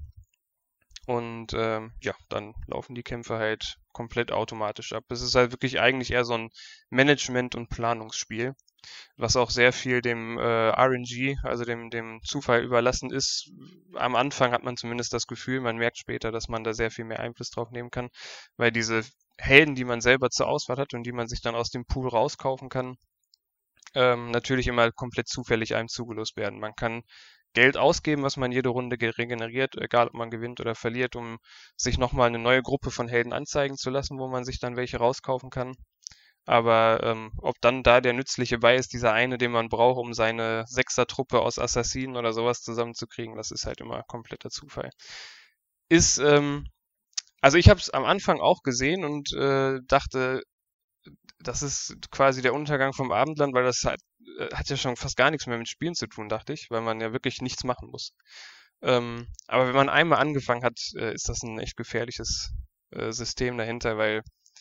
Und ähm, ja, dann laufen die Kämpfe halt komplett automatisch ab. Es ist halt wirklich eigentlich eher so ein Management- und Planungsspiel, was auch sehr viel dem äh, R N G, also dem, dem Zufall überlassen ist. Am Anfang hat man zumindest das Gefühl, man merkt später, dass man da sehr viel mehr Einfluss drauf nehmen kann, weil diese Helden, die man selber zur Auswahl hat und die man sich dann aus dem Pool rauskaufen kann, ähm, natürlich immer komplett zufällig einem zugelost werden. Man kann Geld ausgeben, was man jede Runde regeneriert, egal ob man gewinnt oder verliert, um sich nochmal eine neue Gruppe von Helden anzeigen zu lassen, wo man sich dann welche rauskaufen kann. Aber ähm, ob dann da der nützliche bei ist, dieser eine, den man braucht, um seine Sechser-Truppe aus Assassinen oder sowas zusammenzukriegen, das ist halt immer kompletter Zufall. Ist, ähm, also ich habe es am Anfang auch gesehen und äh, dachte, das ist quasi der Untergang vom Abendland, weil das hat, hat ja schon fast gar nichts mehr mit Spielen zu tun, dachte ich, weil man ja wirklich nichts machen muss. Ähm, aber wenn man einmal angefangen hat, äh, ist das ein echt gefährliches äh, System dahinter, weil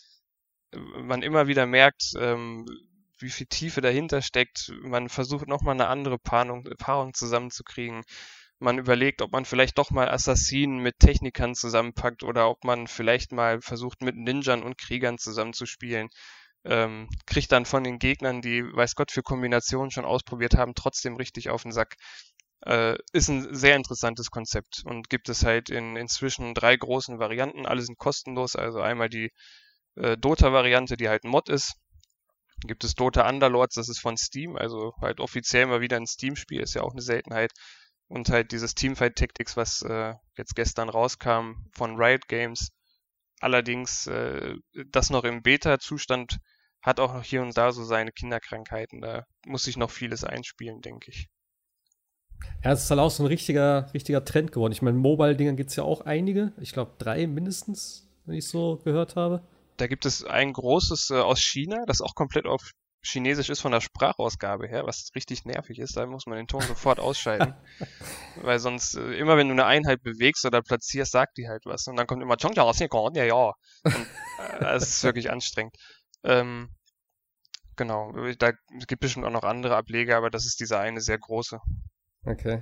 man immer wieder merkt, ähm, wie viel Tiefe dahinter steckt. Man versucht nochmal eine andere Paarung, Paarung zusammenzukriegen. Man überlegt, ob man vielleicht doch mal Assassinen mit Technikern zusammenpackt oder ob man vielleicht mal versucht, mit Ninjern und Kriegern zusammenzuspielen. ähm, kriegt dann von den Gegnern, die weiß Gott für Kombinationen schon ausprobiert haben, trotzdem richtig auf den Sack. Äh, ist ein sehr interessantes Konzept und gibt es halt in inzwischen drei großen Varianten. Alle sind kostenlos, also einmal die äh, Dota-Variante, die halt ein Mod ist. Gibt es Dota Underlords, das ist von Steam, also halt offiziell mal wieder ein Steam-Spiel, ist ja auch eine Seltenheit. Und halt dieses Teamfight Tactics, was äh, jetzt gestern rauskam von Riot Games. Allerdings äh, das noch im Beta-Zustand hat auch noch hier und da so seine Kinderkrankheiten. Da muss sich noch vieles einspielen, denke ich. Ja, es ist halt auch so ein richtiger, richtiger Trend geworden. Ich meine, Mobile-Dingern gibt es ja auch einige. Ich glaube, drei mindestens, wenn ich so gehört habe. Da gibt es ein großes äh, aus China, das auch komplett auf Chinesisch ist von der Sprachausgabe her, was richtig nervig ist. Da muss man den Ton sofort ausschalten. Weil sonst, äh, immer wenn du eine Einheit bewegst oder platzierst, sagt die halt was. Und dann kommt immer Chongja, ja, ja. Und äh, das ist wirklich anstrengend. Ähm, genau, da gibt es bestimmt auch noch andere Ableger, aber das ist dieser eine sehr große. Okay.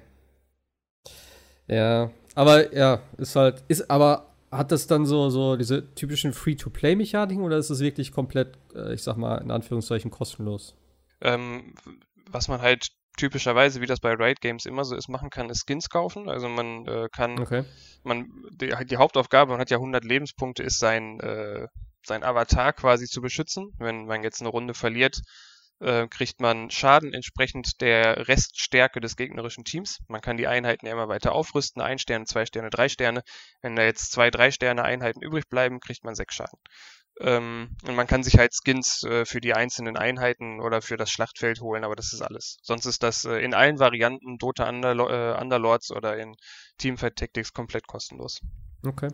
Ja, aber ja, ist halt, ist, aber hat das dann so, so diese typischen Free-to-Play-Mechaniken oder ist es wirklich komplett, äh, ich sag mal, in Anführungszeichen kostenlos? Ähm, was man halt typischerweise, wie das bei Riot Games immer so ist, machen kann, ist Skins kaufen. Also man äh, kann, Okay. man die, die Hauptaufgabe, man hat ja hundert Lebenspunkte, ist sein, äh, sein Avatar quasi zu beschützen. Wenn man jetzt eine Runde verliert, äh, kriegt man Schaden entsprechend der Reststärke des gegnerischen Teams. Man kann die Einheiten ja immer weiter aufrüsten, ein Sterne, zwei Sterne, drei Sterne. Wenn da jetzt zwei, drei Sterne Einheiten übrig bleiben, kriegt man sechs Schaden. Ähm, und man kann sich halt Skins äh, für die einzelnen Einheiten oder für das Schlachtfeld holen, aber das ist alles. Sonst ist das äh, in allen Varianten Dota Underlo- äh, Underlords oder in Teamfight Tactics komplett kostenlos. Okay.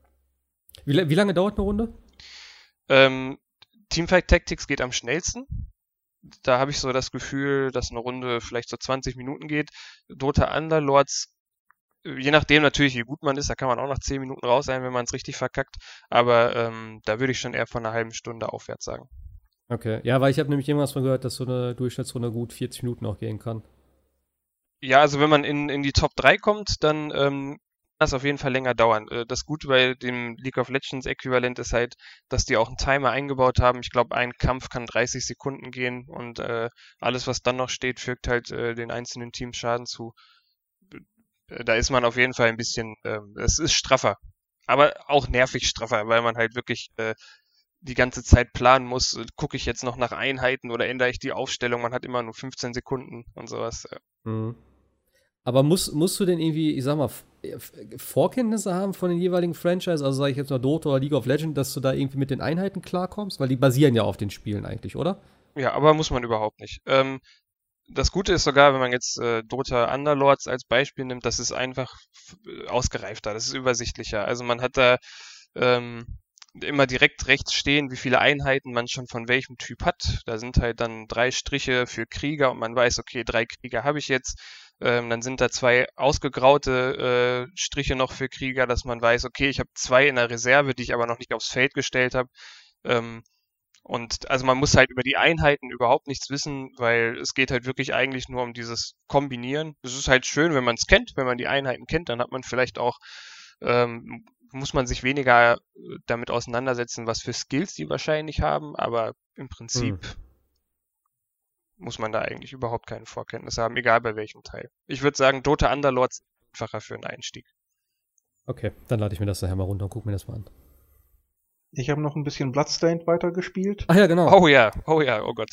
Wie, la- wie lange dauert eine Runde? Ähm, Teamfight Tactics geht am schnellsten. Da habe ich so das Gefühl, dass eine Runde vielleicht so zwanzig Minuten geht. Dota Underlords, je nachdem natürlich, wie gut man ist, da kann man auch nach zehn Minuten raus sein, wenn man es richtig verkackt. Aber ähm, da würde ich schon eher von einer halben Stunde aufwärts sagen. Okay. Ja, weil ich habe nämlich irgendwas von gehört, dass so eine Durchschnittsrunde gut vierzig Minuten auch gehen kann. Ja, also wenn man in, in die Top drei kommt, dann ähm, kann das auf jeden Fall länger dauern. Äh, Das Gute bei dem League of Legends Äquivalent ist halt, dass die auch einen Timer eingebaut haben. Ich glaube, ein Kampf kann dreißig Sekunden gehen und äh, alles, was dann noch steht, fügt halt äh, den einzelnen Teams Schaden zu. Äh, Da ist man auf jeden Fall ein bisschen, ähm, es ist straffer, aber auch nervig straffer, weil man halt wirklich äh, die ganze Zeit planen muss, äh, gucke ich jetzt noch nach Einheiten oder ändere ich die Aufstellung, man hat immer nur fünfzehn Sekunden und sowas. Ja. Mhm. Aber musst, musst du denn irgendwie, ich sag mal, F- F- Vorkenntnisse haben von den jeweiligen Franchise, also sage ich jetzt mal Dota oder League of Legends, dass du da irgendwie mit den Einheiten klarkommst? Weil die basieren ja auf den Spielen eigentlich, oder? Ja, aber muss man überhaupt nicht. Ähm, das Gute ist sogar, wenn man jetzt äh, Dota Underlords als Beispiel nimmt, das ist einfach f- äh, ausgereifter, das ist übersichtlicher. Also man hat da ähm, immer direkt rechts stehen, wie viele Einheiten man schon von welchem Typ hat. Da sind halt dann drei Striche für Krieger und man weiß, okay, drei Krieger habe ich jetzt. Ähm, dann sind da zwei ausgegraute äh, Striche noch für Krieger, dass man weiß, okay, ich habe zwei in der Reserve, die ich aber noch nicht aufs Feld gestellt habe. Ähm, und also man muss halt über die Einheiten überhaupt nichts wissen, weil es geht halt wirklich eigentlich nur um dieses Kombinieren. Es ist halt schön, wenn man es kennt, wenn man die Einheiten kennt, dann hat man vielleicht auch, ähm, muss man sich weniger äh, damit auseinandersetzen, was für Skills die wahrscheinlich haben, aber im Prinzip Hm. muss man da eigentlich überhaupt keine Vorkenntnisse haben, egal bei welchem Teil. Ich würde sagen, Dota Underlords ist einfacher für einen Einstieg. Okay, dann lade ich mir das nachher mal runter und guck mir das mal an. Ich habe noch ein bisschen Bloodstained weitergespielt. Ach ja, genau. Oh ja, oh ja, oh Gott.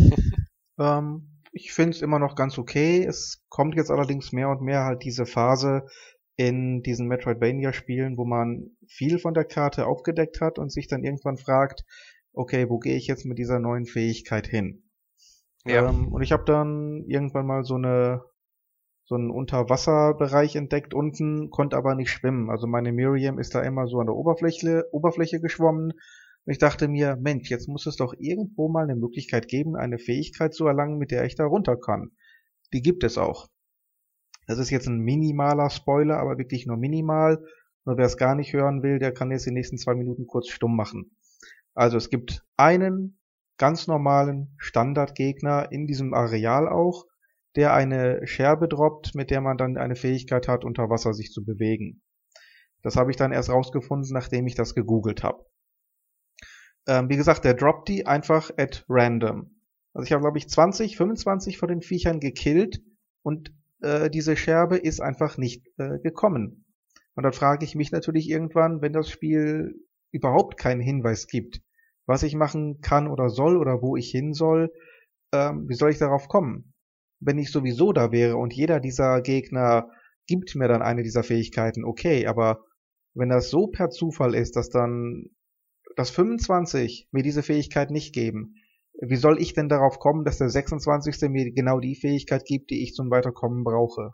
Ähm, ich finde es immer noch ganz okay. Es kommt jetzt allerdings mehr und mehr halt diese Phase in diesen Metroidvania-Spielen, wo man viel von der Karte aufgedeckt hat und sich dann irgendwann fragt, okay, wo gehe ich jetzt mit dieser neuen Fähigkeit hin? Ja. Ähm, und ich habe dann irgendwann mal so eine so einen Unterwasserbereich entdeckt unten, konnte aber nicht schwimmen. Also meine Miriam ist da immer so an der Oberfläche, Oberfläche geschwommen. Und ich dachte mir, Mensch, jetzt muss es doch irgendwo mal eine Möglichkeit geben, eine Fähigkeit zu erlangen, mit der ich da runter kann. Die gibt es auch. Das ist jetzt ein minimaler Spoiler, aber wirklich nur minimal. Nur wer es gar nicht hören will, der kann jetzt die nächsten zwei Minuten kurz stumm machen. Also es gibt einen ganz normalen Standardgegner in diesem Areal auch, der eine Scherbe droppt, mit der man dann eine Fähigkeit hat, unter Wasser sich zu bewegen. Das habe ich dann erst rausgefunden, nachdem ich das gegoogelt habe. Ähm, wie gesagt, der droppt die einfach at random. Also ich habe, glaube ich, zwanzig, fünfundzwanzig von den Viechern gekillt und äh, diese Scherbe ist einfach nicht äh, gekommen. Und dann frage ich mich natürlich irgendwann, wenn das Spiel überhaupt keinen Hinweis gibt, was ich machen kann oder soll oder wo ich hin soll, ähm, wie soll ich darauf kommen? Wenn ich sowieso da wäre und jeder dieser Gegner gibt mir dann eine dieser Fähigkeiten, okay, aber wenn das so per Zufall ist, dass dann dass fünfundzwanzig mir diese Fähigkeit nicht geben, wie soll ich denn darauf kommen, dass der sechsundzwanzigste mir genau die Fähigkeit gibt, die ich zum Weiterkommen brauche?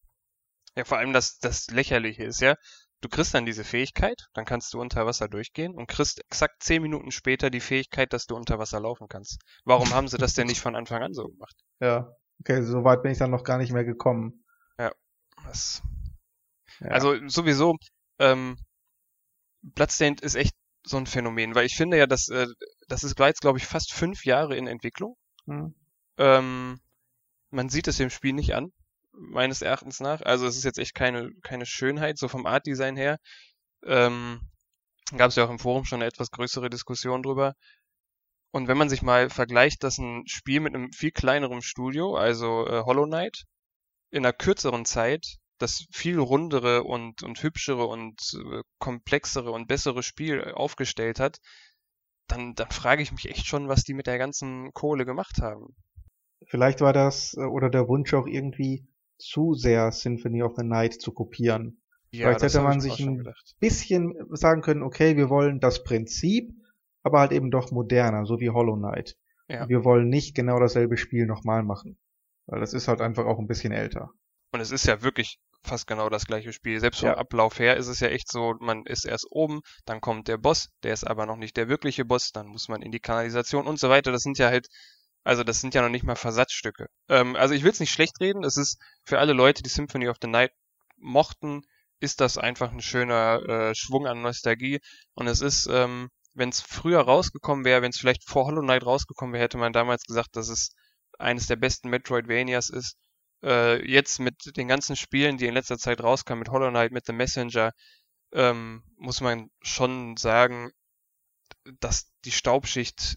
Ja, vor allem das, das Lächerliche ist ja, du kriegst dann diese Fähigkeit, dann kannst du unter Wasser durchgehen und kriegst exakt zehn Minuten später die Fähigkeit, dass du unter Wasser laufen kannst. Warum haben sie das denn nicht von Anfang an so gemacht? Ja, okay, so weit bin ich dann noch gar nicht mehr gekommen. Ja, das... Ja. Also sowieso, ähm, Bloodstained ist echt so ein Phänomen, weil ich finde ja, dass äh, das ist jetzt, glaube ich, fast fünf Jahre in Entwicklung. Hm. Ähm, man sieht es dem Spiel nicht an, meines Erachtens nach. Also es ist jetzt echt keine keine Schönheit, so vom Art-Design her. Ähm, gab es ja auch im Forum schon eine etwas größere Diskussion drüber. Und wenn man sich mal vergleicht, dass ein Spiel mit einem viel kleineren Studio, also äh, Hollow Knight, in einer kürzeren Zeit das viel rundere und, und hübschere und äh, komplexere und bessere Spiel aufgestellt hat, dann, dann frage ich mich echt schon, was die mit der ganzen Kohle gemacht haben. Vielleicht war das äh, oder der Wunsch auch irgendwie zu sehr Symphony of the Night zu kopieren. Ja, Vielleicht das hätte habe man ich mir auch sich schon ein gedacht. bisschen sagen können, okay, wir wollen das Prinzip, aber halt eben doch moderner, so wie Hollow Knight. Ja. Wir wollen nicht genau dasselbe Spiel nochmal machen. Weil das ist halt einfach auch ein bisschen älter. Und es ist ja wirklich fast genau das gleiche Spiel. Selbst vom Ja. Ablauf her ist es ja echt so, man ist erst oben, dann kommt der Boss, der ist aber noch nicht der wirkliche Boss, dann muss man in die Kanalisation und so weiter. Das sind ja halt, also das sind ja noch nicht mal Versatzstücke. Ähm, also ich will es nicht schlecht reden, es ist für alle Leute, die Symphony of the Night mochten, ist das einfach ein schöner äh, Schwung an Nostalgie. Und es ist, ähm, wenn es früher rausgekommen wäre, wenn es vielleicht vor Hollow Knight rausgekommen wäre, hätte man damals gesagt, dass es eines der besten Metroidvanias ist. Äh, jetzt mit den ganzen Spielen, die in letzter Zeit rauskamen, mit Hollow Knight, mit The Messenger, ähm, muss man schon sagen, dass die Staubschicht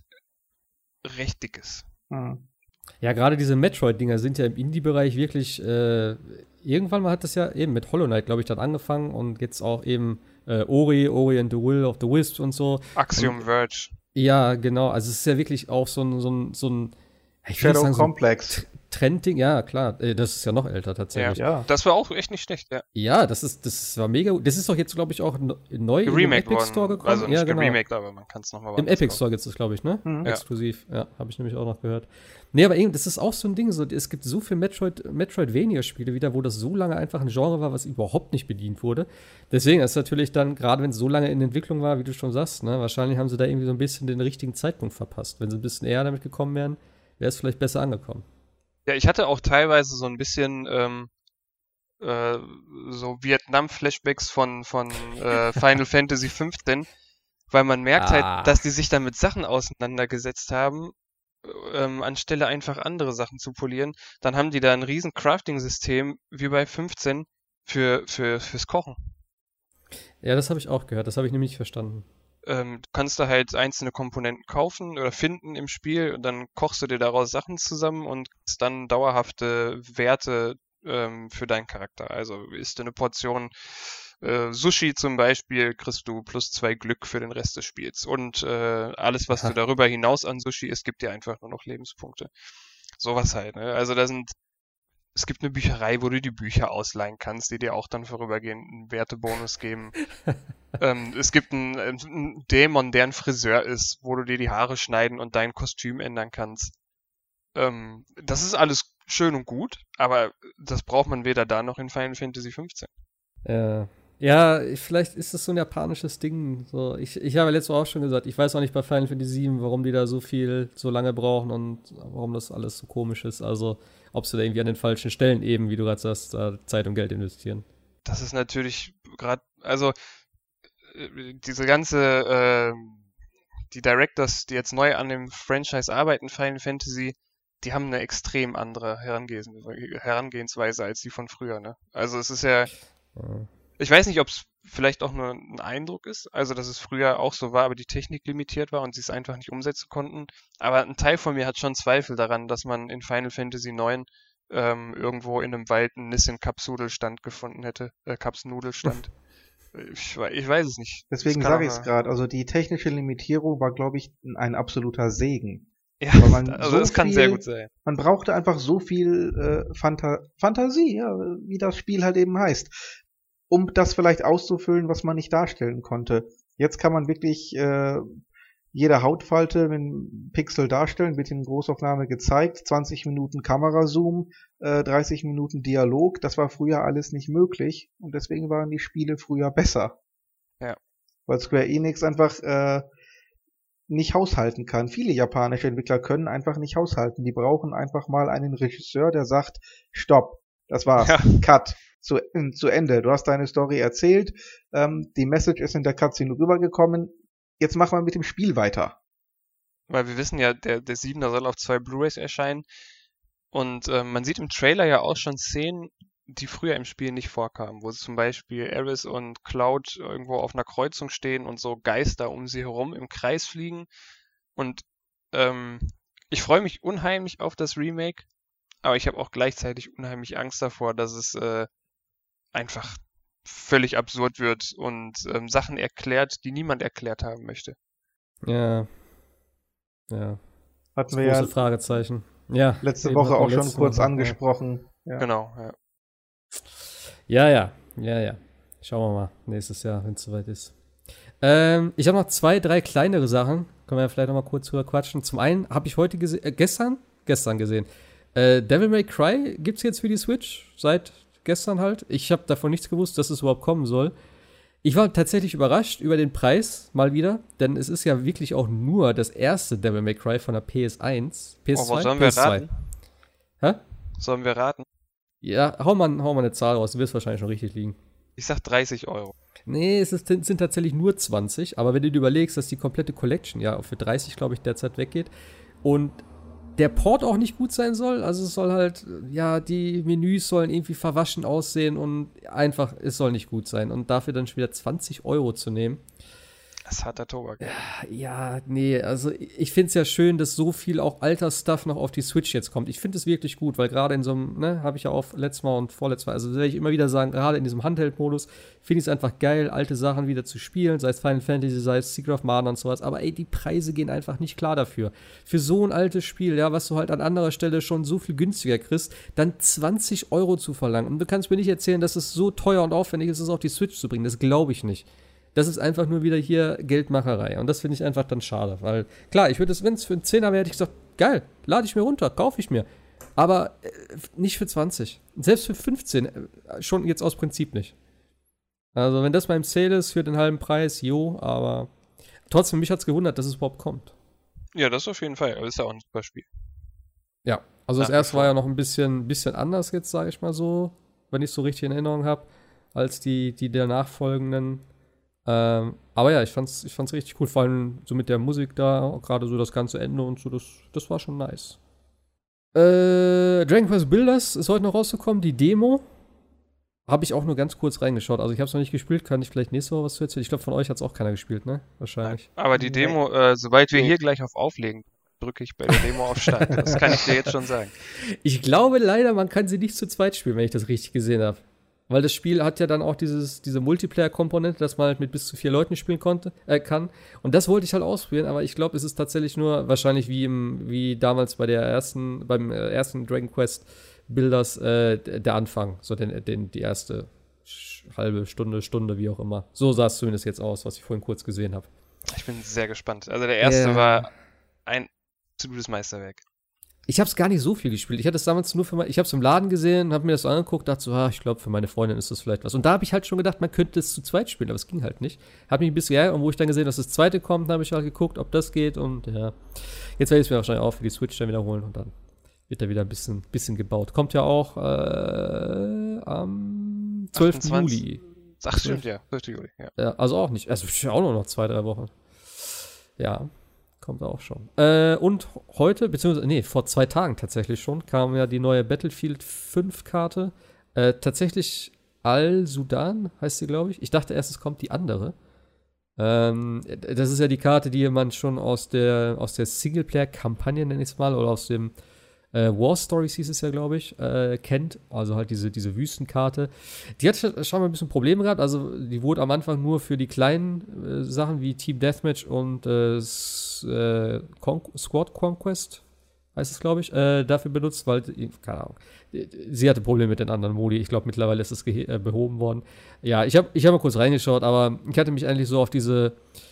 recht dick ist. Hm. Ja, gerade diese Metroid-Dinger sind ja im Indie-Bereich wirklich, äh, irgendwann mal hat das ja eben mit Hollow Knight, glaube ich, dann angefangen und jetzt auch eben äh, Ori, Ori and the Will of the Wisps und so. Axiom und, Verge. Ja, genau, also es ist ja wirklich auch so ein, so ein, so ein ich will nicht Shadow sagen, so ein Complex. Trendding, ja, klar, äh, das ist ja noch älter tatsächlich. Ja. Das war auch echt nicht schlecht, ja. Ja, das ist, das war mega. Das ist doch jetzt, glaube ich, auch no- neu im Geremaked Epic Store worden. gekommen. Also nicht ja, genau. geremaked, aber man kann es nochmal Im Epic Store gibt es das, glaube ich, ne? Mhm. Ja. Exklusiv. Ja, habe ich nämlich auch noch gehört. Nee, aber irgendwie, das ist auch so ein Ding. So, es gibt so viele Metroid, Metroidvania-Spiele wieder, wo das so lange einfach ein Genre war, was überhaupt nicht bedient wurde. Deswegen ist natürlich dann, gerade wenn es so lange in Entwicklung war, wie du schon sagst, ne, wahrscheinlich haben sie da irgendwie so ein bisschen den richtigen Zeitpunkt verpasst. Wenn sie ein bisschen eher damit gekommen wären, wäre es vielleicht besser angekommen. Ja, ich hatte auch teilweise so ein bisschen ähm, äh, so Vietnam-Flashbacks von, von äh, Final Fantasy fünfzehn, weil man merkt Ah. halt, dass die sich dann mit Sachen auseinandergesetzt haben, ähm, anstelle einfach andere Sachen zu polieren. Dann haben die da ein riesen Crafting-System wie bei fünfzehn für, für, fürs Kochen. Ja, das habe ich auch gehört. Das habe ich nämlich nicht verstanden. Ähm, du kannst da halt einzelne Komponenten kaufen oder finden im Spiel und dann kochst du dir daraus Sachen zusammen und kriegst dann dauerhafte Werte ähm, für deinen Charakter. Also isst du eine Portion äh, Sushi zum Beispiel, kriegst du plus zwei Glück für den Rest des Spiels. Und äh, alles, was Aha. du darüber hinaus an Sushi isst, gibt dir einfach nur noch Lebenspunkte. Sowas halt, ne? Also da sind es gibt eine Bücherei, wo du die Bücher ausleihen kannst, die dir auch dann vorübergehend einen Wertebonus geben. ähm, es gibt einen, einen Dämon, der ein Friseur ist, wo du dir die Haare schneiden und dein Kostüm ändern kannst. Ähm, das ist alles schön und gut, aber das braucht man weder da noch in Final Fantasy fünfzehn. Äh, ja, vielleicht ist das so ein japanisches Ding. So, ich, ich habe letztes Mal auch schon gesagt, ich weiß auch nicht bei Final Fantasy sieben, warum die da so viel, so lange brauchen und warum das alles so komisch ist. Also, ob sie da irgendwie an den falschen Stellen eben, wie du gerade sagst, da Zeit und Geld investieren. Das ist natürlich gerade, also äh, diese ganze, äh, die Directors, die jetzt neu an dem Franchise arbeiten, Final Fantasy, die haben eine extrem andere Herangehens- Herangehensweise als die von früher, ne? Also es ist ja, Ja. Ich weiß nicht, ob es vielleicht auch nur ein Eindruck ist, also dass es früher auch so war, aber die Technik limitiert war und sie es einfach nicht umsetzen konnten. Aber ein Teil von mir hat schon Zweifel daran, dass man in Final Fantasy neun ähm, irgendwo in einem Wald einen Nissin-Cups-Nudelstand gefunden hätte. Äh, Cups-Nudelstand. ich, wei- ich weiß es nicht. Das Deswegen kann sage auch ich es eine- gerade. Also die technische Limitierung war, glaube ich, ein absoluter Segen. Ja, weil man also so das kann sehr viel- gut sein. Man brauchte einfach so viel äh, Phanta Fantasie, ja, wie das Spiel halt eben heißt, um das vielleicht auszufüllen, was man nicht darstellen konnte. Jetzt kann man wirklich äh, jede Hautfalte mit einem Pixel darstellen, wird in Großaufnahme gezeigt, zwanzig Minuten Kamerazoom, äh, dreißig Minuten Dialog, das war früher alles nicht möglich und deswegen waren die Spiele früher besser. Ja. Weil Square Enix einfach äh, nicht haushalten kann. Viele japanische Entwickler können einfach nicht haushalten. Die brauchen einfach mal einen Regisseur, der sagt, stopp, das war's, Ja. Cut, zu, in, zu Ende. Du hast deine Story erzählt, ähm, die Message ist in der Cutscene rübergekommen, jetzt machen wir mit dem Spiel weiter. Weil wir wissen ja, der, der Siebener soll auf zwei Blu-rays erscheinen. Und ähm, man sieht im Trailer ja auch schon Szenen, die früher im Spiel nicht vorkamen, wo zum Beispiel Aerith und Cloud irgendwo auf einer Kreuzung stehen und so Geister um sie herum im Kreis fliegen. Und ähm, ich freue mich unheimlich auf das Remake, aber ich habe auch gleichzeitig unheimlich Angst davor, dass es äh, einfach völlig absurd wird und ähm, Sachen erklärt, die niemand erklärt haben möchte. Ja. Ja. Hatten Das wir große ja Fragezeichen. Ja. letzte eben Woche hatten wir auch schon letzte kurz Woche, ja. angesprochen. Ja. Genau, ja. Ja, ja, ja, ja. Schauen wir mal, nächstes Jahr, wenn es soweit ist. Ähm, ich habe noch zwei, drei kleinere Sachen. Können wir ja vielleicht noch mal kurz drüber quatschen. Zum einen habe ich heute gesehen, äh, gestern, gestern gesehen, äh, Devil May Cry gibt's jetzt für die Switch, seit gestern halt. Ich habe davon nichts gewusst, dass es überhaupt kommen soll. Ich war tatsächlich überrascht über den Preis, mal wieder, denn es ist ja wirklich auch nur das erste Devil May Cry von der P S eins. P S zwei? Oh, was sollen wir P S zwei. raten? Hä? Sollen wir raten? Ja, hau mal, hau mal eine Zahl raus, du wirst wahrscheinlich schon richtig liegen. Ich sag dreißig Euro. Nee, es ist, sind tatsächlich nur zwanzig, aber wenn du dir überlegst, dass die komplette Collection ja für dreißig, glaube ich, derzeit weggeht und der Port auch nicht gut sein soll, also es soll halt, ja, die Menüs sollen irgendwie verwaschen aussehen und einfach, es soll nicht gut sein und dafür dann schon wieder zwanzig Euro zu nehmen. Das hat der Tobak. Ja, nee, also ich finde es ja schön, dass so viel auch alter Stuff noch auf die Switch jetzt kommt. Ich finde es wirklich gut, weil gerade in so einem, ne, habe ich ja auch letztes Mal und vorletztes Mal, also werde ich immer wieder sagen, gerade in diesem Handheld-Modus finde ich es einfach geil, alte Sachen wieder zu spielen, sei es Final Fantasy, sei es Secret of Mana und sowas, aber ey, die Preise gehen einfach nicht klar dafür. Für so ein altes Spiel, ja, was du halt an anderer Stelle schon so viel günstiger kriegst, dann zwanzig Euro zu verlangen. Und du kannst mir nicht erzählen, dass es so teuer und aufwendig ist, es auf die Switch zu bringen. Das glaube ich nicht. Das ist einfach nur wieder hier Geldmacherei. Und das finde ich einfach dann schade. Weil, klar, ich würde es, wenn es für einen Zehner wäre, hätte ich gesagt, geil, lade ich mir runter, kaufe ich mir. Aber äh, nicht für zwanzig. Selbst für fünfzehn, äh, schon jetzt aus Prinzip nicht. Also, wenn das mal im Sale ist für den halben Preis, jo, aber trotzdem, mich hat es gewundert, dass es überhaupt kommt. Ja, das auf jeden Fall. Aber ist ja auch ein super Spiel. Ja, also das Nach wie erste war vor. ja noch ein bisschen, bisschen anders jetzt, sage ich mal so, wenn ich es so richtig in Erinnerung habe, als die, die der nachfolgenden. Ähm, aber ja, ich fand's, ich fand's richtig cool, vor allem so mit der Musik da, gerade so das ganze Ende und so, das, das war schon nice. Äh, Dragon Quest Builders ist heute noch rausgekommen, die Demo. Habe ich auch nur ganz kurz reingeschaut. Also ich habe es noch nicht gespielt, kann ich vielleicht nächste Woche was zu erzählen. Ich glaube, von euch hat es auch keiner gespielt, ne? Wahrscheinlich. Aber die Nee. Demo, äh, sobald wir Nee. hier gleich auf Auflegen, drücke ich bei der Demo auf Start. Das kann ich dir jetzt schon sagen. Ich glaube leider, man kann sie nicht zu zweit spielen, wenn ich das richtig gesehen habe. Weil das Spiel hat ja dann auch dieses, diese Multiplayer-Komponente, dass man halt mit bis zu vier Leuten spielen konnte, äh, kann. Und das wollte ich halt ausprobieren, aber ich glaube, es ist tatsächlich nur wahrscheinlich wie im, wie damals bei der ersten, beim äh, ersten Dragon Quest Builders äh, der Anfang, so den, den, die erste sch- halbe Stunde, Stunde, wie auch immer. So sah es zumindest jetzt aus, was ich vorhin kurz gesehen habe. Ich bin sehr gespannt. Also der erste Ja. war ein absolutes Meisterwerk. Ich habe es gar nicht so viel gespielt. Ich hatte es damals nur für mein, ich habe es im Laden gesehen, habe mir das so angeguckt, dachte so, ah, ich glaube, für meine Freundin ist das vielleicht was. Und da habe ich halt schon gedacht, man könnte es zu zweit spielen, aber es ging halt nicht. Hat mich ein bisschen geärgert, und wo ich dann gesehen, dass das zweite kommt, habe ich halt geguckt, ob das geht und ja. Jetzt werde ich es mir wahrscheinlich auch für die Switch dann wiederholen und dann wird da wieder ein bisschen, bisschen gebaut. Kommt ja auch äh, am zwölften Juli. Ach, stimmt, ja. zwölften Juli, ja. Ja, also auch nicht. Also auch nur noch zwei, drei Wochen. Ja, kommt auch schon. Äh, und heute, beziehungsweise, nee, vor zwei Tagen tatsächlich schon, kam ja die neue Battlefield fünf Karte. Äh, tatsächlich Al-Sudan, heißt sie, glaube ich. Ich dachte erst, es kommt die andere. Ähm, das ist ja die Karte, die man schon aus der, aus der Singleplayer-Kampagne, nenne ich es mal, oder aus dem äh, War Stories hieß es ja, glaube ich, äh, kennt. Also halt diese, diese Wüstenkarte. Die hat schon mal ein bisschen Probleme gehabt. Also die wurde am Anfang nur für die kleinen äh, Sachen wie Team Deathmatch und äh, S- äh, Con- Squad Conquest, heißt es, glaube ich, äh, dafür benutzt, weil, keine Ahnung, sie hatte Probleme mit den anderen Modi. Ich glaube, mittlerweile ist es gehe- äh, behoben worden. Ja, ich habe ich hab mal kurz reingeschaut, aber ich hatte mich eigentlich so auf diese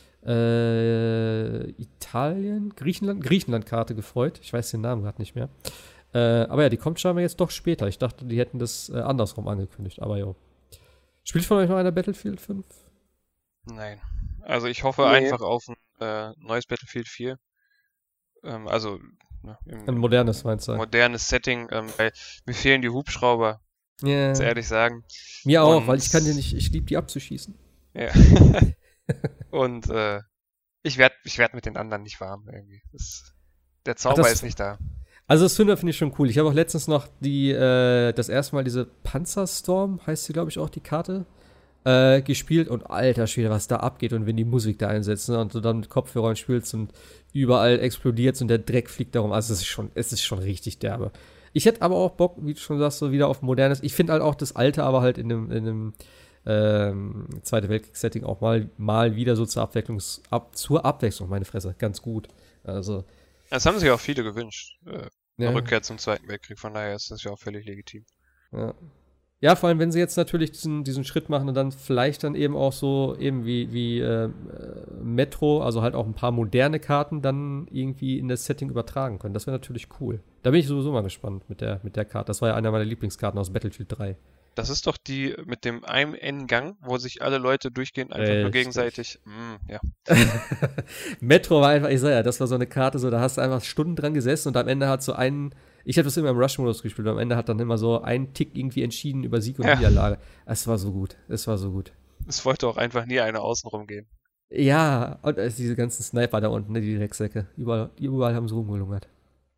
äh, Italien, Griechenland, Griechenland-Karte gefreut. Ich weiß den Namen gerade nicht mehr. Äh, aber ja, die kommt scheinbar jetzt doch später. Ich dachte, die hätten das äh, andersrum angekündigt, aber jo. Spielt von euch noch einer Battlefield fünf? Nein. Also ich hoffe Nee. einfach auf ein äh, neues Battlefield vier. Ähm, also ne, im Ein modernes, meinst du? modernes Setting, ähm, weil mir fehlen die Hubschrauber, Ja. muss ehrlich sagen. Mir auch, Und- weil ich kann die nicht, ich liebe die abzuschießen. Ja. Und äh, ich werde ich werd mit den anderen nicht warm irgendwie. Das, der Zauber das- ist nicht da. Also das Fünfer finde ich schon cool. Ich habe auch letztens noch die, äh, das erste Mal diese Panzerstorm, heißt sie, glaube ich, auch die Karte, äh, gespielt und alter Schwede, was da abgeht und wenn die Musik da einsetzt, ne, und du dann mit Kopfhörern spielst und überall explodiert und der Dreck fliegt darum. Also es ist schon, es ist schon richtig derbe. Ich hätte aber auch Bock, wie du schon sagst, so wieder auf modernes. Ich finde halt auch das Alte, aber halt in einem, in einem ähm, Zweite Weltkriegs-Setting auch mal, mal wieder so zur Abwechslung, ab, zur Abwechslung, meine Fresse, ganz gut. Also, Das haben sich auch viele gewünscht. Äh, ja. eine Rückkehr zum Zweiten Weltkrieg, von daher ist das ja auch völlig legitim. Ja. Ja, vor allem, wenn sie jetzt natürlich diesen, diesen Schritt machen und dann vielleicht dann eben auch so eben wie, wie äh, Metro, also halt auch ein paar moderne Karten dann irgendwie in das Setting übertragen können. Das wäre natürlich cool. Da bin ich sowieso mal gespannt mit der, mit der Karte. Das war ja einer meiner Lieblingskarten aus Battlefield drei. Das ist doch die mit dem einem N-Gang, wo sich alle Leute durchgehend einfach nur Richtig. gegenseitig. Mm, ja. Metro war einfach, ich sag ja, das war so eine Karte, so da hast du einfach Stunden dran gesessen und am Ende hat so einen, ich habe das immer im Rush-Modus gespielt, und am Ende hat dann immer so ein Tick irgendwie entschieden über Sieg und Ja. Niederlage. Es war so gut, es war so gut. Es wollte auch einfach nie einer außen rumgehen. Ja, und äh, diese ganzen Sniper da unten, ne, die Drecksäcke. Überall, überall haben sie rumgelungert.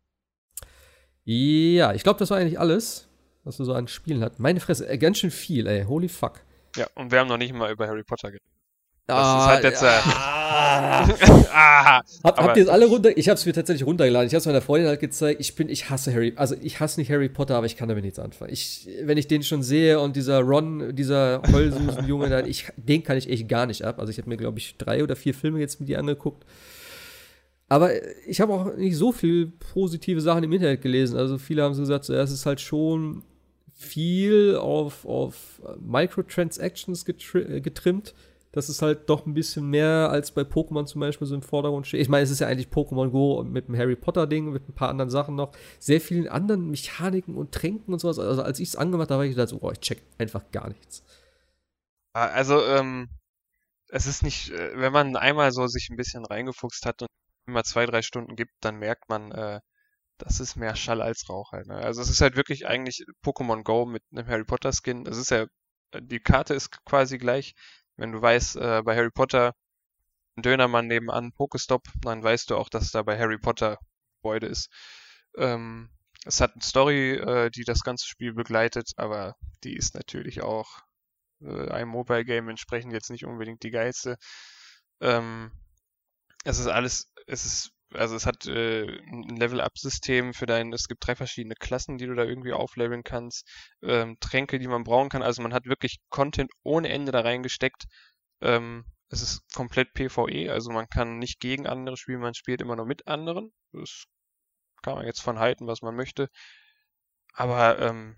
Ja, ich glaube, das war eigentlich alles, was wir so an Spielen hatten. Meine Fresse, äh, ganz schön viel, ey. Holy fuck. Ja, und wir haben noch nicht mal über Harry Potter geredet. Das Ah, ist halt jetzt. Äh, ah. ah, Hab, aber- habt ihr es alle runter? Ich habe es mir tatsächlich runtergeladen. Ich habe es meiner Freundin halt gezeigt. Ich bin, ich hasse Harry. Also ich hasse nicht Harry Potter, aber ich kann damit nichts anfangen. Ich, wenn ich den schon sehe und dieser Ron, dieser Heulsusen-Junge, dann, ich, den kann ich echt gar nicht ab. Also ich habe mir, glaube ich, drei oder vier Filme jetzt mit dir angeguckt. Aber ich habe auch nicht so viel positive Sachen im Internet gelesen. Also viele haben so gesagt, so, ja, es ist halt schon viel auf, auf Microtransactions getri getrimmt. Das ist halt doch ein bisschen mehr als bei Pokémon zum Beispiel so im Vordergrund steht. Ich meine, es ist ja eigentlich Pokémon Go mit dem Harry Potter-Ding, mit ein paar anderen Sachen noch. Sehr vielen anderen Mechaniken und Tränken und sowas. Also als ich es angemacht habe, habe ich gedacht, so, oh, ich check einfach gar nichts. Also, ähm, es ist nicht, äh, wenn man einmal so sich ein bisschen reingefuchst hat und immer zwei, drei Stunden gibt, dann merkt man, äh, das ist mehr Schall als Rauch halt. Ne? Also es ist halt wirklich eigentlich Pokémon Go mit einem Harry Potter Skin. Es ist ja, die Karte ist quasi gleich. Wenn du weißt, äh, bei Harry Potter ein Dönermann nebenan, Pokestop, dann weißt du auch, dass da bei Harry Potter Gebäude ist. Ähm, es hat eine Story, äh, die das ganze Spiel begleitet, aber die ist natürlich auch äh, einem Mobile Game entsprechend jetzt nicht unbedingt die geilste. Ähm, es ist alles, es ist, also es hat äh, ein Level-Up-System für deinen, es gibt drei verschiedene Klassen, die du da irgendwie aufleveln kannst, ähm, Tränke, die man brauchen kann, also man hat wirklich Content ohne Ende da reingesteckt. Ähm, es ist komplett PvE, also man kann nicht gegen andere spielen, man spielt immer nur mit anderen. Das kann man jetzt von halten, was man möchte. Aber ähm,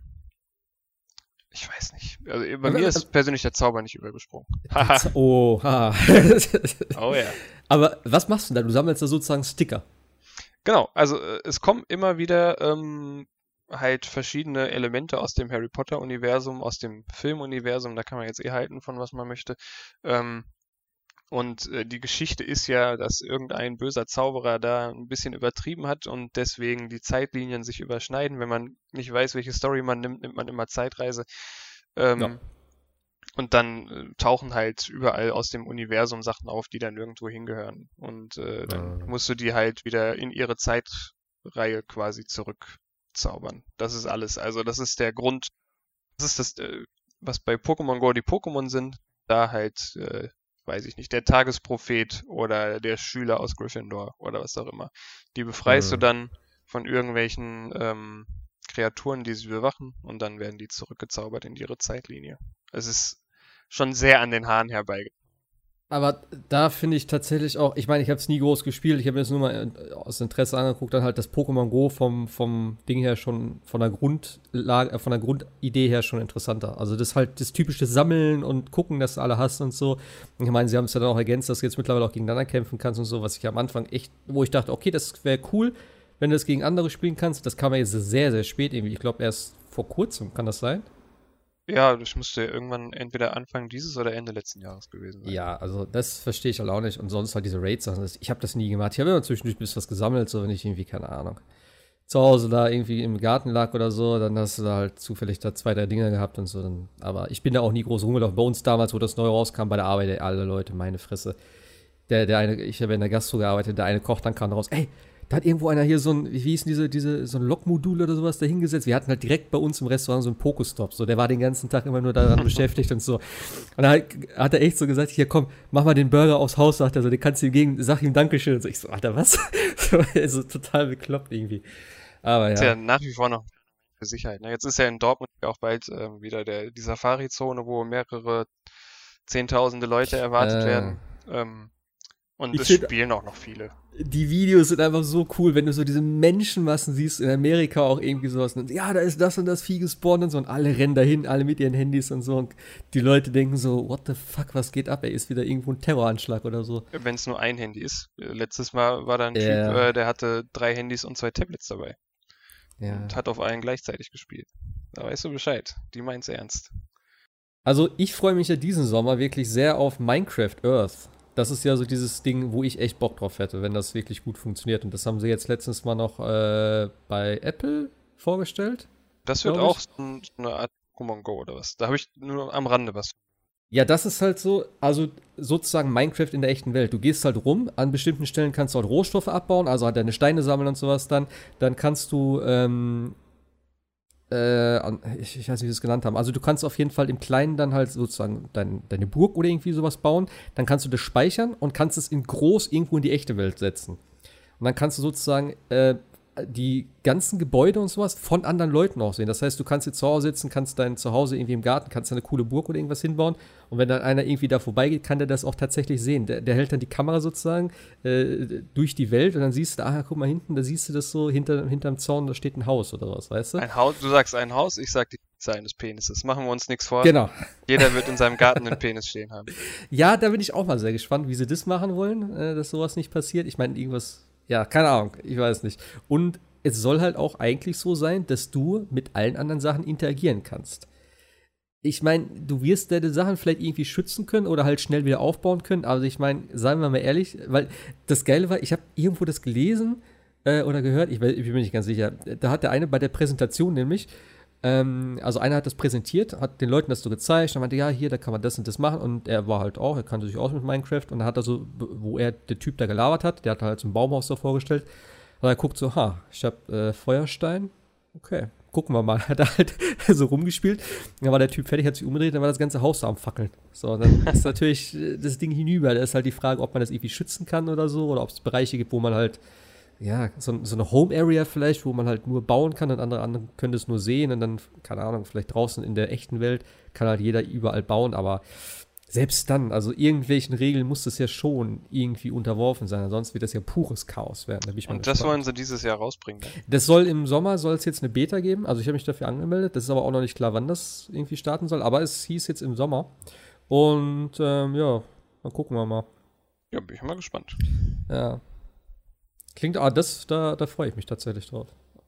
ich weiß nicht. Also bei Aber- mir ist persönlich der Zauber nicht übergesprungen. Oh, ha. Oh ja. Aber was machst du da? Du sammelst da sozusagen Sticker. Genau, also äh, es kommen immer wieder ähm, halt verschiedene Elemente aus dem Harry Potter Universum, aus dem Filmuniversum, da kann man jetzt eh halten von was man möchte. Ähm, und äh, die Geschichte ist ja, dass irgendein böser Zauberer da ein bisschen übertrieben hat und deswegen die Zeitlinien sich überschneiden. Wenn man nicht weiß, welche Story man nimmt, nimmt man immer Zeitreise. Ähm, Ja. Und dann äh, tauchen halt überall aus dem Universum Sachen auf, die dann nirgendwo hingehören. Und äh, dann Ah. musst du die halt wieder in ihre Zeitreihe quasi zurückzaubern. Das ist alles. Also das ist der Grund. Das ist das, äh, was bei Pokémon Go die Pokémon sind, da halt, äh, weiß ich nicht, der Tagesprophet oder der Schüler aus Gryffindor oder was auch immer. Die befreist Mhm. du dann von irgendwelchen ähm, Kreaturen, die sie bewachen, und dann werden die zurückgezaubert in ihre Zeitlinie. Es ist schon sehr an den Haaren herbei. Aber da finde ich tatsächlich auch, ich meine, ich habe es nie groß gespielt, ich habe mir das nur mal äh, aus Interesse angeguckt, dann halt das Pokémon Go vom, vom Ding her schon, von der Grundlage, äh, von der Grundidee her schon interessanter. Also das ist halt das typische Sammeln und gucken, dass du alle hast und so. Und ich meine, sie haben es ja dann auch ergänzt, dass du jetzt mittlerweile auch gegeneinander kämpfen kannst und so, was ich am Anfang echt, wo ich dachte, okay, das wäre cool, wenn du das gegen andere spielen kannst. Das kam ja jetzt sehr, sehr spät irgendwie. Ich glaube erst vor kurzem, kann das sein? Ja, das müsste irgendwann entweder Anfang dieses oder Ende letzten Jahres gewesen sein. Ja, also das verstehe ich halt auch nicht. Und sonst halt diese Raid-Sachen. das- Ich habe das nie gemacht. Ich habe immer zwischendurch ein bisschen was gesammelt, so wenn ich irgendwie, keine Ahnung, zu Hause da irgendwie im Garten lag oder so, dann hast du da halt zufällig da zwei, drei Dinger gehabt und so. Dann, aber ich bin da auch nie groß rumgelaufen. Bei uns damals, wo das neu rauskam, bei der Arbeit, ey, alle Leute, meine Fresse. Der, der eine, ich habe in der Gastro gearbeitet, der eine Koch, dann kam raus, ey, da hat irgendwo einer hier so ein, wie hieß denn diese, diese, so ein Lokmodul oder sowas da hingesetzt. Wir hatten halt direkt bei uns im Restaurant so einen Pokestop. So, der war den ganzen Tag immer nur daran beschäftigt und so. Und dann hat, hat er echt so gesagt, hier komm, mach mal den Burger aufs Haus, sagt er so, den kannst du ihm gegen, sag ihm Dankeschön. Und so, ich so, Alter, was? so, also total bekloppt irgendwie. Aber Ist ja. ja nach wie vor noch für Sicherheit. Ne? Jetzt ist ja in Dortmund auch bald ähm, wieder der, die Safari-Zone, wo mehrere Zehntausende Leute erwartet Äh. werden. Ähm, und Ich es find- spielen auch noch viele. Die Videos sind einfach so cool, wenn du so diese Menschenmassen siehst, in Amerika auch irgendwie sowas. Und ja, da ist das und das Vieh gespawnt und so. Und alle rennen dahin, alle mit ihren Handys und so. Und die Leute denken so, what the fuck, was geht ab? Ey, ist wieder irgendwo ein Terroranschlag oder so. Wenn es nur ein Handy ist. Äh, Letztes Mal war da ein Ja. Typ, äh, der hatte drei Handys und zwei Tablets dabei. Ja. Und hat auf allen gleichzeitig gespielt. Da weißt du Bescheid. Die meint's ernst. Also ich freue mich ja diesen Sommer wirklich sehr auf Minecraft Earth. Das ist ja so dieses Ding, wo ich echt Bock drauf hätte, wenn das wirklich gut funktioniert. Und das haben sie jetzt letztens mal noch äh, bei Apple vorgestellt. Das wird Glaub auch ich. so ein- so eine Art Pokémon Go oder was. Da habe ich nur am Rande was. Ja, das ist halt so, also sozusagen Minecraft in der echten Welt. Du gehst halt rum, an bestimmten Stellen kannst du halt Rohstoffe abbauen, also halt deine Steine sammeln und sowas dann. Dann kannst du, ähm, äh, an- ich, ich weiß nicht, wie sie es genannt haben. Also du kannst auf jeden Fall im Kleinen dann halt sozusagen dein, deine Burg oder irgendwie sowas bauen. Dann kannst du das speichern und kannst es in groß irgendwo in die echte Welt setzen. Und dann kannst du sozusagen äh, die ganzen Gebäude und sowas von anderen Leuten auch sehen. Das heißt, du kannst jetzt zu Hause sitzen, kannst dein Zuhause irgendwie im Garten, kannst eine coole Burg oder irgendwas hinbauen. Und wenn dann einer irgendwie da vorbeigeht, kann der das auch tatsächlich sehen. Der, der hält dann die Kamera sozusagen äh, durch die Welt und dann siehst du, ah, guck mal hinten, da siehst du das so, hinter, hinterm Zaun, da steht ein Haus oder was, weißt du? Ein Haus, du sagst ein Haus, ich sag die Zahl eines Penises. Machen wir uns nichts vor. Genau. Jeder wird in seinem Garten einen Penis stehen haben. Ja, da bin ich auch mal sehr gespannt, wie sie das machen wollen, äh, dass sowas nicht passiert. Ich meine, irgendwas, ja, keine Ahnung, ich weiß nicht. Und es soll halt auch eigentlich so sein, dass du mit allen anderen Sachen interagieren kannst. Ich meine, du wirst deine Sachen vielleicht irgendwie schützen können oder halt schnell wieder aufbauen können, aber ich meine, seien wir mal ehrlich, weil das Geile war, ich habe irgendwo das gelesen äh, oder gehört, ich, weiß- ich bin mir nicht ganz sicher, da hat der eine bei der Präsentation nämlich, ähm, also einer hat das präsentiert, hat den Leuten das so gezeigt, und meinte, ja, hier, da kann man das und das machen, und er war halt auch, er kannte sich aus mit Minecraft, und dann hat er so, wo er, der Typ da gelabert hat, der hat halt so ein Baumhaus so vorgestellt, und er guckt so, ha, ich hab äh, Feuerstein, okay, gucken wir mal. Hat er halt so rumgespielt. Dann war der Typ fertig, hat sich umgedreht, dann war das ganze Haus da am Fackeln. So, dann ist natürlich äh, das Ding hinüber. Da ist halt die Frage, ob man das irgendwie schützen kann oder so, oder ob es Bereiche gibt, wo man halt, ja, so, so eine Home-Area vielleicht, wo man halt nur bauen kann und andere, andere können das nur sehen und dann, keine Ahnung, vielleicht draußen in der echten Welt kann halt jeder überall bauen, aber selbst dann, also irgendwelchen Regeln muss das ja schon irgendwie unterworfen sein, ansonsten wird das ja pures Chaos werden. Da bin ich mal Und das gespannt. wollen sie dieses Jahr rausbringen. Ne? Das soll im Sommer, soll es jetzt eine Beta geben, also ich habe mich dafür angemeldet, das ist aber auch noch nicht klar, wann das irgendwie starten soll, aber es hieß jetzt im Sommer und ähm, ja, dann gucken wir mal. Ja, bin ich mal gespannt. Ja. Klingt, ah, das, da, da freue ich mich tatsächlich drauf.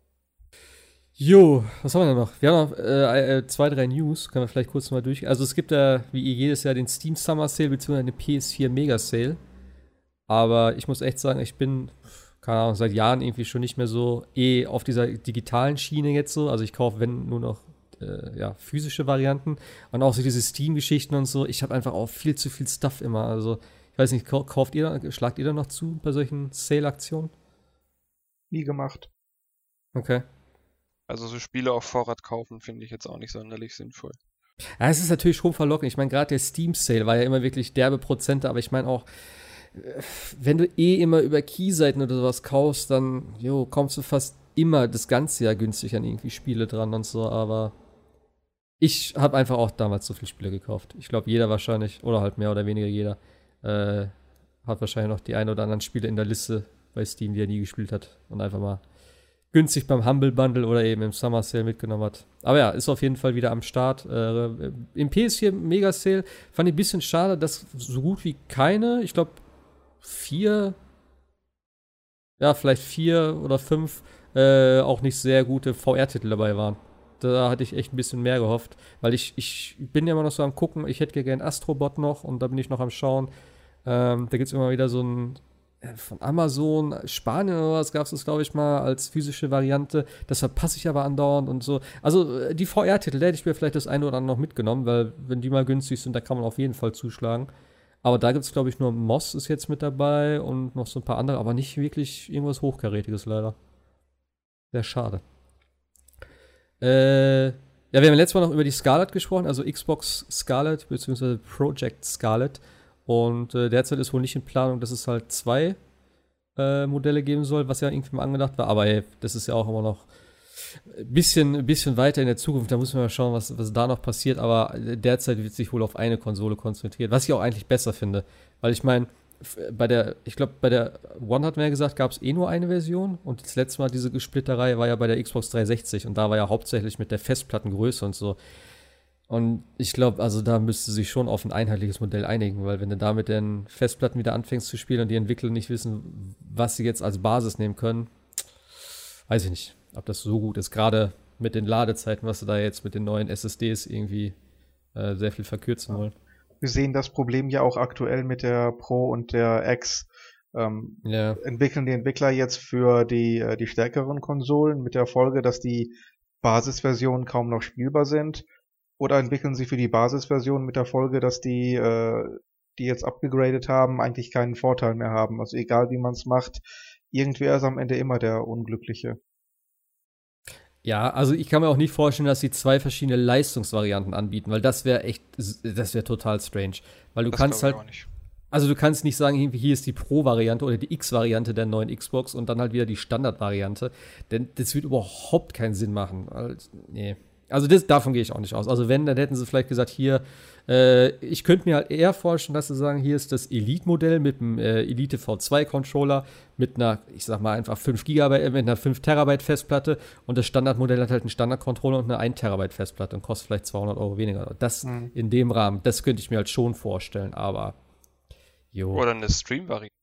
Jo, was haben wir denn noch? Wir haben noch äh, äh, zwei, drei News, können wir vielleicht kurz mal durch. Also es gibt ja, wie jedes Jahr, den Steam Summer Sale bzw. eine P S vier Mega Sale. Aber ich muss echt sagen, ich bin, keine Ahnung, seit Jahren irgendwie schon nicht mehr so eh auf dieser digitalen Schiene jetzt so. Also ich kaufe, wenn, nur noch äh, ja, physische Varianten. Und auch so diese Steam-Geschichten und so. Ich habe einfach auch viel zu viel Stuff immer. Also ich weiß nicht, kau- kauft ihr, schlagt ihr da noch zu bei solchen Sale-Aktionen? Nie gemacht. Okay. Also so Spiele auf Vorrat kaufen finde ich jetzt auch nicht sonderlich sinnvoll. Ja, es ist natürlich schon verlockend. Ich meine, gerade der Steam-Sale war ja immer wirklich derbe Prozente, aber ich meine auch, äh, wenn du eh immer über Keyseiten oder sowas kaufst, dann jo, kommst du fast immer das ganze Jahr günstig an irgendwie Spiele dran und so, aber ich habe einfach auch damals so viele Spiele gekauft. Ich glaube, jeder wahrscheinlich, oder halt mehr oder weniger jeder, äh, hat wahrscheinlich noch die ein oder anderen Spiele in der Liste bei Steam, die er nie gespielt hat und einfach mal günstig beim Humble Bundle oder eben im Summer Sale mitgenommen hat. Aber ja, ist auf jeden Fall wieder am Start. Äh, Im P S vier Mega Sale fand ich ein bisschen schade, dass so gut wie keine, ich glaube vier, ja, vielleicht vier oder fünf äh, auch nicht sehr gute V R-Titel dabei waren. Da hatte ich echt ein bisschen mehr gehofft, weil ich, ich bin ja immer noch so am gucken, ich hätte gerne Astrobot noch und da bin ich noch am schauen. Ähm, da gibt es immer wieder so ein äh, von Amazon, Spanien oder was gab es das, glaube ich, mal als physische Variante. Das verpasse ich aber andauernd und so. Also äh, die V R-Titel, da hätte ich mir vielleicht das eine oder andere noch mitgenommen, weil wenn die mal günstig sind, da kann man auf jeden Fall zuschlagen. Aber da gibt es, glaube ich, nur Moss ist jetzt mit dabei und noch so ein paar andere, aber nicht wirklich irgendwas Hochkarätiges leider. Sehr schade. Äh, ja, wir haben letztes Mal noch über die Scarlett gesprochen, also Xbox Scarlett bzw. Project Scarlett. Und äh, derzeit ist wohl nicht in Planung, dass es halt zwei äh, Modelle geben soll, was ja irgendwie mal angedacht war. Aber hey, das ist ja auch immer noch ein bisschen, bisschen weiter in der Zukunft. Da muss man mal schauen, was, was da noch passiert. Aber derzeit wird sich wohl auf eine Konsole konzentriert, was ich auch eigentlich besser finde. Weil ich meine, bei der, ich glaube, bei der One hat man ja gesagt, gab es eh nur eine Version. Und das letzte Mal diese Gesplitterei war ja bei der Xbox dreihundertsechzig. Und da war ja hauptsächlich mit der Festplattengröße und so. Und ich glaube, also da müsste sich schon auf ein einheitliches Modell einigen, weil wenn du da mit den Festplatten wieder anfängst zu spielen und die Entwickler nicht wissen, was sie jetzt als Basis nehmen können, weiß ich nicht, ob das so gut ist. Gerade mit den Ladezeiten, was sie da jetzt mit den neuen S S Ds irgendwie äh, sehr viel verkürzen wollen. Wir sehen das Problem ja auch aktuell mit der Pro und der X. Ähm, ja. Entwickeln die Entwickler jetzt für die, äh, die stärkeren Konsolen mit der Folge, dass die Basisversionen kaum noch spielbar sind? Oder entwickeln sie für die Basisversion mit der Folge, dass die, äh, die jetzt abgegradet haben, eigentlich keinen Vorteil mehr haben? Also egal wie man es macht, irgendwer ist am Ende immer der Unglückliche. Ja, also ich kann mir auch nicht vorstellen, dass sie zwei verschiedene Leistungsvarianten anbieten, weil das wäre echt, das wäre total strange. Weil du Das kannst glaub ich halt, auch nicht. also du kannst nicht sagen, irgendwie hier ist die Pro-Variante oder die X-Variante der neuen Xbox und dann halt wieder die Standard-Variante, denn das wird überhaupt keinen Sinn machen. Also, nee. Also das, davon gehe ich auch nicht aus. Also wenn, dann hätten sie vielleicht gesagt, hier, äh, ich könnte mir halt eher vorstellen, dass sie sagen, hier ist das Elite-Modell mit dem äh, Elite V zwei Controller mit einer, ich sag mal einfach fünf Gigabyte, äh, mit einer fünf Terabyte Festplatte und das Standardmodell hat halt einen Standard-Controller und eine ein Terabyte Festplatte und kostet vielleicht zweihundert Euro weniger. Das mhm. in dem Rahmen, das könnte ich mir halt schon vorstellen, aber jo. Oder eine Stream-Variante.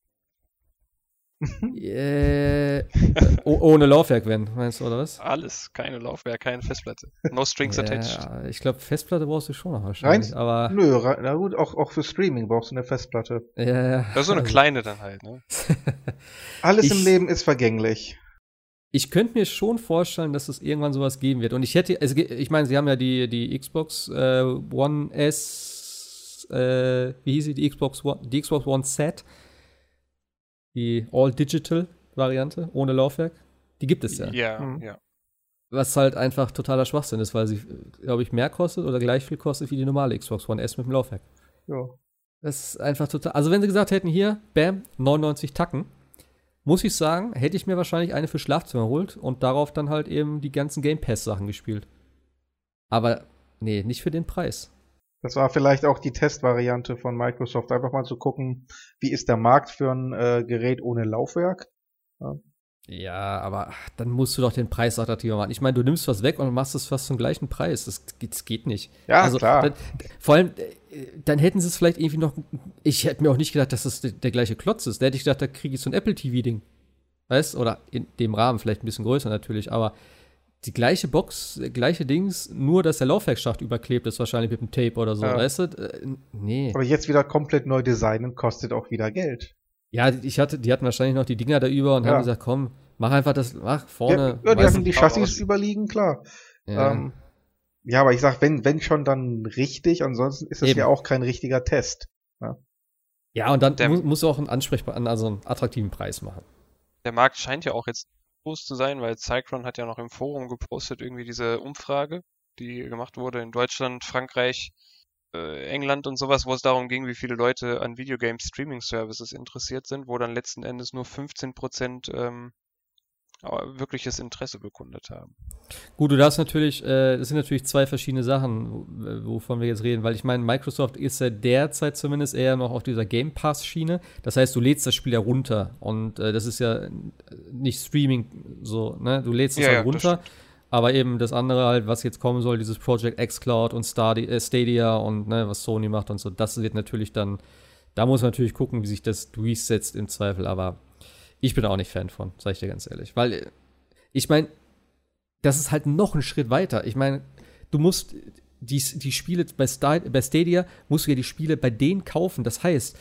äh, oh, ohne Laufwerk, wenn, meinst du, oder was? Alles, keine Laufwerk, keine Festplatte. No strings ja, attached. Ich glaube, Festplatte brauchst du schon noch wahrscheinlich. Rein, aber nö, rein, na gut, auch, auch für Streaming brauchst du eine Festplatte. Ja, ja. Das ist so eine also. kleine dann halt, ne? Alles ich, im Leben ist vergänglich. Ich könnte mir schon vorstellen, dass es irgendwann sowas geben wird. Und ich hätte, also ich meine, sie haben ja die, die Xbox äh, One S, äh, wie hieß sie, die Xbox One, die Xbox One Z. Die All-Digital-Variante ohne Laufwerk, die gibt es ja. Ja, mhm. ja. Was halt einfach totaler Schwachsinn ist, weil sie, glaube ich, mehr kostet oder gleich viel kostet wie die normale Xbox One S mit dem Laufwerk. Ja. Das ist einfach total. Also, wenn sie gesagt hätten, hier, bam, neunundneunzig Tacken, muss ich sagen, hätte ich mir wahrscheinlich eine für Schlafzimmer geholt und darauf dann halt eben die ganzen Game Pass-Sachen gespielt. Aber, nee, nicht für den Preis. Das war vielleicht auch die Testvariante von Microsoft, einfach mal zu gucken, wie ist der Markt für ein äh, Gerät ohne Laufwerk. Ja. Ja, aber ach, dann musst du doch den Preis attraktiver machen. Ich meine, du nimmst was weg und machst es fast zum gleichen Preis. Das, das geht nicht. Ja, also, klar. Dann, vor allem, dann hätten sie es vielleicht irgendwie noch. Ich hätte mir auch nicht gedacht, dass das der, der gleiche Klotz ist. Da hätte ich gedacht, da kriege ich so ein Apple T V-Ding. Weißt? Oder in dem Rahmen vielleicht ein bisschen größer natürlich, aber die gleiche Box, gleiche Dings, nur dass der Laufwerksschacht überklebt ist, wahrscheinlich mit dem Tape oder so, ja. Weißt du? Äh, nee. Aber jetzt wieder komplett neu designen kostet auch wieder Geld. Ja, ich hatte, die hatten wahrscheinlich noch die Dinger da über und ja. haben gesagt, komm, mach einfach das, mach vorne. Ja, ja die hatten die Chassis überliegen, klar. Ja. Ähm, ja, aber ich sag, wenn, wenn schon, dann richtig, ansonsten ist es ja auch kein richtiger Test. Ja, ja und dann mu- musst du auch einen ansprechbaren, also einen attraktiven Preis machen. Der Markt scheint ja auch jetzt groß zu sein, weil Cycron hat ja noch im Forum gepostet, irgendwie diese Umfrage, die gemacht wurde in Deutschland, Frankreich, äh, England und sowas, wo es darum ging, wie viele Leute an Videogame-Streaming-Services interessiert sind, wo dann letzten Endes nur fünfzehn Prozent ähm, wirkliches Interesse bekundet haben. Gut, du darfst natürlich, äh, das sind natürlich zwei verschiedene Sachen, wo- wovon wir jetzt reden, weil ich meine, Microsoft ist ja derzeit zumindest eher noch auf dieser Game Pass-Schiene. Das heißt, du lädst das Spiel ja runter und äh, das ist ja nicht Streaming so, ne? Du lädst es Ja, halt ja, das runter, aber eben das andere halt, was jetzt kommen soll, dieses Project xCloud und Stadi- äh, Stadia und ne, was Sony macht und so, das wird natürlich dann, da muss man natürlich gucken, wie sich das durchsetzt im Zweifel, aber ich bin auch nicht Fan von, sag ich dir ganz ehrlich. Weil, äh, ich meine, das ist halt noch ein Schritt weiter. Ich meine, du musst die, die Spiele bei, Sta- bei Stadia, musst du ja die Spiele bei denen kaufen. Das heißt,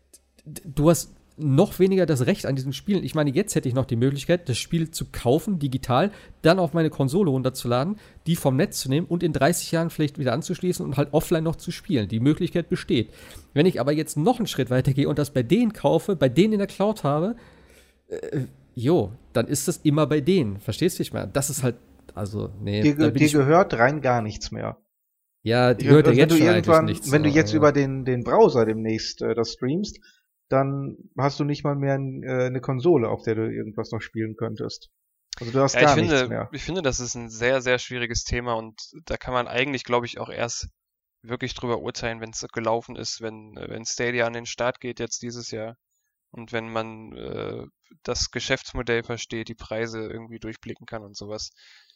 d- du hast noch weniger das Recht an diesen Spielen. Ich meine, jetzt hätte ich noch die Möglichkeit, das Spiel zu kaufen, digital, dann auf meine Konsole runterzuladen, die vom Netz zu nehmen und in dreißig Jahren vielleicht wieder anzuschließen und halt offline noch zu spielen. Die Möglichkeit besteht. Wenn ich aber jetzt noch einen Schritt weiter gehe und das bei denen kaufe, bei denen in der Cloud habe, äh, jo, dann ist das immer bei denen. Verstehst du mich mal? Das ist halt, also, nee. Dir, da ge- bin dir ich, gehört rein gar nichts mehr. ja, die gehört ja wenn jetzt du schon eigentlich irgendwann, nichts. wenn du jetzt also. über den, den Browser demnächst äh, das streamst, dann hast du nicht mal mehr n, äh, eine Konsole, auf der du irgendwas noch spielen könntest. Also du hast Ja, ich gar nichts finde, mehr. ich finde, das ist ein sehr, sehr schwieriges Thema und da kann man eigentlich, glaube ich, auch erst wirklich drüber urteilen, wenn es gelaufen ist, wenn, äh, wenn Stadia an den Start geht jetzt dieses Jahr und wenn man äh, das Geschäftsmodell versteht, die Preise irgendwie durchblicken kann und sowas.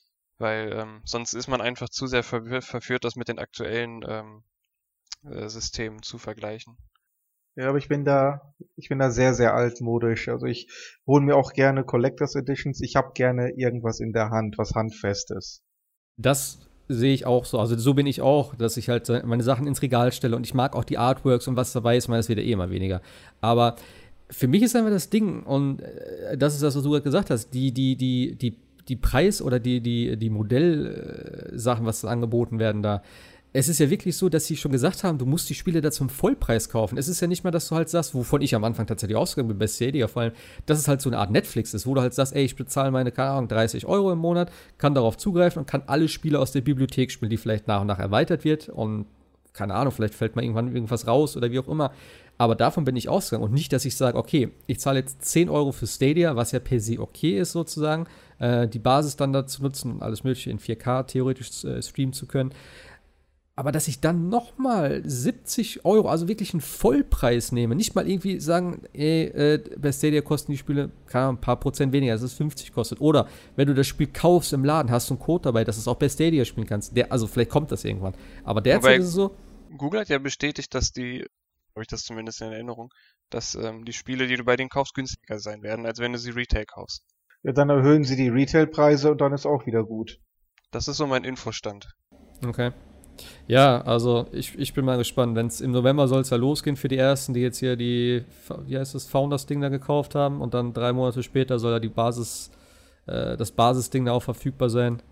Weil ähm, sonst ist man einfach zu sehr verwir- verführt, das mit den aktuellen ähm, äh, Systemen zu vergleichen. Ja, aber ich bin da, ich bin da sehr, sehr altmodisch. Also ich hole mir auch gerne Collectors Editions. Ich habe gerne irgendwas in der Hand, was handfest ist. Das sehe ich auch so. Also so bin ich auch, dass ich halt meine Sachen ins Regal stelle und ich mag auch die Artworks und was dabei ist, man ist wieder eh immer weniger. Aber für mich ist einfach das Ding, und äh, das ist das, was du gerade gesagt hast, die, die, die, die, die Preis- oder die, die, die Modellsachen, was angeboten werden da. Es ist ja wirklich so, dass sie schon gesagt haben, du musst die Spiele da zum Vollpreis kaufen. Es ist ja nicht mal, dass du halt sagst, wovon ich am Anfang tatsächlich ausgegangen bin bei Stadia, vor allem, dass es halt so eine Art Netflix ist, wo du halt sagst, ey, ich bezahle meine, keine Ahnung, dreißig Euro im Monat, kann darauf zugreifen und kann alle Spiele aus der Bibliothek spielen, die vielleicht nach und nach erweitert wird und keine Ahnung, vielleicht fällt mal irgendwann irgendwas raus oder wie auch immer. Aber davon bin ich ausgegangen und nicht, dass ich sage, okay, ich zahle jetzt zehn Euro für Stadia, was ja per se okay ist sozusagen, äh, die Basis dann da zu nutzen und alles mögliche in vier K theoretisch äh, streamen zu können. Aber dass ich dann nochmal siebzig Euro, also wirklich einen Vollpreis nehme, nicht mal irgendwie sagen, ey, äh, bei Stadia kosten die Spiele, keine Ahnung, ein paar Prozent weniger, dass es fünfzig kostet. Oder wenn du das Spiel kaufst im Laden, hast du einen Code dabei, dass du es auch bei Stadia spielen kannst. Der, also vielleicht kommt das irgendwann. Aber derzeit Wobei- ist es so, Google hat ja bestätigt, dass die, habe ich das zumindest in Erinnerung, dass ähm, die Spiele, die du bei denen kaufst, günstiger sein werden, als wenn du sie Retail kaufst. Ja, dann erhöhen sie die Retailpreise und dann ist auch wieder gut. Das ist so mein Infostand. okay. Ja, also ich, ich bin mal gespannt. Wenn's im November soll es ja losgehen für die ersten, die jetzt hier die, wie heißt das, Founders-Ding da gekauft haben und dann drei Monate später soll ja die Basis, äh, das Basisding da auch verfügbar sein.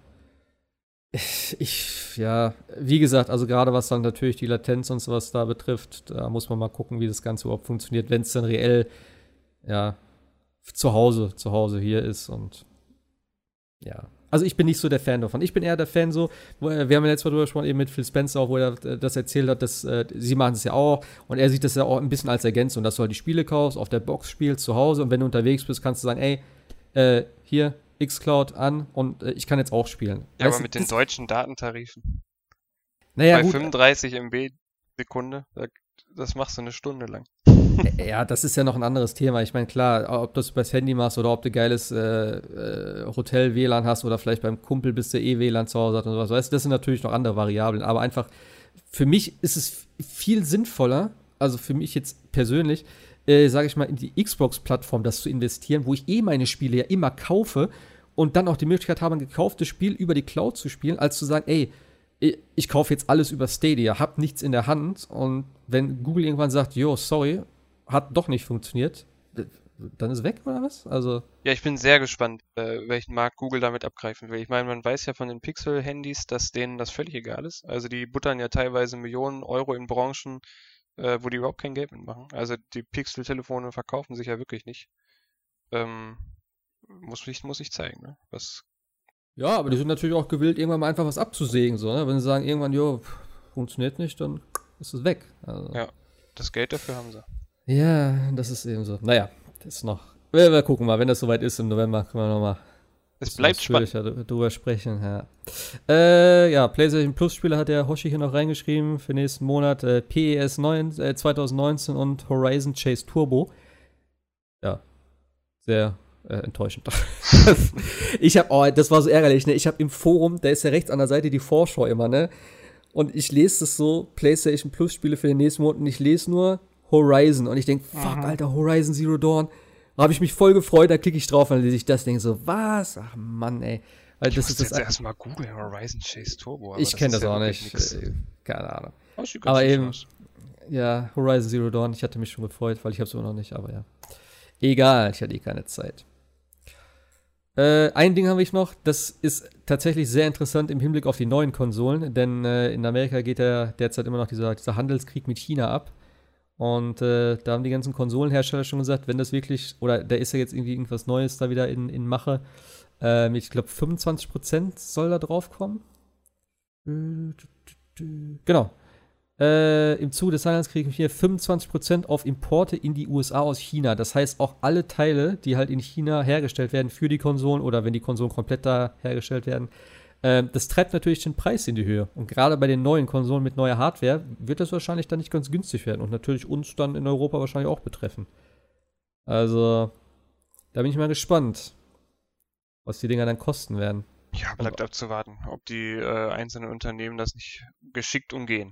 Ich, ja, wie gesagt, also gerade was dann natürlich die Latenz und sowas da betrifft, da muss man mal gucken, wie das Ganze überhaupt funktioniert, wenn es dann reell, ja, zu Hause, zu Hause hier ist und ja. Also ich bin nicht so der Fan davon. Ich bin eher der Fan so, wo, wir haben ja letztes Mal drüber gesprochen, eben mit Phil Spencer auch, wo er äh, das erzählt hat, dass äh, sie machen es ja auch und er sieht das ja auch ein bisschen als Ergänzung, dass du halt die Spiele kaufst, auf der Box spielst, zu Hause und wenn du unterwegs bist, kannst du sagen, ey, äh, hier, xCloud an und äh, ich kann jetzt auch spielen. Ja, Weißt aber du, mit den das- deutschen Datentarifen. Naja, Bei gut, fünfunddreißig Megabyte Sekunde, da, das machst du eine Stunde lang. ja, das ist ja noch ein anderes Thema. Ich meine, klar, ob du es übers Handy machst oder ob du geiles äh, äh, Hotel-W L A N hast oder vielleicht beim Kumpel bist, der eh W L A N zu Hause hat und sowas. Weißt du, das sind natürlich noch andere Variablen. Aber einfach, für mich ist es viel sinnvoller, also für mich jetzt persönlich, äh, sage ich mal, in die Xbox-Plattform das zu investieren, wo ich eh meine Spiele ja immer kaufe und dann auch die Möglichkeit habe, ein gekauftes Spiel über die Cloud zu spielen, als zu sagen, ey, ich, ich kaufe jetzt alles über Stadia, hab nichts in der Hand und wenn Google irgendwann sagt, yo, sorry, hat doch nicht funktioniert, dann ist weg, oder was? Also, Ja, ich bin sehr gespannt, äh, welchen Markt Google damit abgreifen will. Ich meine, man weiß ja von den Pixel-Handys, dass denen das völlig egal ist. Also die buttern ja teilweise Millionen Euro in Branchen, äh, wo die überhaupt kein Geld mitmachen. Also die Pixel-Telefone verkaufen sich ja wirklich nicht. Ähm, muss ich, muss ich zeigen, ne? Was Ja, aber die sind natürlich auch gewillt, irgendwann mal einfach was abzusägen. So, ne? Wenn sie sagen, irgendwann, jo, funktioniert nicht, dann ist es weg. Also, Ja, das Geld dafür haben sie. ja, das ist eben so. Naja, das ist noch. Wir, wir gucken mal, wenn das soweit ist im November, können wir nochmal Es bleibt spannend. drüber sprechen. Ja, äh, ja PlayStation Plus Spiele hat der Hoshi hier noch reingeschrieben für nächsten Monat. Äh, P E S neun, äh, zwanzig neunzehn und Horizon Chase Turbo. Ja, sehr äh, enttäuschend. Ich habe, oh, das war so ärgerlich, ne? Ich habe im Forum, da ist ja rechts an der Seite die Vorschau immer, ne? Und ich lese das so, PlayStation Plus Spiele für den nächsten Monat und ich lese nur Horizon und ich denke, fuck, Alter, Horizon Zero Dawn. Da habe ich mich voll gefreut, da klicke ich drauf und dann lese ich das, denke so, was? Ach Mann, ey. Weil Ich das muss ist das jetzt erstmal googeln, Horizon Chase Turbo. aber ich kenne ist das ja auch wirklich nicht. nix. Äh, Keine Ahnung. Oh, sieht ganz Aber süß eben, aus. ja, Horizon Zero Dawn, ich hatte mich schon gefreut, weil ich habe es immer noch nicht, aber ja. Egal, ich hatte eh keine Zeit. Äh, ein Ding habe ich noch, das ist tatsächlich sehr interessant im Hinblick auf die neuen Konsolen, denn äh, in Amerika geht ja derzeit immer noch dieser, dieser Handelskrieg mit China ab. Und äh, da haben die ganzen Konsolenhersteller schon gesagt, wenn das wirklich, oder da ist ja jetzt irgendwie irgendwas Neues da wieder in, in Mache, äh, mit, ich glaube, fünfundzwanzig Prozent soll da drauf kommen. Genau. Äh, im Zuge des Handelskriegs hier fünfundzwanzig Prozent auf Importe in die U S A aus China. Das heißt, auch alle Teile, die halt in China hergestellt werden für die Konsolen oder wenn die Konsolen komplett da hergestellt werden, äh, das treibt natürlich den Preis in die Höhe. Und gerade bei den neuen Konsolen mit neuer Hardware wird das wahrscheinlich dann nicht ganz günstig werden und natürlich uns dann in Europa wahrscheinlich auch betreffen. Also, da bin ich mal gespannt, was die Dinger dann kosten werden. Ja, bleibt abzuwarten, ob die äh, einzelnen Unternehmen das nicht geschickt umgehen.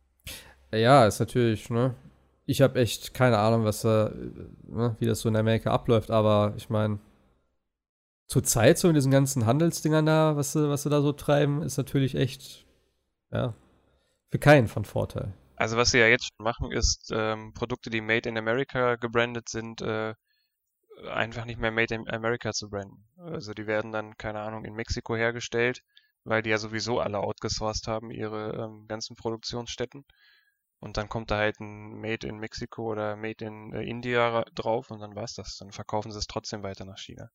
Ja, ist natürlich, ne? Ich habe echt keine Ahnung, was da, ne, wie das so in Amerika abläuft, aber ich meine, zur Zeit so mit diesen ganzen Handelsdingern da, was sie, was sie da so treiben, ist natürlich echt, ja, für keinen von Vorteil. Also was sie ja jetzt schon machen, ist ähm, Produkte, die Made in America gebrandet sind, äh, einfach nicht mehr Made in America zu branden. Also die werden dann, keine Ahnung, in Mexiko hergestellt, weil die ja sowieso alle outgesourced haben, ihre ähm, ganzen Produktionsstätten. Und dann kommt da halt ein Made in Mexiko oder Made in äh, India ra- drauf und dann war's das. Dann verkaufen sie es trotzdem weiter nach China.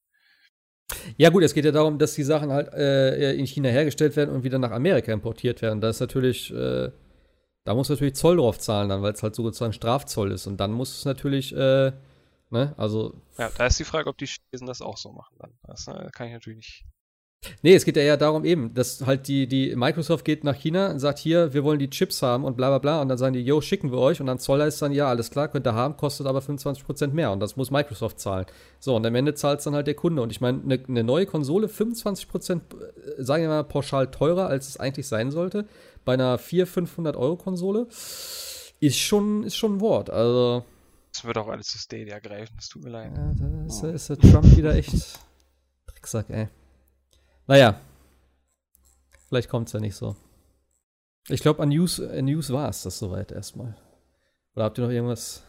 Ja gut, es geht ja darum, dass die Sachen halt äh, in China hergestellt werden und wieder nach Amerika importiert werden. Da ist natürlich, äh, da muss natürlich Zoll drauf zahlen dann, weil es halt sozusagen Strafzoll ist. Und dann muss es natürlich, äh, ne, also Ja, da ist die Frage, ob die Chinesen das auch so machen dann. Das äh, kann ich natürlich nicht. nee, es geht ja eher darum eben, dass halt die, die Microsoft geht nach China und sagt, hier, wir wollen die Chips haben und bla bla bla und dann sagen die, yo, schicken wir euch und dann Zoll heißt dann, ja, alles klar, könnt ihr haben, kostet aber fünfundzwanzig Prozent mehr und das muss Microsoft zahlen. So, und am Ende zahlt es dann halt der Kunde und ich meine, eine ne neue Konsole fünfundzwanzig Prozent, äh, sagen wir mal, pauschal teurer, als es eigentlich sein sollte, bei einer vierhundert, fünfhundert Euro Konsole, ist schon, ist schon ein Wort, also Das wird auch alles zu Stadia greifen, das tut mir leid. ja, da ist, ist der Trump wieder echt Drecksack, ey. Naja, vielleicht kommt es ja nicht so. Ich glaube, an News, an News war es das soweit erstmal. Oder habt ihr noch irgendwas?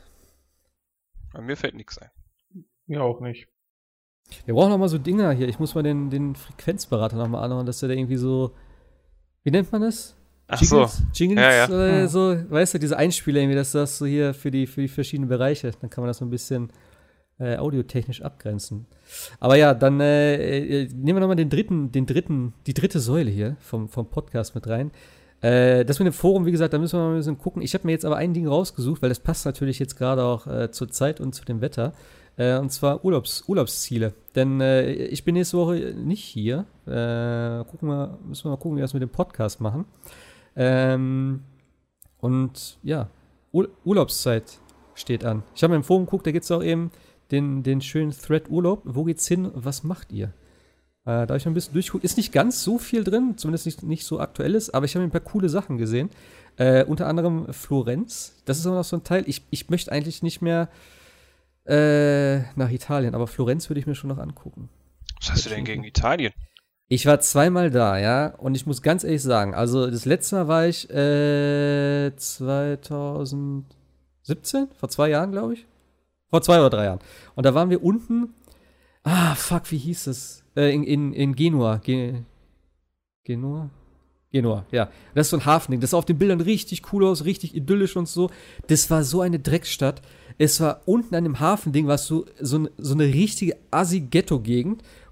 Bei mir fällt nichts ein. Ja, auch nicht. Wir brauchen noch mal so Dinger hier. Ich muss mal den, den Frequenzberater noch mal anhauen, dass der da irgendwie so, wie nennt man das? Ach Jingles, so. Jingles, Ja, ja. Äh, Mhm. so, weißt du, diese Einspieler irgendwie, dass das so hier für die, für die verschiedenen Bereiche, dann kann man das so ein bisschen äh, audiotechnisch abgrenzen. Aber ja, dann äh, äh, nehmen wir noch mal den dritten, den dritten, die dritte Säule hier vom, vom Podcast mit rein. Äh, das mit dem Forum, wie gesagt, da müssen wir mal ein bisschen gucken. Ich habe mir jetzt aber ein Ding rausgesucht, weil das passt natürlich jetzt gerade auch äh, zur Zeit und zu dem Wetter. Äh, und zwar Urlaubs, Urlaubsziele. Denn äh, ich bin nächste Woche nicht hier. Äh, gucken wir, müssen wir mal gucken, wie wir das mit dem Podcast machen. Ähm, und ja, Ur- Urlaubszeit steht an. Ich habe mir im Forum geguckt, da gibt es auch eben den, den schönen Thread Urlaub. Wo geht's hin? Was macht ihr? Äh, da habe ich mal ein bisschen durchgeguckt. Ist nicht ganz so viel drin, zumindest nicht, nicht so aktuelles, aber ich habe ein paar coole Sachen gesehen. Äh, unter anderem Florenz. Das ist immer noch so ein Teil. Ich, ich möchte eigentlich nicht mehr äh, nach Italien, aber Florenz würde ich mir schon noch angucken. Was hast du denn gegen Italien? Ich war zweimal da, ja, und ich muss ganz ehrlich sagen, also das letzte Mal war ich äh, zwanzig siebzehn, vor zwei Jahren, glaube ich. Vor zwei oder drei Jahren. Und da waren wir unten, ah, fuck, wie hieß es? Äh, in, in, in Genua. Ge- Genua? Genua, ja. Das ist so ein Hafending. Das sah auf den Bildern richtig cool aus, richtig idyllisch und so. Das war so eine Drecksstadt. Es war unten an dem Hafending, war so, so, so eine richtige Assi-Ghetto-Gegend.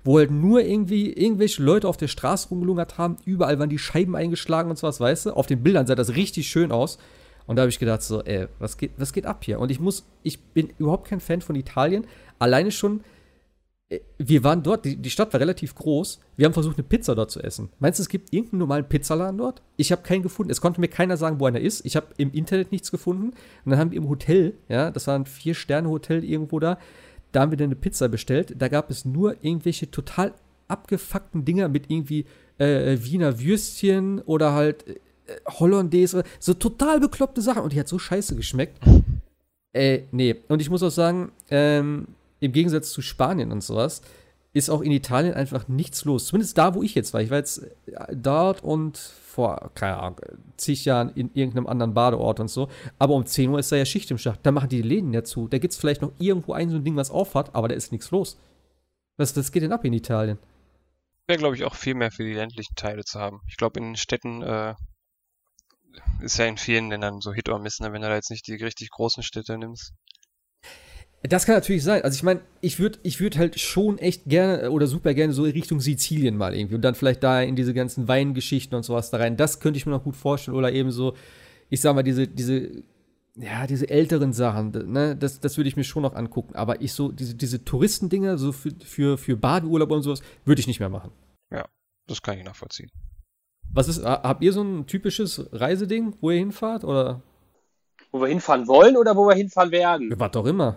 wo halt nur irgendwie irgendwelche Leute auf der Straße rumgelungert haben, überall waren die Scheiben eingeschlagen und sowas, weißt du? Auf den Bildern sah das richtig schön aus. Und da habe ich gedacht so, ey, was geht, was geht ab hier? Und ich muss, ich bin überhaupt kein Fan von Italien. Alleine schon, äh, wir waren dort, die, die Stadt war relativ groß. Wir haben versucht, eine Pizza dort zu essen. Meinst du, es gibt irgendeinen normalen Pizzaladen dort? Ich habe keinen gefunden. Es konnte mir keiner sagen, wo einer ist. Ich habe im Internet nichts gefunden. Und dann haben wir im Hotel, ja, das war ein Vier-Sterne-Hotel irgendwo da, da haben wir dann eine Pizza bestellt. Da gab es nur irgendwelche total abgefuckten Dinger mit irgendwie äh, Wiener Würstchen oder halt äh, Hollandaise, so total bekloppte Sachen. Und die hat so scheiße geschmeckt. Äh, nee. Und ich muss auch sagen, ähm, im Gegensatz zu Spanien und sowas, ist auch in Italien einfach nichts los. Zumindest da, wo ich jetzt war. Ich war jetzt dort und vor, keine Ahnung, zig Jahren in irgendeinem anderen Badeort und so. Aber um zehn Uhr ist da ja Schicht im Schacht. Da machen die Läden ja zu. Da gibt es vielleicht noch irgendwo ein so ein Ding, was aufhat, aber da ist nichts los. Was, was geht denn ab in Italien? Wäre, glaube ich, auch viel mehr für die ländlichen Teile zu haben. Ich glaube, in den Städten äh, ist ja in vielen Ländern so Hit or Miss, ne, wenn du da jetzt nicht die richtig großen Städte nimmst. Das kann natürlich sein. Also ich meine, ich würde ich würd halt schon echt gerne oder super gerne so in Richtung Sizilien mal irgendwie und dann vielleicht da in diese ganzen Weingeschichten und sowas da rein. Das könnte ich mir noch gut vorstellen. Oder eben so, ich sag mal, diese, diese, ja, diese älteren Sachen, ne, das, das würde ich mir schon noch angucken. Aber ich so, diese, diese Touristendinger, so für, für, für Badeurlaub und sowas, würde ich nicht mehr machen. Ja, das kann ich nachvollziehen. Was ist, habt ihr so ein typisches Reiseding, wo ihr hinfahrt? Oder? Wo wir hinfahren wollen oder wo wir hinfahren werden? Was auch immer.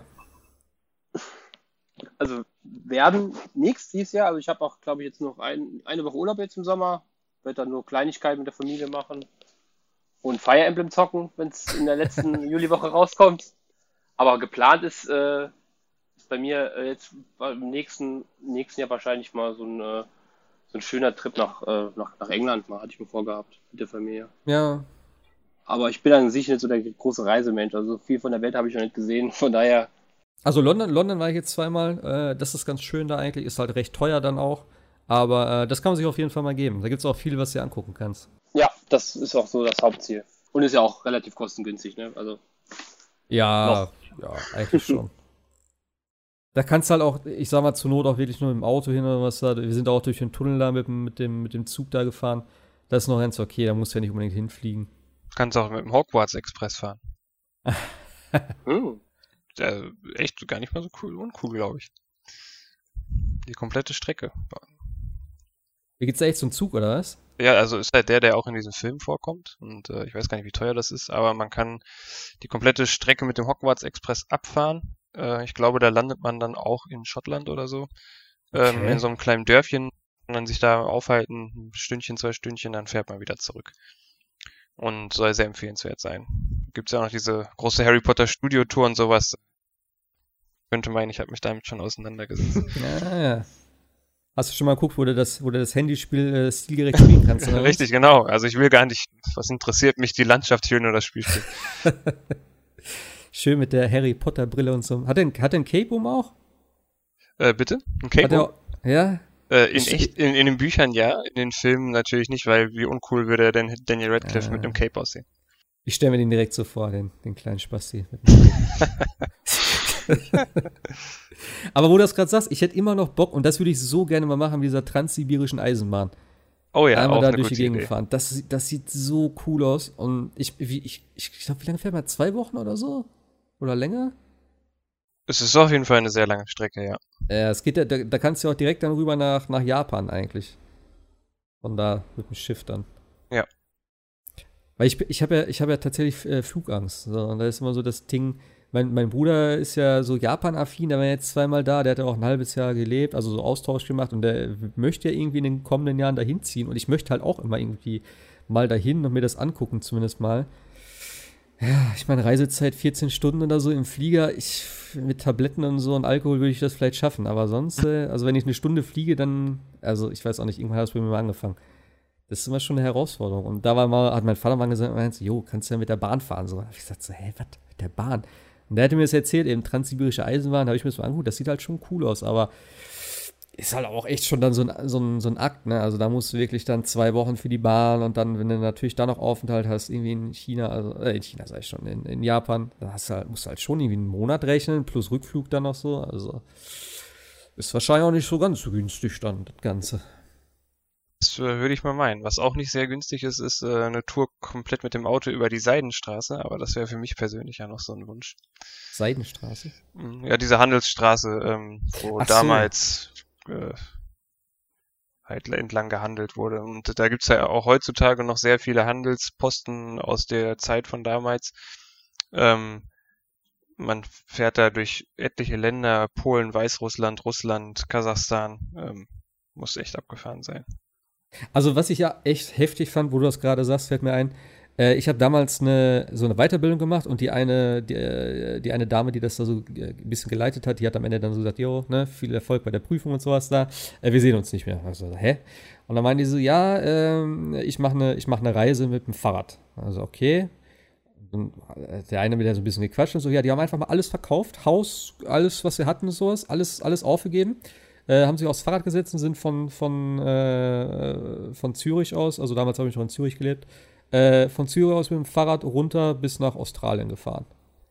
Also werden nichts dieses Jahr. Also ich habe auch, glaube ich, jetzt noch ein, eine Woche Urlaub jetzt im Sommer. Werde dann nur Kleinigkeiten mit der Familie machen. Und Fire Emblem zocken, wenn es in der letzten Juliwoche rauskommt. Aber geplant ist, äh, ist bei mir äh, jetzt im nächsten, nächsten Jahr wahrscheinlich mal so ein, äh, so ein schöner Trip nach, äh, nach, nach England. Mal hatte ich mir vorgehabt mit der Familie. Ja. Aber ich bin an sich nicht so der große Reisemensch. Also viel von der Welt habe ich noch nicht gesehen. Von daher. Also London, London war ich jetzt zweimal. Äh, das ist ganz schön da eigentlich. Ist halt recht teuer dann auch. Aber äh, das kann man sich auf jeden Fall mal geben. Da gibt es auch viel, was du dir angucken kannst. Ja, das ist auch so das Hauptziel. Und ist ja auch relativ kostengünstig, ne? Also. Ja, ja, eigentlich schon. Da kannst du halt auch, ich sag mal, zur Not auch wirklich nur mit dem Auto hin oder was da. Wir sind auch durch den Tunnel da mit, mit, dem, mit dem Zug da gefahren. Das ist noch ganz okay, da musst du ja nicht unbedingt hinfliegen. Du kannst auch mit dem Hogwarts Express fahren. hm. Ja, echt gar nicht mal so cool, uncool, glaube ich. Die komplette Strecke. Wie geht's da echt zum Zug, oder was? Ja, also ist halt der, der auch in diesem Film vorkommt. Und äh, ich weiß gar nicht, wie teuer das ist, aber man kann die komplette Strecke mit dem Hogwarts Express abfahren. Äh, ich glaube, da landet man dann auch in Schottland oder so. Ähm, Okay. in so einem kleinen Dörfchen und dann sich da aufhalten, ein Stündchen, zwei Stündchen, dann fährt man wieder zurück. Und soll sehr empfehlenswert sein. Gibt's ja auch noch diese große Harry Potter Studio Tour und sowas. Könnte meinen, ich habe mich damit schon auseinandergesetzt. Ja, ja. Hast du schon mal geguckt, wo du das, wo du das Handyspiel äh, stilgerecht spielen kannst? Oder was? Richtig, genau. Also ich will gar nicht, was interessiert mich die Landschaft hier, nur das Spielspiel. Schön mit der Harry Potter Brille und so. Hat er ein, hat er ein Cape um auch? Äh, bitte? Ein Cape? Hat er auch, ja? Äh, in, Ich- echt, in, in den Büchern ja, in den Filmen natürlich nicht, weil wie uncool würde denn Daniel Radcliffe Ah. mit einem Cape aussehen. Ich stelle mir den direkt so vor, den, den kleinen Spasti. Mit dem Cape. Aber wo du das gerade sagst, ich hätte immer noch Bock, und das würde ich so gerne mal machen, mit dieser transsibirischen Eisenbahn. Oh ja, Einmal auch da eine durch gute die Gegend Idee. fahren. Das, das sieht so cool aus. Und ich, wie, ich, ich glaube, wie lange fährt man? Zwei Wochen oder so? Oder länger? Es ist auf jeden Fall eine sehr lange Strecke, ja. Ja, es geht ja, da, da kannst du ja auch direkt dann rüber nach, nach Japan eigentlich. Von da mit dem Schiff dann. Ja. Weil ich, ich habe ja, ich hab ja tatsächlich äh, Flugangst. So, und da ist immer so das Ding, mein, mein Bruder ist ja so Japan-affin, der war jetzt zweimal da, der hat ja auch ein halbes Jahr gelebt, also so Austausch gemacht und der möchte ja irgendwie in den kommenden Jahren dahin ziehen und ich möchte halt auch immer irgendwie mal dahin und mir das angucken zumindest mal. Ja, ich meine, Reisezeit vierzehn Stunden oder so im Flieger, ich, mit Tabletten und so und Alkohol würde ich das vielleicht schaffen, aber sonst, äh, also wenn ich eine Stunde fliege, dann, also ich weiß auch nicht, irgendwann hat es bei mir mal angefangen. Das ist immer schon eine Herausforderung. Und da war mal, hat mein Vater mal gesagt, meinte, jo, kannst du ja mit der Bahn fahren? So, hab ich gesagt, so, hä, was, mit der Bahn? Und der hatte mir das erzählt, eben transsibirische Eisenbahn, habe ich mir das mal angeguckt, das sieht halt schon cool aus, aber ist halt auch echt schon dann so ein, so ein, so ein Akt, ne? Also da musst du wirklich dann zwei Wochen für die Bahn und dann, wenn du natürlich da noch Aufenthalt hast, irgendwie in China, also, äh, in China sag ich schon, in, in Japan, da hast du halt, musst du halt schon irgendwie einen Monat rechnen, plus Rückflug dann noch so, also Ist wahrscheinlich auch nicht so ganz so günstig dann, das Ganze. Das äh, würde ich mal meinen. Was auch nicht sehr günstig ist, ist äh, eine Tour komplett mit dem Auto über die Seidenstraße, aber das wäre für mich persönlich ja noch so ein Wunsch. Seidenstraße? Ja, diese Handelsstraße, ähm, wo Ach so. damals äh, halt entlang gehandelt wurde. Und da gibt's ja auch heutzutage noch sehr viele Handelsposten aus der Zeit von damals. Ähm, man fährt da durch etliche Länder, Polen, Weißrussland, Russland, Kasachstan. Ähm, muss echt abgefahren sein. Also, was ich ja echt heftig fand, wo du das gerade sagst, fällt mir ein, äh, ich habe damals eine, so eine Weiterbildung gemacht und die eine, die, äh, die eine Dame, die das da so äh, ein bisschen geleitet hat, die hat am Ende dann so gesagt, jo, ne, viel Erfolg bei der Prüfung und sowas da, äh, wir sehen uns nicht mehr. Also, hä? Und dann meinen die so, ja, ähm, ich mache eine ich mach ne Reise mit dem Fahrrad. Also, okay. Und der eine mit der so ein bisschen gequatscht und so, ja, die haben einfach mal alles verkauft, Haus, alles, was sie hatten und sowas, alles, alles aufgegeben. Äh, haben sich aufs Fahrrad gesetzt und sind von, von, äh, von Zürich aus, also damals habe ich noch in Zürich gelebt, äh, von Zürich aus mit dem Fahrrad runter bis nach Australien gefahren.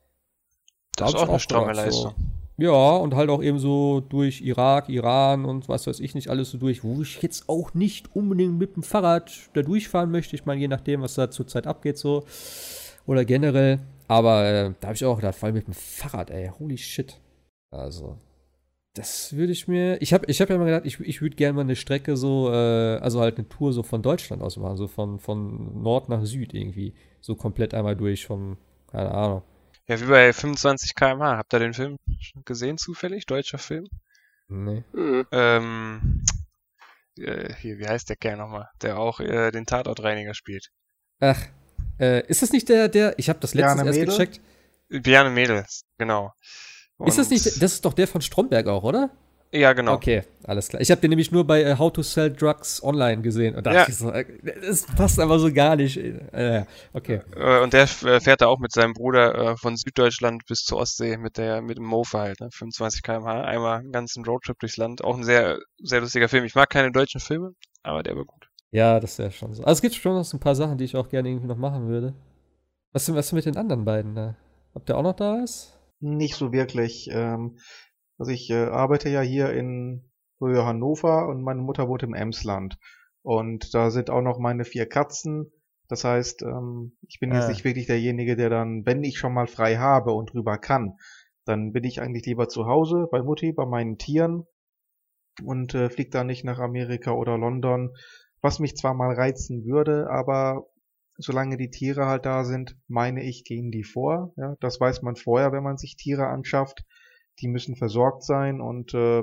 Das ist hab ich auch eine stramme gedacht, so. Leistung. Ja, und halt auch eben so durch Irak, Iran und was weiß ich nicht, alles so durch, wo ich jetzt auch nicht unbedingt mit dem Fahrrad da durchfahren möchte. Ich meine, je nachdem, was da zurzeit abgeht, so. Oder generell. Aber äh, da habe ich auch gedacht, vor allem mit dem Fahrrad, ey, holy shit. Also. Das würde ich mir. Ich habe ich hab ja immer gedacht, ich, ich würde gerne mal eine Strecke so, äh, also halt eine Tour so von Deutschland aus machen, so von, von Nord nach Süd irgendwie. So komplett einmal durch vom, keine Ahnung. Ja, wie bei fünfundzwanzig Kilometer pro Stunde. Habt ihr den Film gesehen zufällig? Deutscher Film? Nee. Mhm. Ähm, äh, hier, wie heißt der Kerl nochmal? Der auch äh, den Tatortreiniger spielt. Ach, äh, ist das nicht der, der, ich habe das letztens Bjarne erst Mädel? gecheckt. Bjarne Mädels, genau. Ist das Und- nicht, das ist doch der von Stromberg auch, oder? Ja, genau. Okay, alles klar. Ich habe den nämlich nur bei äh, How to Sell Drugs Online gesehen und dachte Ja. ich so, äh, das passt aber so gar nicht. Äh, okay. Äh, Und der äh, fährt da auch mit seinem Bruder äh, von Süddeutschland bis zur Ostsee mit der mit dem Mofa halt, ne? fünfundzwanzig Kilometer pro Stunde, einmal einen ganzen Roadtrip durchs Land. Auch ein sehr, sehr lustiger Film. Ich mag keine deutschen Filme, aber der war gut. Ja, das wäre schon so. Also es gibt schon noch so ein paar Sachen, die ich auch gerne irgendwie noch machen würde. Was ist was ist mit den anderen beiden da? Ob der auch noch da ist? Nicht so wirklich. Ähm, also ich äh, arbeite ja hier in Höhe Hannover und meine Mutter wohnt im Emsland. Und da sind auch noch meine vier Katzen. Das heißt, ähm, ich bin jetzt Ah. nicht wirklich derjenige, der dann, wenn ich schon mal frei habe und rüber kann, dann bin ich eigentlich lieber zu Hause bei Mutti, bei meinen Tieren und äh, fliege dann nicht nach Amerika oder London, was mich zwar mal reizen würde, aber solange die Tiere halt da sind, meine ich, gehen die vor. Ja, das weiß man vorher, wenn man sich Tiere anschafft. Die müssen versorgt sein und äh,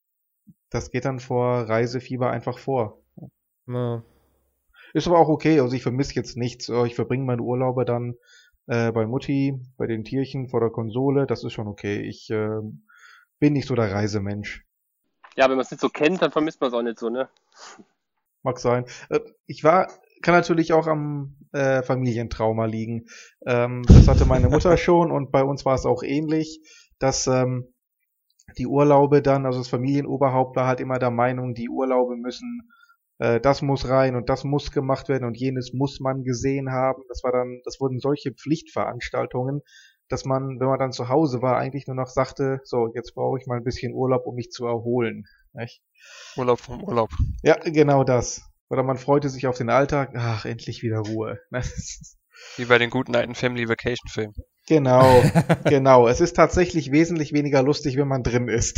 das geht dann vor Reisefieber einfach vor. Ja. Ist aber auch okay, also ich vermisse jetzt nichts. Äh, Ich verbringe meine Urlaube dann äh, bei Mutti, bei den Tierchen, vor der Konsole. Das ist schon okay. Ich äh, bin nicht so der Reisemensch. Ja, wenn man es nicht so kennt, dann vermisst man es auch nicht so, ne? Mag sein. Äh, Ich war, kann natürlich auch am äh, Familientrauma liegen. Ähm, das hatte meine Mutter schon und bei uns war es auch ähnlich, dass ähm, die Urlaube dann, also das Familienoberhaupt war halt immer der Meinung, die Urlaube müssen, äh, das muss rein und das muss gemacht werden und jenes muss man gesehen haben. Das war dann, das wurden solche Pflichtveranstaltungen, dass man, wenn man dann zu Hause war, eigentlich nur noch sagte, so, jetzt brauche ich mal ein bisschen Urlaub, um mich zu erholen. Nicht? Urlaub vom Urlaub. Ja, genau das. Oder man freute sich auf den Alltag, ach, endlich wieder Ruhe. Wie bei den guten alten Family Vacation Filmen. Genau, genau. Es ist tatsächlich wesentlich weniger lustig, wenn man drin ist.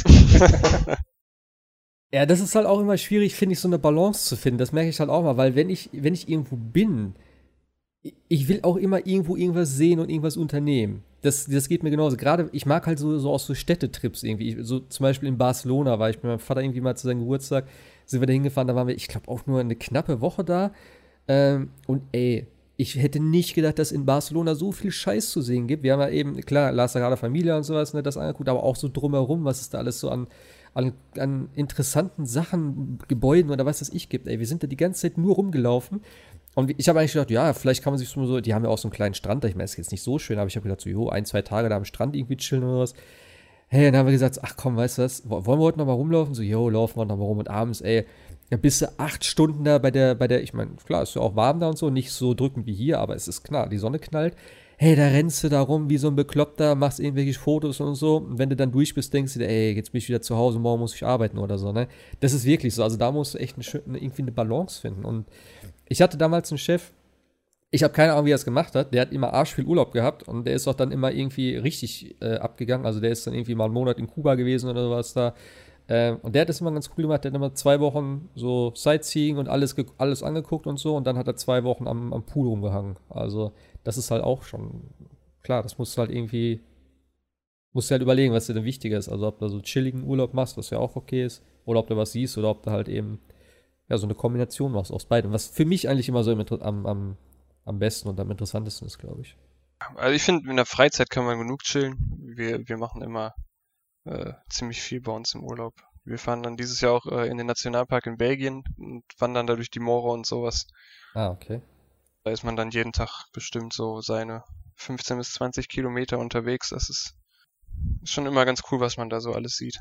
Ja, das ist halt auch immer schwierig, finde ich, so eine Balance zu finden. Das merke ich halt auch mal, weil wenn ich, wenn ich irgendwo bin, ich will auch immer irgendwo irgendwas sehen und irgendwas unternehmen. Das, das geht mir genauso. Gerade, ich mag halt so, so auch so Städtetrips irgendwie. Ich, so zum Beispiel in Barcelona war ich mit meinem Vater irgendwie mal zu seinem Geburtstag, sind wir da hingefahren, da waren wir, ich glaube, auch nur eine knappe Woche da. Ähm, und ey, ich hätte nicht gedacht, dass in Barcelona so viel Scheiß zu sehen gibt. Wir haben ja eben, klar, La Sagrada Familia und sowas, ne, das angeguckt, aber auch so drumherum, was es da alles so an, an, an interessanten Sachen, Gebäuden oder was das ich gibt. Ey, wir sind da die ganze Zeit nur rumgelaufen. Und ich habe eigentlich gedacht, ja, vielleicht kann man sich so, die haben ja auch so einen kleinen Strand, ich meine, das ist jetzt nicht so schön, aber ich habe gedacht, so, jo, ein, zwei Tage da am Strand irgendwie chillen oder was. Hey, dann haben wir gesagt, ach komm, weißt du was, wollen wir heute noch mal rumlaufen? So, jo, laufen wir noch mal rum und abends, ey, ja, bist du acht Stunden da bei der, bei der, ich meine, klar, ist ja auch warm da und so, nicht so drückend wie hier, aber es ist klar, die Sonne knallt. hey, da rennst du da rum wie so ein Bekloppter, machst irgendwelche Fotos und so. Und wenn du dann durch bist, denkst du dir, ey, jetzt bin ich wieder zu Hause, morgen muss ich arbeiten oder so, ne? Das ist wirklich so. Also da musst du echt eine, irgendwie eine Balance finden. Und ich hatte damals einen Chef, ich habe keine Ahnung, wie er es gemacht hat. Der hat immer arsch viel Urlaub gehabt und der ist auch dann immer irgendwie richtig äh, abgegangen. Also der ist dann irgendwie mal einen Monat in Kuba gewesen oder sowas da. Äh, und der hat das immer ganz cool gemacht. Der hat immer zwei Wochen so Sightseeing und alles, ge- alles angeguckt und so. Und dann hat er zwei Wochen am, am Pool rumgehangen. Also das ist halt auch schon, klar, das musst du halt irgendwie, musst du halt überlegen, was dir denn wichtiger ist. Also ob du so chilligen Urlaub machst, was ja auch okay ist. Oder ob du was siehst oder ob du halt eben, ja, so eine Kombination machst aus beidem. Was für mich eigentlich immer so im, am, am, am besten und am interessantesten ist, glaube ich. Also ich finde, in der Freizeit kann man genug chillen. Wir, wir machen immer äh, ziemlich viel bei uns im Urlaub. Wir fahren dann dieses Jahr auch äh, in den Nationalpark in Belgien und wandern da durch die Moore und sowas. Ah, okay. Da ist man dann jeden Tag bestimmt so seine fünfzehn bis zwanzig Kilometer unterwegs. Das ist schon immer ganz cool, was man da so alles sieht.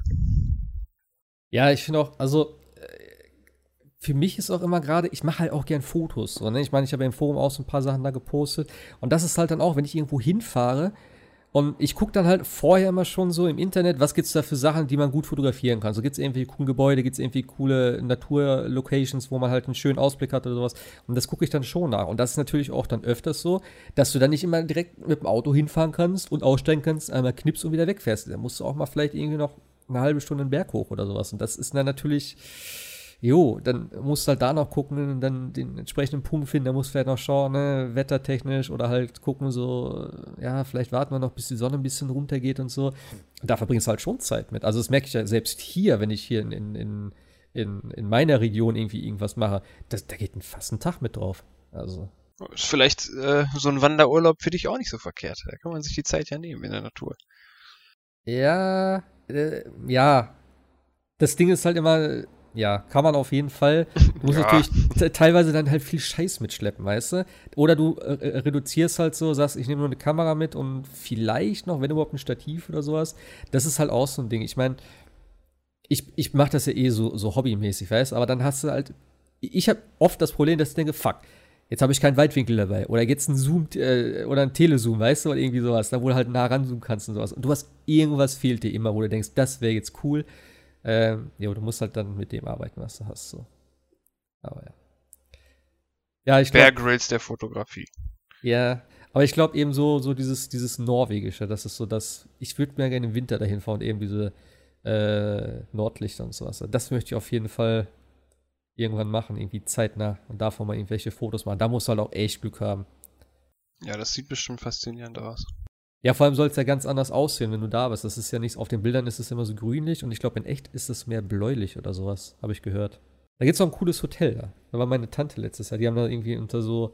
Ja, ich finde auch, also äh, für mich ist auch immer gerade, ich mache halt auch gern Fotos. So, ne? Ich meine, ich habe ja im Forum auch so ein paar Sachen da gepostet. Und das ist halt dann auch, wenn ich irgendwo hinfahre und ich gucke dann halt vorher immer schon so im Internet, was gibt es da für Sachen, die man gut fotografieren kann. So gibt es irgendwie coole Gebäude, gibt es irgendwie coole Naturlocations, wo man halt einen schönen Ausblick hat oder sowas. Und das gucke ich dann schon nach. Und das ist natürlich auch dann öfters so, dass du dann nicht immer direkt mit dem Auto hinfahren kannst und aussteigen kannst, einmal knippst und wieder wegfährst. Da musst du auch mal vielleicht irgendwie noch eine halbe Stunde einen Berg hoch oder sowas. Und das ist dann natürlich, jo, dann musst du halt da noch gucken und dann den entsprechenden Punkt finden. Da musst du vielleicht noch schauen, ne, wettertechnisch oder halt gucken so, ja, vielleicht warten wir noch, bis die Sonne ein bisschen runtergeht und so. Und da verbringst du halt schon Zeit mit. Also das merke ich ja selbst hier, wenn ich hier in, in, in, in, in meiner Region irgendwie irgendwas mache. Das, da geht ein, fast ein Tag mit drauf. Also. Ist vielleicht äh, so ein Wanderurlaub für dich auch nicht so verkehrt. Da kann man sich die Zeit ja nehmen in der Natur. Ja, äh, ja. Das Ding ist halt immer, ja, kann man auf jeden Fall. Du musst Ja. natürlich te- teilweise dann halt viel Scheiß mitschleppen, weißt du? Oder du äh, reduzierst halt so, sagst, ich nehme nur eine Kamera mit und vielleicht noch, wenn überhaupt ein Stativ oder sowas. Das ist halt auch so ein Ding. Ich meine, ich, ich mache das ja eh so, so hobbymäßig, weißt du? Aber dann hast du halt, ich habe oft das Problem, dass ich denke, fuck, jetzt habe ich keinen Weitwinkel dabei. Oder jetzt ein Zoom äh, oder ein Telezoom, weißt du? Oder irgendwie sowas, da wo du halt nah ranzoomen kannst und sowas. Und du hast, irgendwas fehlt dir immer, wo du denkst, das wäre jetzt cool. Ähm, ja, du musst halt dann mit dem arbeiten, was du hast, so. Aber ja. Ja, ich Bear glaube, Grylls der Fotografie. ja, aber ich glaube eben so, so dieses, dieses Norwegische, das ist so das, ich würde mir gerne im Winter dahin fahren und eben diese äh, Nordlichter und sowas. Das möchte ich auf jeden Fall irgendwann machen, irgendwie zeitnah und davon mal irgendwelche Fotos machen. Da musst du halt auch echt Glück haben. Ja, das sieht bestimmt faszinierend aus. Ja, vor allem soll es ja ganz anders aussehen, wenn du da bist. Das ist ja nicht, auf den Bildern ist es immer so grünlich und ich glaube, in echt ist es mehr bläulich oder sowas, habe ich gehört. Da gibt es noch ein cooles Hotel da. Da war meine Tante letztes Jahr. Die haben da irgendwie unter so,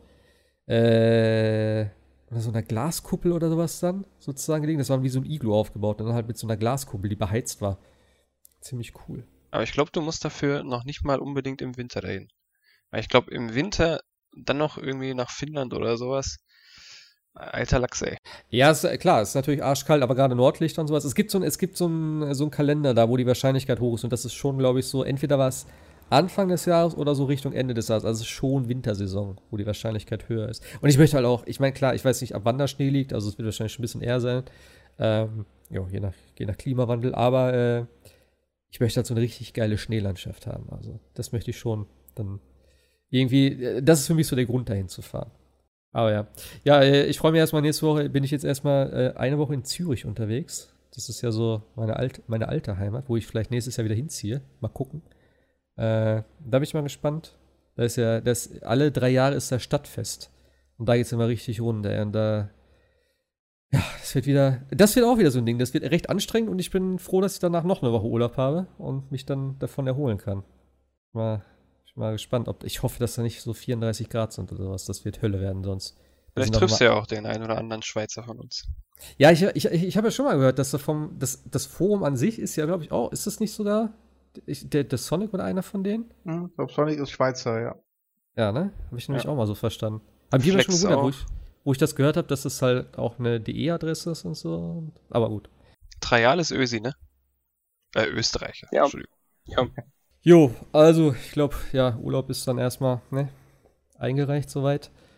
äh, unter so einer Glaskuppel oder sowas dann sozusagen gelegen. Das war wie so ein Iglu aufgebaut und dann halt mit so einer Glaskuppel, die beheizt war. Ziemlich cool. Aber ich glaube, du musst dafür noch nicht mal unbedingt im Winter dahin. Weil ich glaube, im Winter dann noch irgendwie nach Finnland oder sowas. Alter Lachs, ey. Ja, ist, klar, ist natürlich arschkalt, aber gerade Nordlichter und sowas. Es gibt so ein, es gibt so ein, so ein Kalender da, wo die Wahrscheinlichkeit hoch ist und das ist schon, glaube ich, so, entweder war es Anfang des Jahres oder so Richtung Ende des Jahres. Also es ist schon Wintersaison, wo die Wahrscheinlichkeit höher ist. Und ich möchte halt auch, ich meine, klar, ich weiß nicht, ab wann da Schnee liegt, also es wird wahrscheinlich schon ein bisschen eher sein. Ähm, jo, je nach, je nach Klimawandel, aber äh, ich möchte halt so eine richtig geile Schneelandschaft haben. Also das möchte ich schon dann irgendwie, äh, das ist für mich so der Grund, dahin zu fahren. Aber ja. Ja, äh, ich freue mich erstmal, nächste Woche bin ich jetzt erstmal äh, eine Woche in Zürich unterwegs. Das ist ja so meine, alt, meine alte Heimat, wo ich vielleicht nächstes Jahr wieder hinziehe. Mal gucken. Äh, da bin ich mal gespannt. Da ist ja, das, alle drei Jahre ist das Stadtfest. Und da geht es immer richtig runter. Und da, ja, das wird wieder, das wird auch wieder so ein Ding. Das wird recht anstrengend und ich bin froh, dass ich danach noch eine Woche Urlaub habe und mich dann davon erholen kann. Mal, ich bin mal gespannt, ob, ich hoffe, dass da nicht so vierunddreißig Grad sind oder sowas. Das wird Hölle werden sonst. Das Vielleicht sind triffst doch du ja auch den einen oder anderen Schweizer von uns. Ja, ich, ich, ich habe ja schon mal gehört, dass da vom, das, das Forum an sich ist ja, glaube ich, auch, ist das nicht sogar, ich, der, der Sonic oder einer von denen? Hm, ich glaube, Sonic ist Schweizer, ja. Ja, ne? Habe ich nämlich Ja. auch mal so verstanden. Hab ich mir schon Flex gewundert, wo auch. ich, wo ich das gehört habe, dass das halt auch eine D E-Adresse ist und so. Aber gut. Trajal ist Ösi, ne? Äh, Österreicher. Ja. Entschuldigung. Ja. Jo, also ich glaube, ja, Urlaub ist dann erstmal, ne, eingereicht soweit.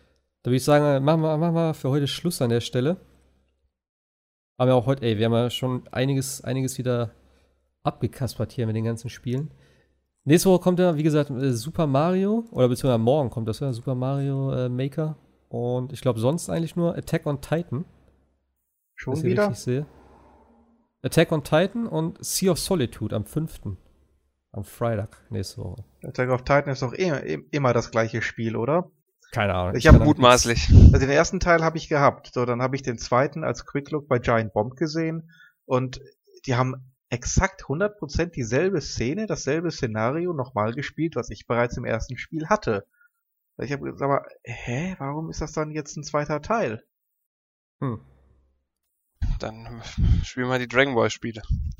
Da würde ich sagen, machen wir, machen wir für heute Schluss an der Stelle. Aber ja auch heute, ey, wir haben ja schon einiges, einiges wieder abgekaspert hier mit den ganzen Spielen. Nächste Woche kommt ja, wie gesagt, Super Mario, oder beziehungsweise morgen kommt das ja, Super Mario äh, Maker. Und ich glaube sonst eigentlich nur Attack on Titan. Schon was ich wieder? richtig sehe. Attack on Titan und Sea of Solitude am fünften Am Freitag nächste Woche. Attack of Titan ist doch immer, immer das gleiche Spiel, oder? Keine Ahnung. Ich habe Mutmaßlich. Also den ersten Teil habe ich gehabt. So, dann habe ich den zweiten als Quick Look bei Giant Bomb gesehen. Und die haben exakt hundert Prozent dieselbe Szene, dasselbe Szenario nochmal gespielt, was ich bereits im ersten Spiel hatte. Ich habe gesagt, aber, hä, warum ist das dann jetzt ein zweiter Teil? Hm. Dann spielen wir die Dragon Ball Spiele.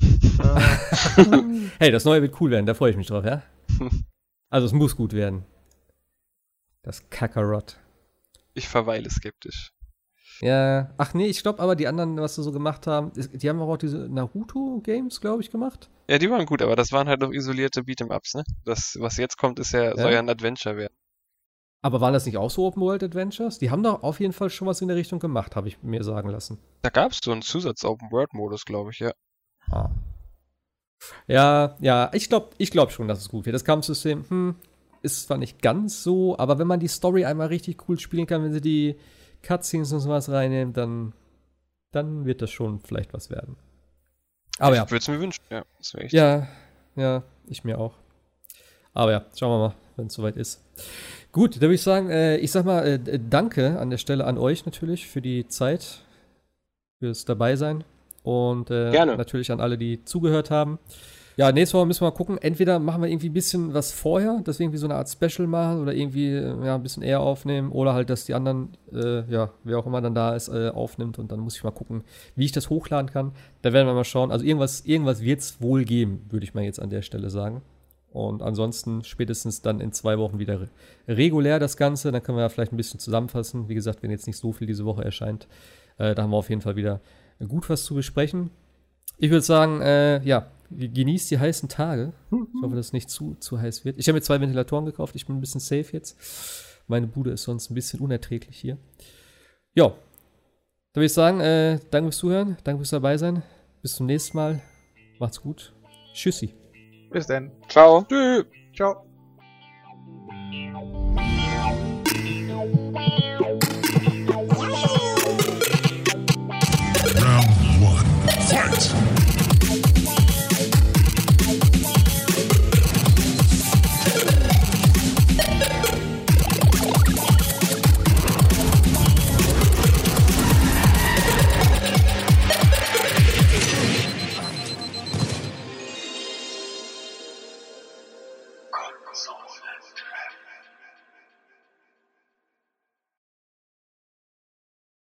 Äh, Hey, das neue wird cool werden, da freue ich mich drauf, ja? Also es muss gut werden. Das Kakarot. Ich verweile skeptisch. Ja, ach nee, ich glaube aber die anderen, was sie so gemacht haben, ist- die haben auch diese Naruto-Games, glaube ich, gemacht. Ja, die waren gut, aber das waren halt noch isolierte Beat'em-Ups, ne? Das, was jetzt kommt, ist ja, soll Ja. ja ein Adventure werden. Aber waren das nicht auch so Open-World-Adventures? Die haben doch auf jeden Fall schon was in der Richtung gemacht, habe ich mir sagen lassen. Da gab es so einen Zusatz-Open-World-Modus, glaube ich, ja. Ah. Ja, ja, ich glaube ich glaub schon, dass es gut wird. Das Kampfsystem, hm, ist zwar nicht ganz so, aber wenn man die Story einmal richtig cool spielen kann, wenn sie die Cutscenes und sowas reinnehmen, dann, dann wird das schon vielleicht was werden. Aber ja. Ich würde es mir wünschen, ja. Das wäre echt. Ja, ja, ich mir auch. Aber ja, schauen wir mal, wenn es soweit ist. Gut, da würde ich sagen, äh, ich sag mal, äh, danke an der Stelle an euch natürlich für die Zeit, fürs Dabeisein und äh, Gerne. natürlich an alle, die zugehört haben. Ja, nächste Woche müssen wir mal gucken. Entweder machen wir irgendwie ein bisschen was vorher, dass wir irgendwie so eine Art Special machen oder irgendwie äh, ja, ein bisschen eher aufnehmen oder halt, dass die anderen, äh, ja, wer auch immer dann da ist, äh, aufnimmt und dann muss ich mal gucken, wie ich das hochladen kann. Da werden wir mal schauen. Also irgendwas, irgendwas wird es wohl geben, würde ich mal jetzt an der Stelle sagen. Und ansonsten spätestens dann in zwei Wochen wieder re- regulär das Ganze. Dann können wir ja vielleicht ein bisschen zusammenfassen. Wie gesagt, wenn jetzt nicht so viel diese Woche erscheint, äh, da haben wir auf jeden Fall wieder gut was zu besprechen. Ich würde sagen, äh, ja, genießt die heißen Tage. Ich hoffe, dass es nicht zu, zu heiß wird. Ich habe mir zwei Ventilatoren gekauft. Ich bin ein bisschen safe jetzt. Meine Bude ist sonst ein bisschen unerträglich hier. Ja, da würde ich sagen, äh, danke fürs Zuhören. Danke fürs dabei sein. Bis zum nächsten Mal. Macht's gut. Tschüssi. bis dann. Ciao. Tschö. Ciao.